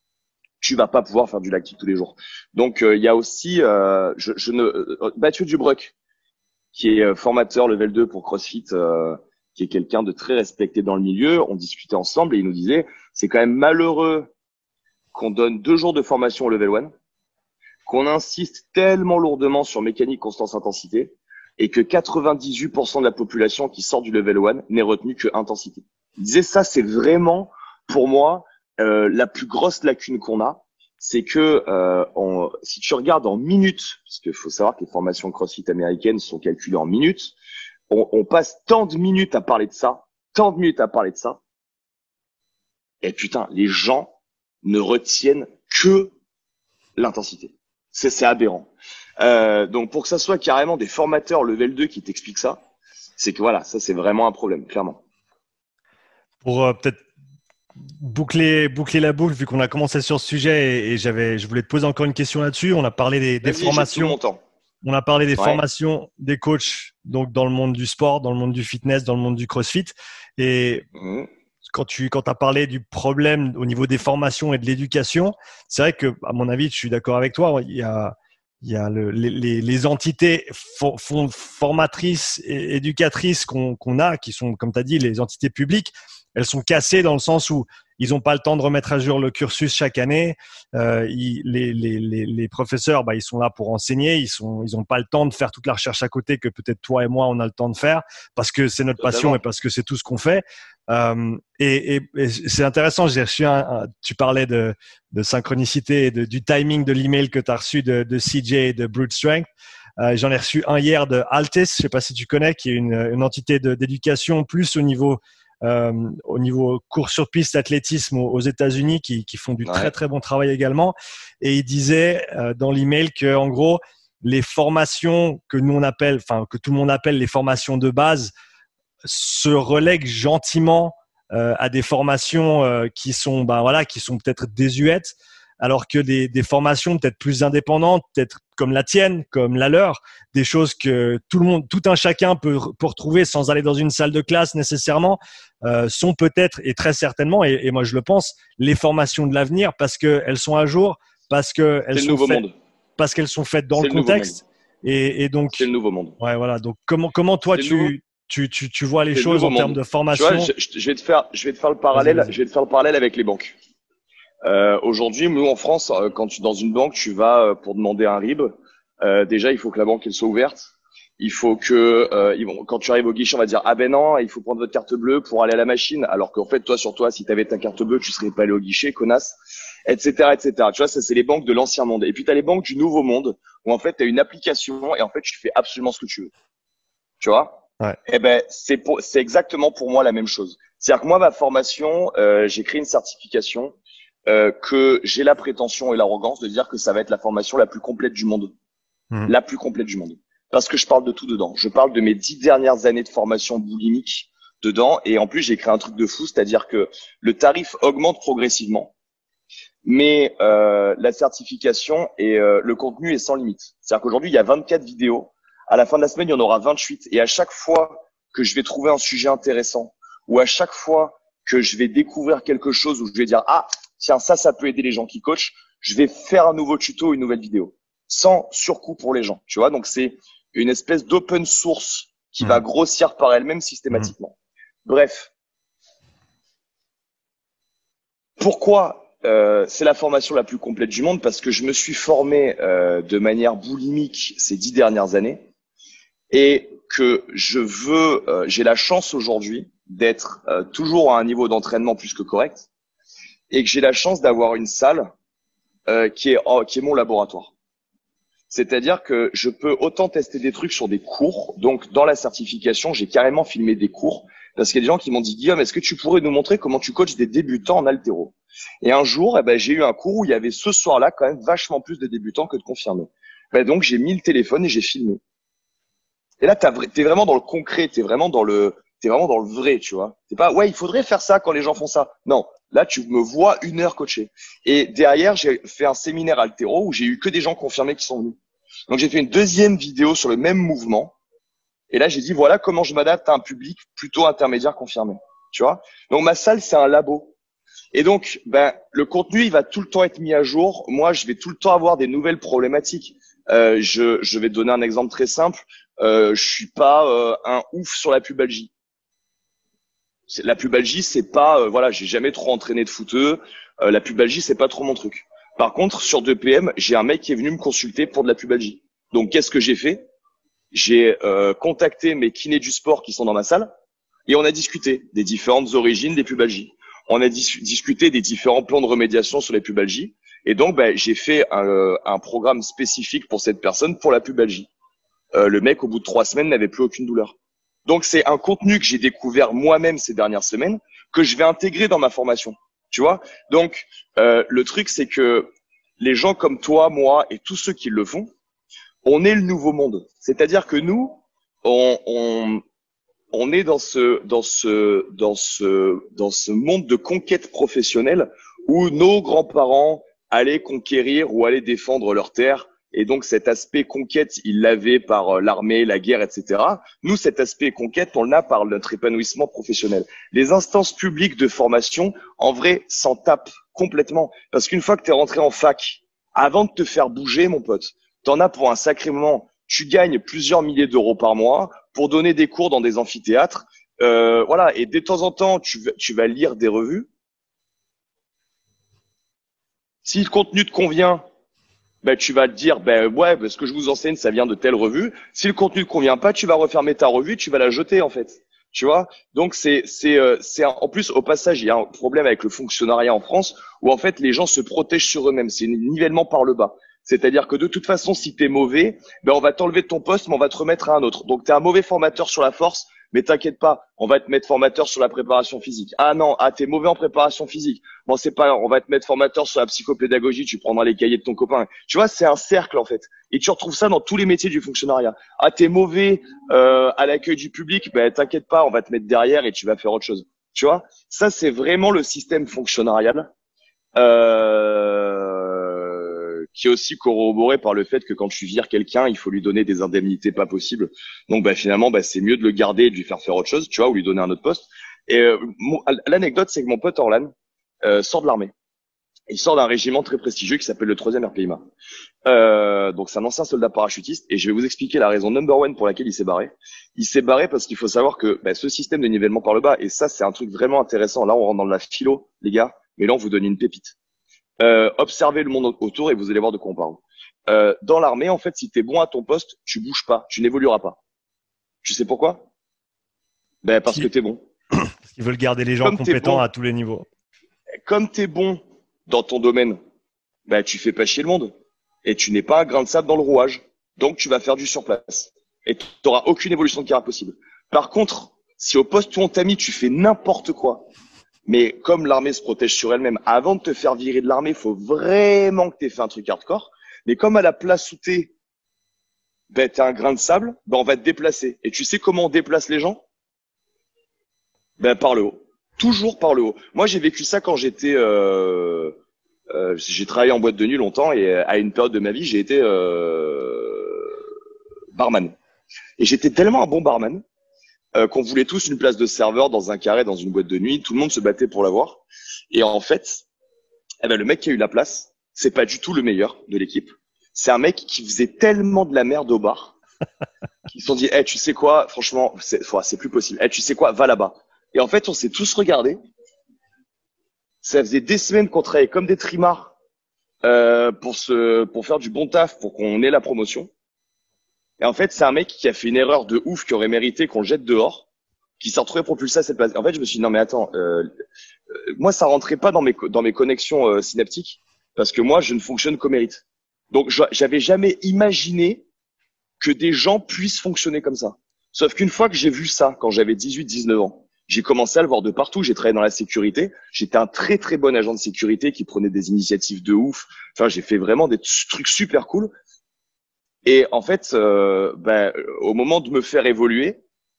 A: tu vas pas pouvoir faire du lactique tous les jours. Donc, il euh, y a aussi, euh, je, je ne, euh, Mathieu Dubruck, qui est formateur level deux pour CrossFit, euh, qui est quelqu'un de très respecté dans le milieu. On discutait ensemble et il nous disait, c'est quand même malheureux qu'on donne deux jours de formation au level un, qu'on insiste tellement lourdement sur mécanique, constance, intensité, et que quatre-vingt-dix-huit pour cent de la population qui sort du level un n'est retenue que intensité. Il disait ça, c'est vraiment, pour moi, euh, la plus grosse lacune qu'on a. C'est que euh, on, si tu regardes en minutes, parce qu'il faut savoir que les formations CrossFit américaines sont calculées en minutes, on, on passe tant de minutes à parler de ça, tant de minutes à parler de ça, et putain, les gens ne retiennent que l'intensité. C'est, c'est aberrant. Euh, donc pour que ça soit carrément des formateurs level deux qui t'expliquent ça, c'est que voilà, ça c'est vraiment un problème, clairement.
B: Pour euh, peut-être Boucler, boucler la boucle, vu qu'on a commencé sur ce sujet et, et j'avais, je voulais te poser encore une question là-dessus. On a parlé des, des formations. On a parlé des ouais. formations des coachs, donc dans le monde du sport, dans le monde du fitness, dans le monde du CrossFit. Et mmh. quand tu quand as parlé du problème au niveau des formations et de l'éducation, c'est vrai que, à mon avis, je suis d'accord avec toi. Il y a il y a le, les, les entités for, for, formatrices et éducatrices qu'on, qu'on a, qui sont, comme tu as dit, les entités publiques. Elles sont cassées dans le sens où ils n'ont pas le temps de remettre à jour le cursus chaque année. Euh, ils, les, les, les, les professeurs, bah, ils sont là pour enseigner. Ils sont, ils n'ont pas le temps de faire toute la recherche à côté que peut-être toi et moi on a le temps de faire parce que c'est notre Totalement. passion et parce que c'est tout ce qu'on fait. Euh, et, et, et c'est intéressant. J'ai reçu un, un tu parlais de, de synchronicité et de, du timing de l'email que tu as reçu de, de C J et de Brute Strength. Euh, j'en ai reçu un hier de Altis. Je sais pas si tu connais, qui est une, une entité de, d'éducation plus au niveau Euh, au niveau course sur piste, athlétisme aux, aux États-Unis, qui, qui font du ouais. très très bon travail également. Et il disait euh, dans l'email que en gros les formations que nous on appelle, enfin que tout le monde appelle les formations de base, se relèguent gentiment euh, à des formations euh, qui sont, ben voilà, qui sont peut-être désuètes, alors que des, des formations peut-être plus indépendantes, peut-être comme la tienne, comme la leur, des choses que tout le monde, tout un chacun peut, peut retrouver sans aller dans une salle de classe nécessairement, euh, sont peut-être et très certainement, et, et moi je le pense, les formations de l'avenir parce qu'elles sont à jour, parce qu'elles sont faites, parce qu'elles sont faites dans
A: c'est
B: le contexte. Et, et donc,
A: c'est le nouveau monde.
B: Ouais, voilà. Donc comment comment toi tu, tu tu tu vois les
A: c'est
B: choses en termes de formation?
A: Tu vois, je, je vais te faire je vais te faire le parallèle, vas-y, vas-y. je vais te faire le parallèle avec les banques. Euh, aujourd'hui, nous en France, quand tu dans une banque, tu vas pour demander un R I B. Euh, déjà, il faut que la banque elle soit ouverte. Il faut que euh, ils vont, quand tu arrives au guichet, on va dire ah ben non, il faut prendre votre carte bleue pour aller à la machine. Alors qu'en fait, toi sur toi, si tu avais ta carte bleue, tu serais pas allé au guichet, connasse, et cetera, et cetera. Tu vois, ça c'est les banques de l'ancien monde. Et puis tu as les banques du nouveau monde où en fait tu as une application et en fait tu fais absolument ce que tu veux. Tu vois?
B: Ouais.
A: Eh ben c'est pour, c'est exactement pour moi la même chose. C'est-à-dire que moi ma formation, euh, j'ai créé une certification. Euh, que j'ai la prétention et l'arrogance de dire que ça va être la formation la plus complète du monde. Mmh. La plus complète du monde. Parce que je parle de tout dedans. Je parle de mes dix dernières années de formation boulimique dedans. Et en plus, j'ai créé un truc de fou, c'est-à-dire que le tarif augmente progressivement. Mais euh, la certification et euh, le contenu est sans limite. C'est-à-dire qu'aujourd'hui, il y a vingt-quatre vidéos. À la fin de la semaine, il y en aura vingt-huit. Et à chaque fois que je vais trouver un sujet intéressant, ou à chaque fois que je vais découvrir quelque chose où je vais dire ah tiens ça ça peut aider les gens qui coachent, je vais faire un nouveau tuto, une nouvelle vidéo, sans surcoût pour les gens. Tu vois, donc c'est une espèce d'open source qui mmh. va grossir par elle-même systématiquement. Mmh. Bref, pourquoi euh, c'est la formation la plus complète du monde? Parce que je me suis formé euh, de manière boulimique ces dix dernières années et que je veux, euh, j'ai la chance aujourd'hui d'être euh, toujours à un niveau d'entraînement plus que correct et que j'ai la chance d'avoir une salle euh, qui est oh, qui est mon laboratoire. C'est-à-dire que je peux autant tester des trucs sur des cours. Donc, dans la certification, j'ai carrément filmé des cours parce qu'il y a des gens qui m'ont dit « Guillaume, est-ce que tu pourrais nous montrer comment tu coaches des débutants en haltéro ?» Et un jour, eh ben, j'ai eu un cours où il y avait ce soir-là quand même vachement plus de débutants que de confirmés. Ben, donc, j'ai mis le téléphone et j'ai filmé. Et là, t'es vraiment dans le concret, t'es vraiment dans le, t'es vraiment dans le vrai, tu vois. T'es pas « Ouais, il faudrait faire ça quand les gens font ça. » Non. Là, tu me vois une heure coacher. Et derrière, j'ai fait un séminaire haltéro où j'ai eu que des gens confirmés qui sont venus. Donc, j'ai fait une deuxième vidéo sur le même mouvement. Et là, j'ai dit, voilà comment je m'adapte à un public plutôt intermédiaire confirmé. Tu vois? Donc, ma salle, c'est un labo. Et donc, ben, le contenu, il va tout le temps être mis à jour. Moi, je vais tout le temps avoir des nouvelles problématiques. Euh, je, je vais te donner un exemple très simple. Euh, je suis pas euh, un ouf sur la pubalgie. La pubalgie, c'est pas, euh, voilà, j'ai jamais trop entraîné de footeux. Euh, la pubalgie, c'est pas trop mon truc. Par contre, sur deux P M, j'ai un mec qui est venu me consulter pour de la pubalgie. Donc, qu'est-ce que j'ai fait? J'ai euh, contacté mes kinés du sport qui sont dans ma salle et on a discuté des différentes origines des pubalgies. On a dis discuté des différents plans de remédiation sur les pubalgies. Et donc, ben, j'ai fait un, euh, un programme spécifique pour cette personne pour la pubalgie. Euh, le mec, au bout de trois semaines, n'avait plus aucune douleur. Donc, c'est un contenu que j'ai découvert moi-même ces dernières semaines que je vais intégrer dans ma formation. Tu vois? Donc, euh, le truc, c'est que les gens comme toi, moi et tous ceux qui le font, on est le nouveau monde. C'est-à-dire que nous, on, on, on est dans ce, dans ce, dans ce, dans ce monde de conquête professionnelle où nos grands-parents allaient conquérir ou allaient défendre leur terre. Et donc, cet aspect conquête, ils l'avaient par l'armée, la guerre, et cetera. Nous, cet aspect conquête, on l'a par notre épanouissement professionnel. Les instances publiques de formation, en vrai, s'en tapent complètement. Parce qu'une fois que tu es rentré en fac, avant de te faire bouger, mon pote, t'en as pour un sacré moment. Tu gagnes plusieurs milliers d'euros par mois pour donner des cours dans des amphithéâtres. Euh, voilà. Et de temps en temps, tu, tu vas lire des revues. Si le contenu te convient, ben, tu vas te dire, ben, ouais, ben, ce que je vous enseigne, ça vient de telle revue. Si le contenu ne convient pas, tu vas refermer ta revue, tu vas la jeter, en fait. Tu vois? Donc, c'est, c'est, euh, c'est, en plus, au passage, il y a un problème avec le fonctionnariat en France où, en fait, les gens se protègent sur eux-mêmes. C'est un nivellement par le bas. C'est-à-dire que de toute façon, si t'es mauvais, ben, on va t'enlever de ton poste, mais on va te remettre à un autre. Donc, t'es un mauvais formateur sur la force, mais t'inquiète pas, on va te mettre formateur sur la préparation physique. Ah non, ah, t'es mauvais en préparation physique. Bon, c'est pas grave, on va te mettre formateur sur la psychopédagogie, tu prendras les cahiers de ton copain. Tu vois, c'est un cercle, en fait. Et tu retrouves ça dans tous les métiers du fonctionnariat. Ah, t'es mauvais, euh, à l'accueil du public, ben, t'inquiète pas, on va te mettre derrière et tu vas faire autre chose. Tu vois? Ça, c'est vraiment le système fonctionnarial, euh, qui est aussi corroboré par le fait que quand tu vires quelqu'un, il faut lui donner des indemnités pas possibles. Donc, bah, finalement, bah, c'est mieux de le garder et de lui faire faire autre chose, tu vois, ou lui donner un autre poste. Et euh, l'anecdote, c'est que mon pote Orlan euh, sort de l'armée. Il sort d'un régiment très prestigieux qui s'appelle le troisième R P I M A. Euh, donc, c'est un ancien soldat parachutiste. Et je vais vous expliquer la raison number one pour laquelle il s'est barré. Il s'est barré parce qu'il faut savoir que bah, ce système de nivellement par le bas, et ça, c'est un truc vraiment intéressant. Là, on rentre dans la philo, les gars. Mais là, on vous donne une pépite. Euh, observez le monde autour et vous allez voir de quoi on parle. Euh, dans l'armée, en fait, si t'es bon à ton poste, tu bouges pas, tu n'évolueras pas. Tu sais pourquoi? Ben parce si. que t'es bon.
B: Ils veulent garder les gens Comme compétents bon, à tous les niveaux.
A: Comme t'es bon dans ton domaine, ben tu fais pas chier le monde et tu n'es pas un grain de sable dans le rouage. Donc tu vas faire du surplace et tu n'auras aucune évolution de carrière possible. Par contre, si au poste où on t'a mis, tu fais n'importe quoi. Mais comme l'armée se protège sur elle-même, avant de te faire virer de l'armée, il faut vraiment que tu aies fait un truc hardcore. Mais comme à la place où t'es, ben, t'es un grain de sable, ben, on va te déplacer. Et tu sais comment on déplace les gens? Ben, par le haut. Toujours par le haut. Moi, j'ai vécu ça quand j'étais... Euh, euh, j'ai travaillé en boîte de nuit longtemps et à une période de ma vie, j'ai été euh, barman. Et j'étais tellement un bon barman euh, qu'on voulait tous une place de serveur dans un carré, dans une boîte de nuit. Tout le monde se battait pour l'avoir. Et en fait, eh ben, le mec qui a eu la place, c'est pas du tout le meilleur de l'équipe. C'est un mec qui faisait tellement de la merde au bar qu'ils se sont dit, hey, tu sais quoi, franchement, c'est, c'est plus possible. Hey, tu sais quoi, va là-bas. Et en fait, on s'est tous regardés. Ça faisait des semaines qu'on travaillait comme des trimards euh, pour se, pour faire du bon taf, pour qu'on ait la promotion. Et en fait, c'est un mec qui a fait une erreur de ouf, qui aurait mérité qu'on le jette dehors, qui s'est retrouvé propulsé à cette place. En fait, je me suis dit, non mais attends, euh, euh, moi ça rentrait pas dans mes, dans mes connexions euh, synaptiques, parce que moi, je ne fonctionne qu'au mérite. Donc, j'avais jamais imaginé que des gens puissent fonctionner comme ça. Sauf qu'une fois que j'ai vu ça, quand j'avais dix-huit, dix-neuf ans, j'ai commencé à le voir de partout. J'ai travaillé dans la sécurité. J'étais un très, très bon agent de sécurité qui prenait des initiatives de ouf. Enfin, j'ai fait vraiment des trucs super cool. Et en fait, euh, ben, au moment de me faire évoluer,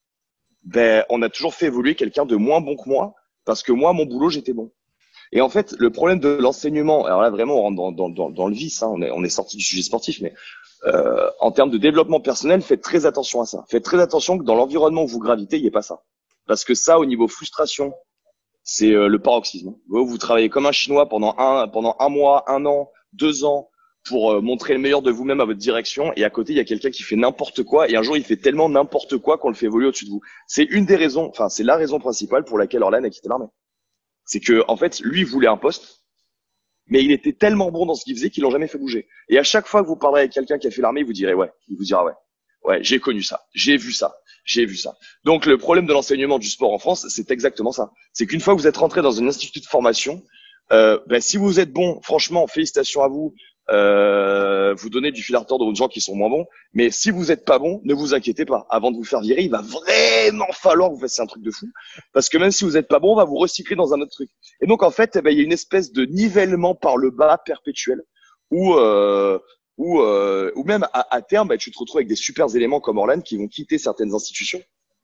A: ben, on a toujours fait évoluer quelqu'un de moins bon que moi, parce que moi, mon boulot, j'étais bon. Et en fait, le problème de l'enseignement, alors là vraiment on rentre dans, dans, dans, dans le vice, hein, on est, on est sorti du sujet sportif, mais euh, en termes de développement personnel, faites très attention à ça. Faites très attention que dans l'environnement où vous gravitez, il n'y ait pas ça. Parce que ça, au niveau frustration, c'est euh, le paroxysme. Vous, vous travaillez comme un Chinois pendant un, pendant un mois, un an, deux ans pour euh, montrer le meilleur de vous-même à votre direction, et à côté, il y a quelqu'un qui fait n'importe quoi, et un jour, il fait tellement n'importe quoi qu'on le fait évoluer au-dessus de vous. C'est une des raisons, enfin, c'est la raison principale pour laquelle Orlan a quitté l'armée. C'est que, en fait, lui, il voulait un poste, mais il était tellement bon dans ce qu'il faisait qu'ils l'ont jamais fait bouger. Et à chaque fois que vous parlerez avec quelqu'un qui a fait l'armée, il vous dirait ouais, il vous dira ouais, ouais, j'ai connu ça, j'ai vu ça, j'ai vu ça. Donc le problème de l'enseignement du sport en France, c'est exactement ça. C'est qu'une fois que vous êtes rentré dans un institut de formation, euh, ben, si vous êtes bon, franchement, félicitations à vous. Euh, vous donnez du fil à retordre aux gens qui sont moins bons. Mais si vous êtes pas bon, ne vous inquiétez pas. Avant de vous faire virer, il va vraiment falloir que vous fassiez un truc de fou. Parce que même si vous êtes pas bon, on va vous recycler dans un autre truc. Et donc, en fait, eh ben, il y a une espèce de nivellement par le bas perpétuel où, euh, où, euh, ou même à, à terme, ben, tu te retrouves avec des super éléments comme Orlan qui vont quitter certaines institutions.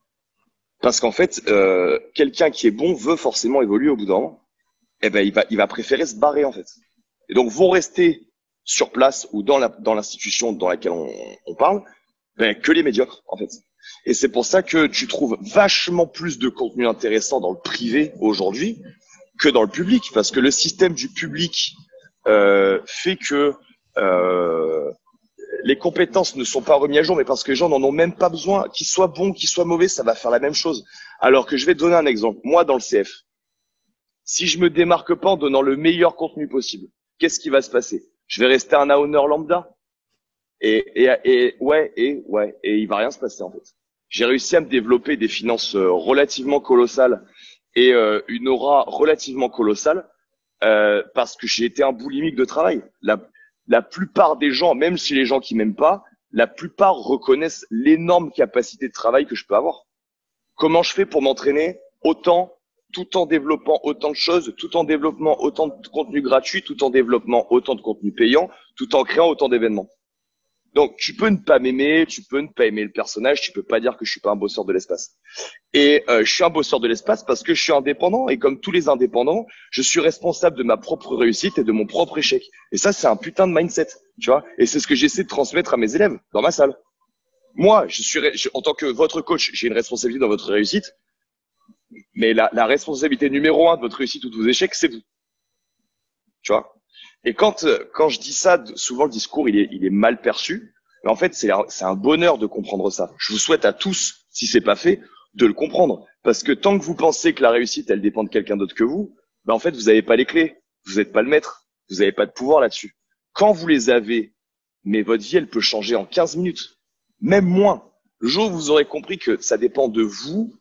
A: Parce qu'en fait, euh, quelqu'un qui est bon veut forcément évoluer au bout d'un moment. Eh ben, il va, il va préférer se barrer, en fait. Et donc, vont rester sur place ou dans la, dans l'institution dans laquelle on, on parle, ben, que les médiocres, en fait. Et c'est pour ça que tu trouves vachement plus de contenu intéressant dans le privé aujourd'hui que dans le public, parce que le système du public euh, fait que euh, les compétences ne sont pas remises à jour, mais parce que les gens n'en ont même pas besoin. Qu'ils soient bons, qu'ils soient mauvais, ça va faire la même chose. Alors que je vais te donner un exemple. Moi, dans le C F, si je me démarque pas en donnant le meilleur contenu possible, qu'est-ce qui va se passer? Je vais rester un owner lambda. Et, et, et, ouais, et, ouais, et il va rien se passer, en fait. J'ai réussi à me développer des finances euh, relativement colossales et euh, une aura relativement colossale euh, parce que j'ai été un boulimique de travail. La, la plupart des gens, même si les gens qui m'aiment pas, la plupart reconnaissent l'énorme capacité de travail que je peux avoir. Comment je fais pour m'entraîner autant, tout en développant autant de choses, tout en développant autant de contenu gratuit, tout en développant autant de contenu payant, tout en créant autant d'événements. Donc, tu peux ne pas m'aimer, tu peux ne pas aimer le personnage, tu peux pas dire que je suis pas un bosseur de l'espace. Et euh, je suis un bosseur de l'espace parce que je suis indépendant et comme tous les indépendants, je suis responsable de ma propre réussite et de mon propre échec. Et ça, c'est un putain de mindset, tu vois. Et c'est ce que j'essaie de transmettre à mes élèves dans ma salle. Moi, je suis, je, en tant que votre coach, j'ai une responsabilité dans votre réussite, mais la, la responsabilité numéro un de votre réussite ou de vos échecs, c'est vous, tu vois. Et quand quand je dis ça, souvent le discours il est il est mal perçu. Mais en fait, c'est c'est un bonheur de comprendre ça. Je vous souhaite à tous, si c'est pas fait, de le comprendre, parce que tant que vous pensez que la réussite elle dépend de quelqu'un d'autre que vous, ben en fait vous n'avez pas les clés, vous n'êtes pas le maître, vous n'avez pas de pouvoir là-dessus. Quand vous les avez, mais votre vie elle peut changer en quinze minutes, même moins. Le jour où vous aurez compris que ça dépend de vous.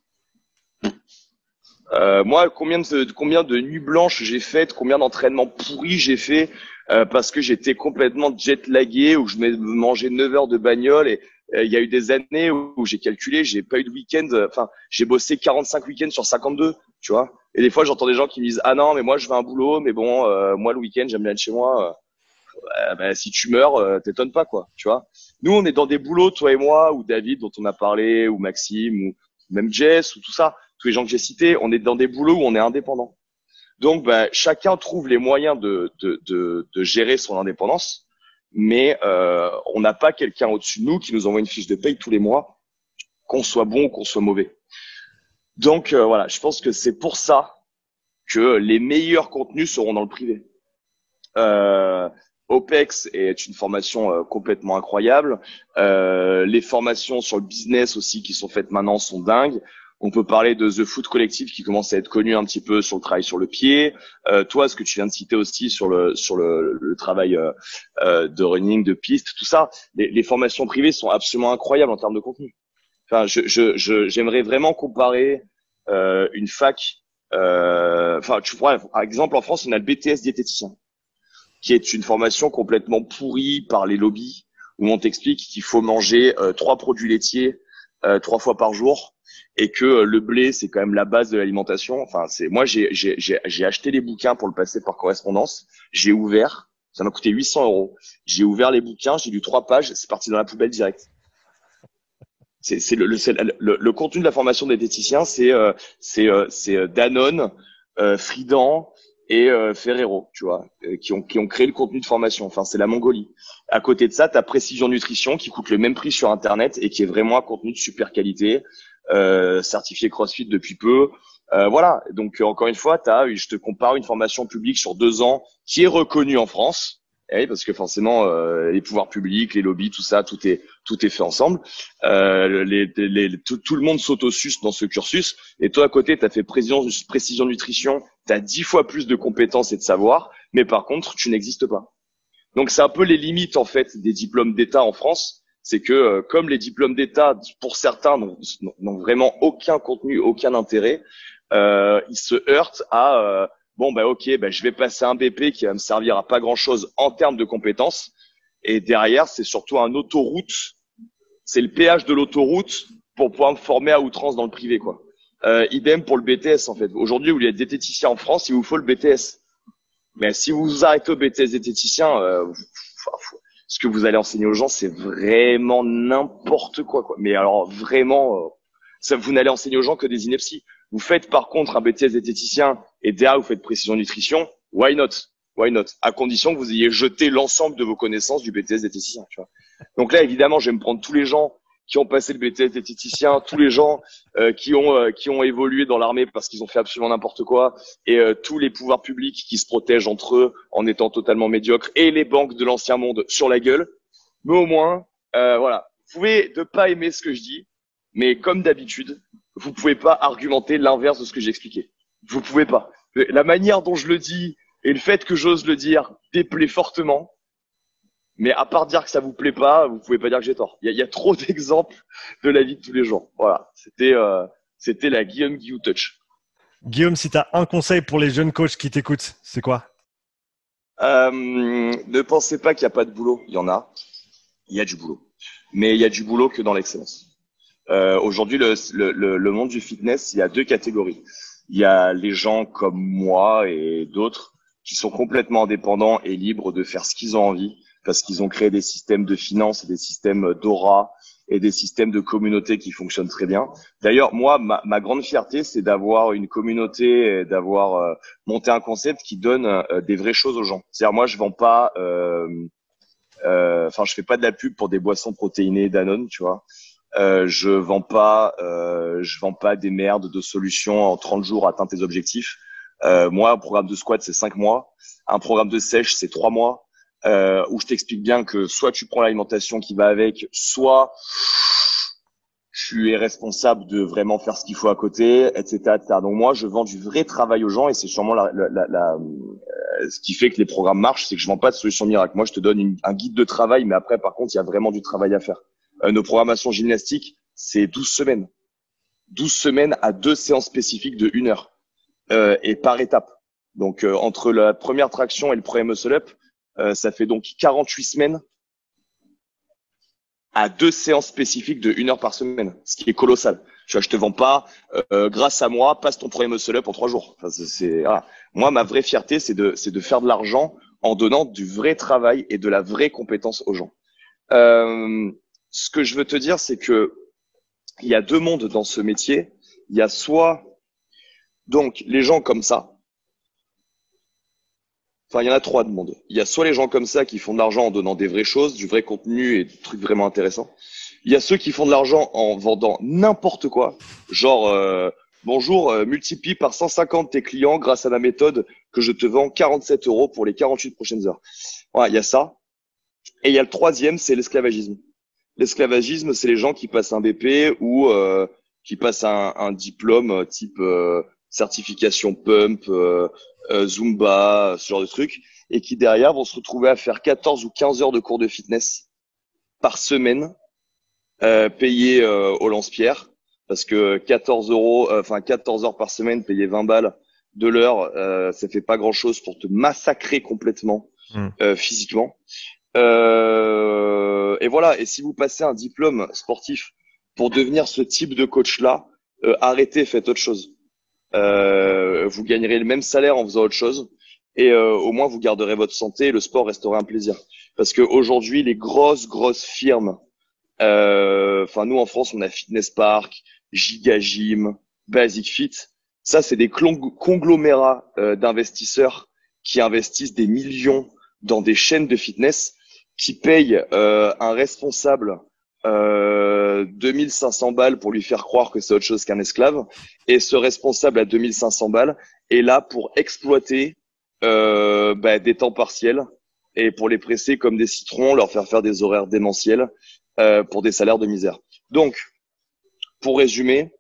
A: Euh, moi, combien de combien de nuits blanches j'ai faites, combien d'entraînements pourris j'ai fait euh, parce que j'étais complètement jet-lagué ou je mangeais neuf heures de bagnole et euh, il y a eu des années où, où j'ai calculé, j'ai pas eu de week-end, enfin j'ai bossé quarante-cinq week-ends sur cinquante-deux, tu vois. Et des fois j'entends des gens qui me disent ah non mais moi je veux un boulot mais bon euh, moi le week-end j'aime bien être chez moi. Euh, bah, si tu meurs, euh, t'étonnes pas quoi, tu vois. Nous on est dans des boulots, toi et moi ou David dont on a parlé ou Maxime ou même Jess ou tout ça. Tous les gens que j'ai cités, on est dans des boulots où on est indépendant. Donc, bah, chacun trouve les moyens de, de, de, de gérer son indépendance, mais euh, on n'a pas quelqu'un au-dessus de nous qui nous envoie une fiche de paye tous les mois, qu'on soit bon ou qu'on soit mauvais. Donc euh, voilà, je pense que c'est pour ça que les meilleurs contenus seront dans le privé. Euh, OPEX est une formation euh, complètement incroyable. Euh, les formations sur le business aussi qui sont faites maintenant sont dingues. On peut parler de The Foot Collective qui commence à être connu un petit peu sur le travail sur le pied. Euh, toi, ce que tu viens de citer aussi sur le sur le, le travail euh, euh, de running, de piste, tout ça. Les, les formations privées sont absolument incroyables en termes de contenu. Enfin, je je je j'aimerais vraiment comparer euh, une fac. Euh, enfin, tu vois, par exemple, en France, on a le B T S diététicien, qui est une formation complètement pourrie par les lobbies, où on t'explique qu'il faut manger euh, trois produits laitiers euh, trois fois par jour, et que euh, le blé, c'est quand même la base de l'alimentation. Enfin, c'est moi, j'ai j'ai j'ai j'ai acheté les bouquins pour le passer par correspondance. J'ai ouvert, ça m'a coûté huit cents euros. J'ai ouvert les bouquins, j'ai lu trois pages, c'est parti dans la poubelle direct. C'est c'est le le, c'est le le le contenu de la formation des diététiciens, c'est euh, c'est euh, c'est Danone, euh, Fridan et euh, Ferrero, tu vois, euh, qui ont qui ont créé le contenu de formation. Enfin, c'est la Mongolie. À côté de ça, t'as Précision Nutrition qui coûte le même prix sur Internet et qui est vraiment un contenu de super qualité, euh, certifié CrossFit depuis peu. Euh, voilà. Donc euh, encore une fois, t'as, je te compare une formation publique sur deux ans qui est reconnue en France. Eh oui, parce que forcément, euh, les pouvoirs publics, les lobbies, tout ça, tout est tout est fait ensemble. Euh, les, les, les, tout, tout le monde s'autosuce dans ce cursus. Et toi, à côté, tu as fait précision, précision nutrition, tu as dix fois plus de compétences et de savoir, mais par contre, tu n'existes pas. Donc, c'est un peu les limites, en fait, des diplômes d'État en France. C'est que, euh, comme les diplômes d'État, pour certains, n'ont, n'ont vraiment aucun contenu, aucun intérêt, euh, ils se heurtent à... Euh, bon, bah ok, bah, je vais passer un B P qui va me servir à pas grand-chose en termes de compétences. Et derrière, c'est surtout un autoroute. C'est le péage de l'autoroute pour pouvoir me former à outrance dans le privé, quoi. Euh, idem pour le B T S, en fait. Aujourd'hui, vous voulez être diététicien en France, il vous faut le B T S. Mais si vous vous arrêtez au B T S diététicien, euh, ce que vous allez enseigner aux gens, c'est vraiment n'importe quoi, quoi. Mais alors, vraiment, euh, ça, vous n'allez enseigner aux gens que des inepties. Vous faites par contre un B T S diététicien et derrière vous faites précision nutrition, why not? Why not? À condition que vous ayez jeté l'ensemble de vos connaissances du B T S diététicien, tu vois. Donc là, évidemment, je vais me prendre tous les gens qui ont passé le B T S diététicien, tous les gens euh, qui ont euh, qui ont évolué dans l'armée parce qu'ils ont fait absolument n'importe quoi, et euh, tous les pouvoirs publics qui se protègent entre eux en étant totalement médiocres, et les banques de l'ancien monde sur la gueule. Mais au moins, euh, voilà, vous pouvez ne pas aimer ce que je dis, mais comme d'habitude, vous pouvez pas argumenter l'inverse de ce que j'ai expliqué. Vous pouvez pas. La manière dont je le dis et le fait que j'ose le dire déplaît fortement. Mais à part dire que ça vous plaît pas, vous pouvez pas dire que j'ai tort. Il y a, il y a trop d'exemples de la vie de tous les jours. Voilà. C'était, euh, c'était la Guillaume Guillou Touch.
B: Guillaume, si tu as un conseil pour les jeunes coachs qui t'écoutent, c'est quoi?
A: Euh, ne pensez pas qu'il n'y a pas de boulot. Il y en a. Il y a du boulot. Mais il y a du boulot que dans l'excellence. Euh, aujourd'hui, le, le, le monde du fitness, il y a deux catégories. Il y a les gens comme moi et d'autres qui sont complètement indépendants et libres de faire ce qu'ils ont envie parce qu'ils ont créé des systèmes de finance et des systèmes d'aura et des systèmes de communauté qui fonctionnent très bien. D'ailleurs, moi, ma, ma grande fierté, c'est d'avoir une communauté et d'avoir euh, monté un concept qui donne euh, des vraies choses aux gens. C'est-à-dire, moi, je vends pas, euh, euh, enfin, je fais pas de la pub pour des boissons protéinées Danone, tu vois. Euh, je vends pas, euh, je vends pas des merdes de solutions en trente jours atteindre tes objectifs. Euh, moi, un programme de squat c'est cinq mois, un programme de sèche c'est trois mois, euh, où je t'explique bien que soit tu prends l'alimentation qui va avec, soit tu es responsable de vraiment faire ce qu'il faut à côté, et cetera, et cetera. Donc moi, je vends du vrai travail aux gens et c'est sûrement la, la, la, la euh, ce qui fait que les programmes marchent, c'est que je vends pas de solution miracle. Moi, je te donne une, un guide de travail, mais après, par contre, il y a vraiment du travail à faire. Euh, nos programmations gymnastiques, c'est douze semaines. douze semaines à deux séances spécifiques de une heure. Euh, et par étape. Donc, euh, entre la première traction et le premier muscle-up, euh, ça fait donc quarante-huit semaines à deux séances spécifiques de une heure par semaine, ce qui est colossal. Tu vois, je te vends pas, euh, grâce à moi, passe ton premier muscle-up en trois jours. Enfin, c'est, c'est, voilà. Moi, ma vraie fierté, c'est de, c'est de faire de l'argent en donnant du vrai travail et de la vraie compétence aux gens. Euh, Ce que je veux te dire, c'est que il y a deux mondes dans ce métier. Il y a soit donc les gens comme ça. Enfin, il y en a trois de mondes. Il y a soit les gens comme ça qui font de l'argent en donnant des vraies choses, du vrai contenu et des trucs vraiment intéressants. Il y a ceux qui font de l'argent en vendant n'importe quoi, genre euh, bonjour, euh, multiplie par cent cinquante tes clients grâce à ma méthode que je te vends quarante-sept euros pour les quarante-huit prochaines heures. Voilà, il y a ça. Et il y a le troisième, c'est l'esclavagisme. L'esclavagisme, c'est les gens qui passent un B P ou euh, qui passent un, un diplôme euh, type euh, certification pump, euh, euh, Zumba, ce genre de trucs, et qui derrière vont se retrouver à faire quatorze ou quinze heures de cours de fitness par semaine, euh, payés euh, au lance-pierre, parce que quatorze euros, euh, enfin quatorze heures par semaine, payer vingt balles de l'heure, euh, ça fait pas grand-chose pour te massacrer complètement
B: Hmm.
A: euh, physiquement. Euh, et voilà. Et si vous passez un diplôme sportif pour devenir ce type de coach-là, euh, arrêtez, faites autre chose. Euh, vous gagnerez le même salaire en faisant autre chose. Et euh, au moins, vous garderez votre santé et le sport restera un plaisir. Parce qu'aujourd'hui, les grosses, grosses firmes, euh, enfin nous en France, on a Fitness Park, Giga Gym, Basic Fit. Ça, c'est des clong- conglomérats euh, d'investisseurs qui investissent des millions dans des chaînes de fitness, qui payent euh, un responsable euh, deux mille cinq cents balles pour lui faire croire que c'est autre chose qu'un esclave. Et ce responsable à deux mille cinq cents balles est là pour exploiter euh, bah, des temps partiels et pour les presser comme des citrons, leur faire faire des horaires démentiels euh, pour des salaires de misère. Donc, pour résumer,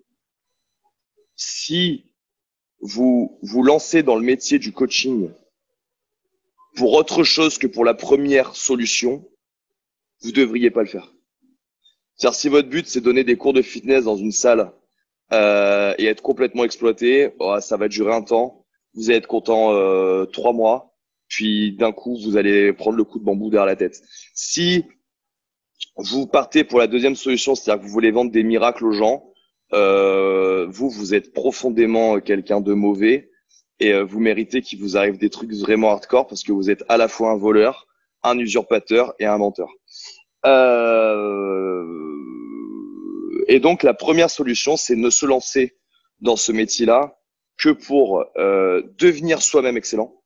A: si vous vous lancez dans le métier du coaching pour autre chose que pour la première solution, vous devriez pas le faire. C'est-à-dire, si votre but, c'est donner des cours de fitness dans une salle euh, et être complètement exploité, oh, ça va durer un temps. Vous allez être content euh, trois mois, puis d'un coup, vous allez prendre le coup de bambou derrière la tête. Si vous partez pour la deuxième solution, c'est-à-dire que vous voulez vendre des miracles aux gens, euh, vous, vous êtes profondément quelqu'un de mauvais et euh, vous méritez qu'il vous arrive des trucs vraiment hardcore parce que vous êtes à la fois un voleur, un usurpateur et un menteur. Euh... Et donc, la première solution, c'est ne se lancer dans ce métier-là que pour euh, devenir soi-même excellent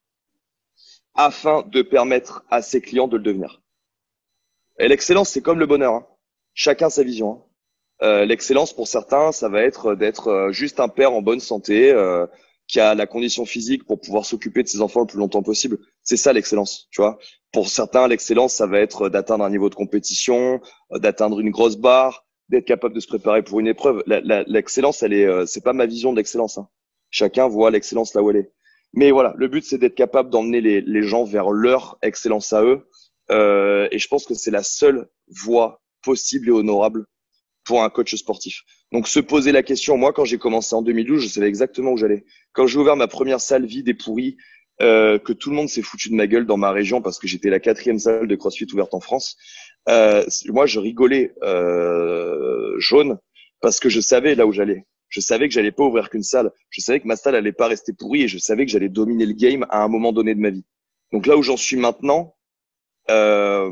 A: afin de permettre à ses clients de le devenir. Et l'excellence, c'est comme le bonheur. Hein. Chacun sa vision. Hein. Euh, l'excellence, pour certains, ça va être d'être euh, juste un père en bonne santé euh, qui a la condition physique pour pouvoir s'occuper de ses enfants le plus longtemps possible. C'est ça l'excellence, tu vois. Pour certains, l'excellence, ça va être d'atteindre un niveau de compétition, euh, d'atteindre une grosse barre, d'être capable de se préparer pour une épreuve. La, la, l'excellence, elle est, euh, c'est pas ma vision de l'excellence. Hein. Chacun voit l'excellence là où elle est. Mais voilà, le but, c'est d'être capable d'emmener les, les gens vers leur excellence à eux. Euh, et je pense que c'est la seule voie possible et honorable pour un coach sportif. Donc, se poser la question, moi, quand j'ai commencé en deux mille douze, je savais exactement où j'allais. Quand j'ai ouvert ma première salle vide et pourrie, euh, que tout le monde s'est foutu de ma gueule dans ma région parce que j'étais la quatrième salle de CrossFit ouverte en France, euh, moi, je rigolais euh, jaune parce que je savais là où j'allais. Je savais que j'allais pas ouvrir qu'une salle. Je savais que ma salle allait pas rester pourrie et je savais que j'allais dominer le game à un moment donné de ma vie. Donc là où j'en suis maintenant, euh,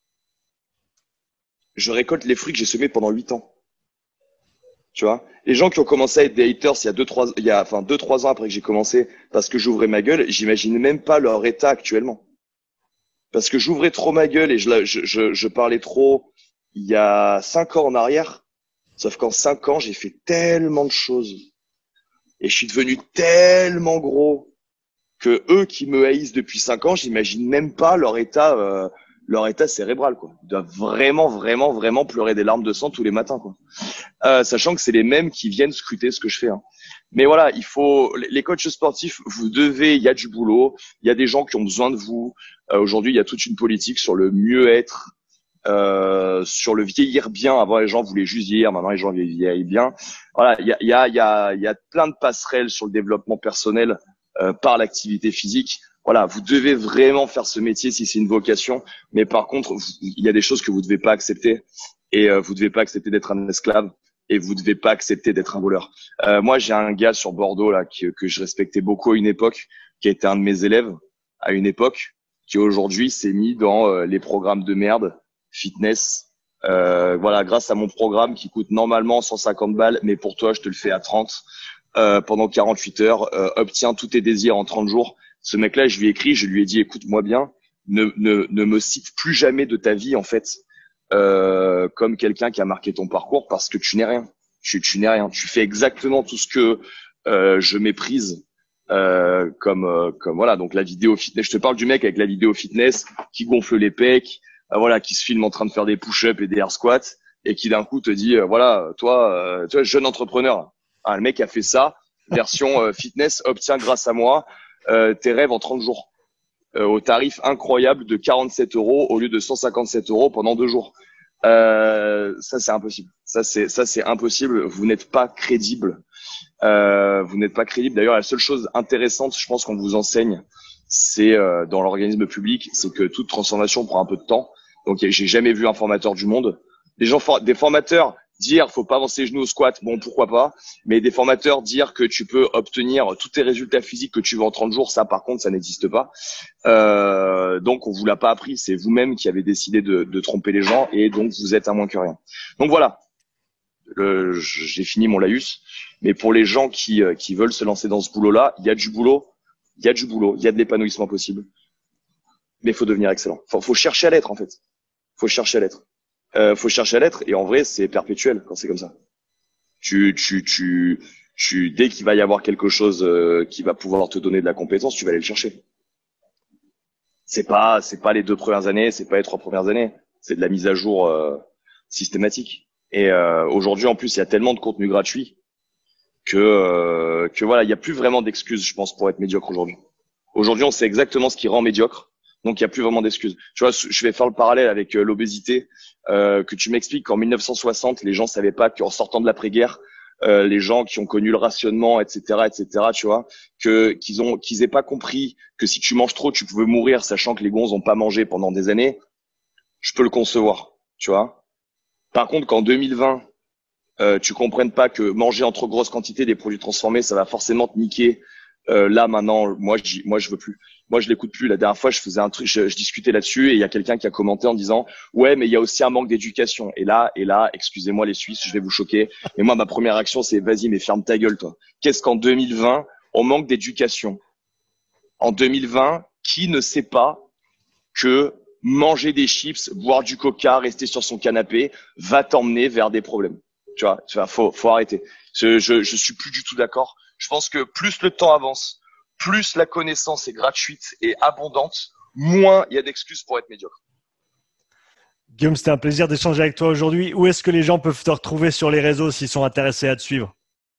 A: je récolte les fruits que j'ai semés pendant huit ans. Tu vois, les gens qui ont commencé à être des haters il y a deux, trois, il y a, enfin, deux, trois ans après que j'ai commencé parce que j'ouvrais ma gueule, j'imagine même pas leur état actuellement. Parce que j'ouvrais trop ma gueule et je, je, je, je parlais trop il y a cinq ans en arrière. Sauf qu'en cinq ans, j'ai fait tellement de choses. Et je suis devenu tellement gros que eux qui me haïssent depuis cinq ans, j'imagine même pas leur état, euh, leur état cérébral, quoi. Ils doivent vraiment, vraiment, vraiment pleurer des larmes de sang tous les matins, quoi. Euh, sachant que c'est les mêmes qui viennent scruter ce que je fais. Hein. Mais voilà, il faut les coachs sportifs, vous devez, il y a du boulot, il y a des gens qui ont besoin de vous. Euh, aujourd'hui, il y a toute une politique sur le mieux-être, euh, sur le vieillir bien. Avant, les gens voulaient juste vieillir, maintenant les gens vieillissent bien. Voilà, il y a, il y a, il y a, il y a plein de passerelles sur le développement personnel euh, par l'activité physique. Voilà, vous devez vraiment faire ce métier si c'est une vocation. Mais par contre, vous, il y a des choses que vous devez pas accepter et euh, vous devez pas accepter d'être un esclave. Et vous devez pas accepter d'être un voleur. Euh, moi, j'ai un gars sur Bordeaux là qui, que je respectais beaucoup à une époque, qui a été un de mes élèves à une époque, qui aujourd'hui s'est mis dans euh, les programmes de merde, fitness. Euh, voilà, grâce à mon programme qui coûte normalement cent cinquante balles, mais pour toi, je te le fais à trente euh, pendant quarante-huit heures. Euh, obtiens tous tes désirs en trente jours. Ce mec-là, je lui ai écrit, je lui ai dit, écoute-moi bien, ne, ne, ne me cite plus jamais de ta vie en fait. Euh, comme quelqu'un qui a marqué ton parcours parce que tu n'es rien. tu, tu n'es rien. Tu fais exactement tout ce que euh, je méprise. Euh, comme euh, comme voilà, donc la vidéo fitness, je te parle du mec avec la vidéo fitness qui gonfle les pecs, euh, voilà, qui se filme en train de faire des push-ups et des air squats et qui d'un coup te dit euh, voilà, toi euh, toi jeune entrepreneur, ah, le mec a fait ça version euh, fitness, obtient grâce à moi euh, tes rêves en trente jours euh, au tarif incroyable de quarante-sept euros au lieu de cent cinquante-sept euros pendant deux jours. Euh, ça c'est impossible. Ça c'est ça c'est impossible. Vous n'êtes pas crédible. Euh, vous n'êtes pas crédible. D'ailleurs, la seule chose intéressante, je pense qu'on vous enseigne, c'est euh, dans l'organisme public, c'est que toute transformation prend un peu de temps. Donc, j'ai jamais vu un formateur du monde. Des gens, des formateurs dire faut pas avancer les genoux au squat, bon pourquoi pas. Mais des formateurs dire que tu peux obtenir tous tes résultats physiques que tu veux en trente jours, ça par contre, ça n'existe pas. Euh, donc, on vous l'a pas appris. C'est vous-même qui avez décidé de, de tromper les gens et donc vous êtes un moins que rien. Donc voilà. Le, j'ai fini mon laïus, mais pour les gens qui, euh, qui veulent se lancer dans ce boulot-là, il y a du boulot, il y a du boulot, il y a de l'épanouissement possible, mais il faut devenir excellent. Faut, faut chercher à l'être en fait. Faut chercher à l'être. Euh, faut chercher à l'être et en vrai c'est perpétuel quand c'est comme ça. Tu, tu, tu, tu, dès qu'il va y avoir quelque chose euh, qui va pouvoir te donner de la compétence, tu vas aller le chercher. C'est pas, c'est pas les deux premières années, c'est pas les trois premières années, c'est de la mise à jour euh, systématique. Et euh, aujourd'hui, en plus, il y a tellement de contenu gratuit que euh, que voilà, il y a plus vraiment d'excuses, je pense, pour être médiocre aujourd'hui. Aujourd'hui, on sait exactement ce qui rend médiocre, donc il y a plus vraiment d'excuses. Tu vois, je vais faire le parallèle avec euh, l'obésité, euh, que tu m'expliques qu'en mille neuf cent soixante, les gens savaient pas qu'en sortant de l'après-guerre, euh, les gens qui ont connu le rationnement, et cetera, et cetera, tu vois, que qu'ils ont qu'ils aient pas compris que si tu manges trop, tu pouvais mourir, sachant que les gonzes ont pas mangé pendant des années. Je peux le concevoir, tu vois. Par contre, qu'en deux mille vingt, euh, tu comprennes pas que manger en trop grosse quantité des produits transformés, ça va forcément te niquer. Euh, là, maintenant, moi, j'y, moi, je veux plus. Moi, je l'écoute plus. La dernière fois, je faisais un truc, je, je discutais là-dessus et il y a quelqu'un qui a commenté en disant, ouais, mais il y a aussi un manque d'éducation. Et là, et là, excusez-moi les Suisses, je vais vous choquer. Mais moi, ma première action, c'est, vas-y, mais ferme ta gueule, toi. Qu'est-ce qu'en deux mille vingt, on manque d'éducation? En deux mille vingt, qui ne sait pas que manger des chips, boire du coca, rester sur son canapé va t'emmener vers des problèmes. Tu vois, tu vois, faut, faut arrêter. Je, je, je suis plus du tout d'accord. Je pense que plus le temps avance, plus la connaissance est gratuite et abondante, moins il y a d'excuses pour être médiocre.
B: Guillaume, c'était un plaisir d'échanger avec toi aujourd'hui. Où est-ce que les gens peuvent te retrouver sur les réseaux s'ils sont intéressés à te suivre?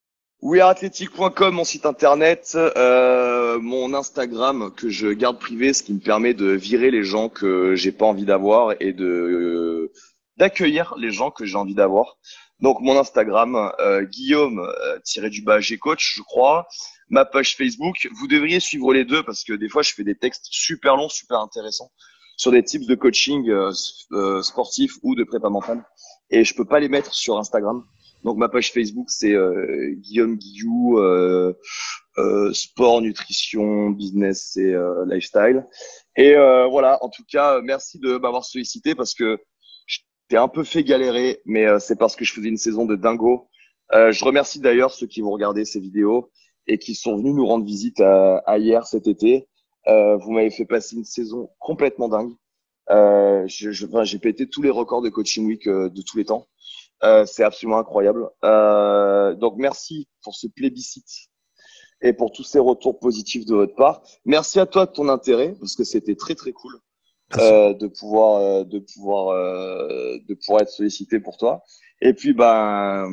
A: we are athletic point com, mon site internet, euh, mon Instagram que je garde privé, ce qui me permet de virer les gens que j'ai pas envie d'avoir et de euh, d'accueillir les gens que j'ai envie d'avoir. Donc mon Instagram, euh, Guillaume euh, tiré du bas G coach, je crois. Ma page Facebook, vous devriez suivre les deux parce que des fois je fais des textes super longs, super intéressants sur des types de coaching euh, euh, sportif ou de prépa mentale et je peux pas les mettre sur Instagram. Donc ma page Facebook c'est euh, Guillaume Guillou, euh, euh, sport, nutrition, business et euh, lifestyle. Et euh, voilà, en tout cas, merci de m'avoir sollicité parce que je t'ai un peu fait galérer, mais euh, c'est parce que je faisais une saison de dingo. Euh, je remercie d'ailleurs ceux qui vont regarder ces vidéos et qui sont venus nous rendre visite à, à hier cet été. Euh, vous m'avez fait passer une saison complètement dingue. Euh, je, je, enfin, j'ai pété tous les records de Coaching Week euh, de tous les temps. Euh, c'est absolument incroyable. Euh, donc merci pour ce plébiscite et pour tous ces retours positifs de votre part. Merci à toi de ton intérêt parce que c'était très très cool euh, de pouvoir euh, de pouvoir euh, de pouvoir être sollicité pour toi. Et puis ben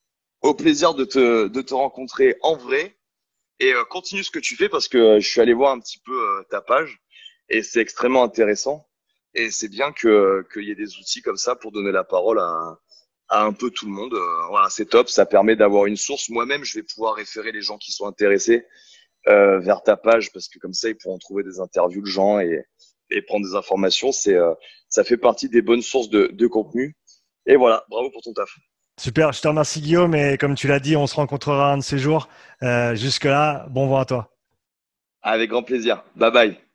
A: au plaisir de te de te rencontrer en vrai et euh, continue ce que tu fais parce que euh, je suis allé voir un petit peu euh, ta page et c'est extrêmement intéressant et c'est bien que qu'il y ait des outils comme ça pour donner la parole à à un peu tout le monde. Euh, voilà, c'est top. Ça permet d'avoir une source. Moi-même, je vais pouvoir référer les gens qui sont intéressés euh, vers ta page parce que comme ça, ils pourront trouver des interviews de gens et, et prendre des informations. C'est, euh, ça fait partie des bonnes sources de, de contenu. Et voilà, bravo pour ton taf.
B: Super, je te remercie Guillaume et comme tu l'as dit, on se rencontrera un de ces jours. Euh, jusque-là, bon vent à toi.
A: Avec grand plaisir. Bye bye.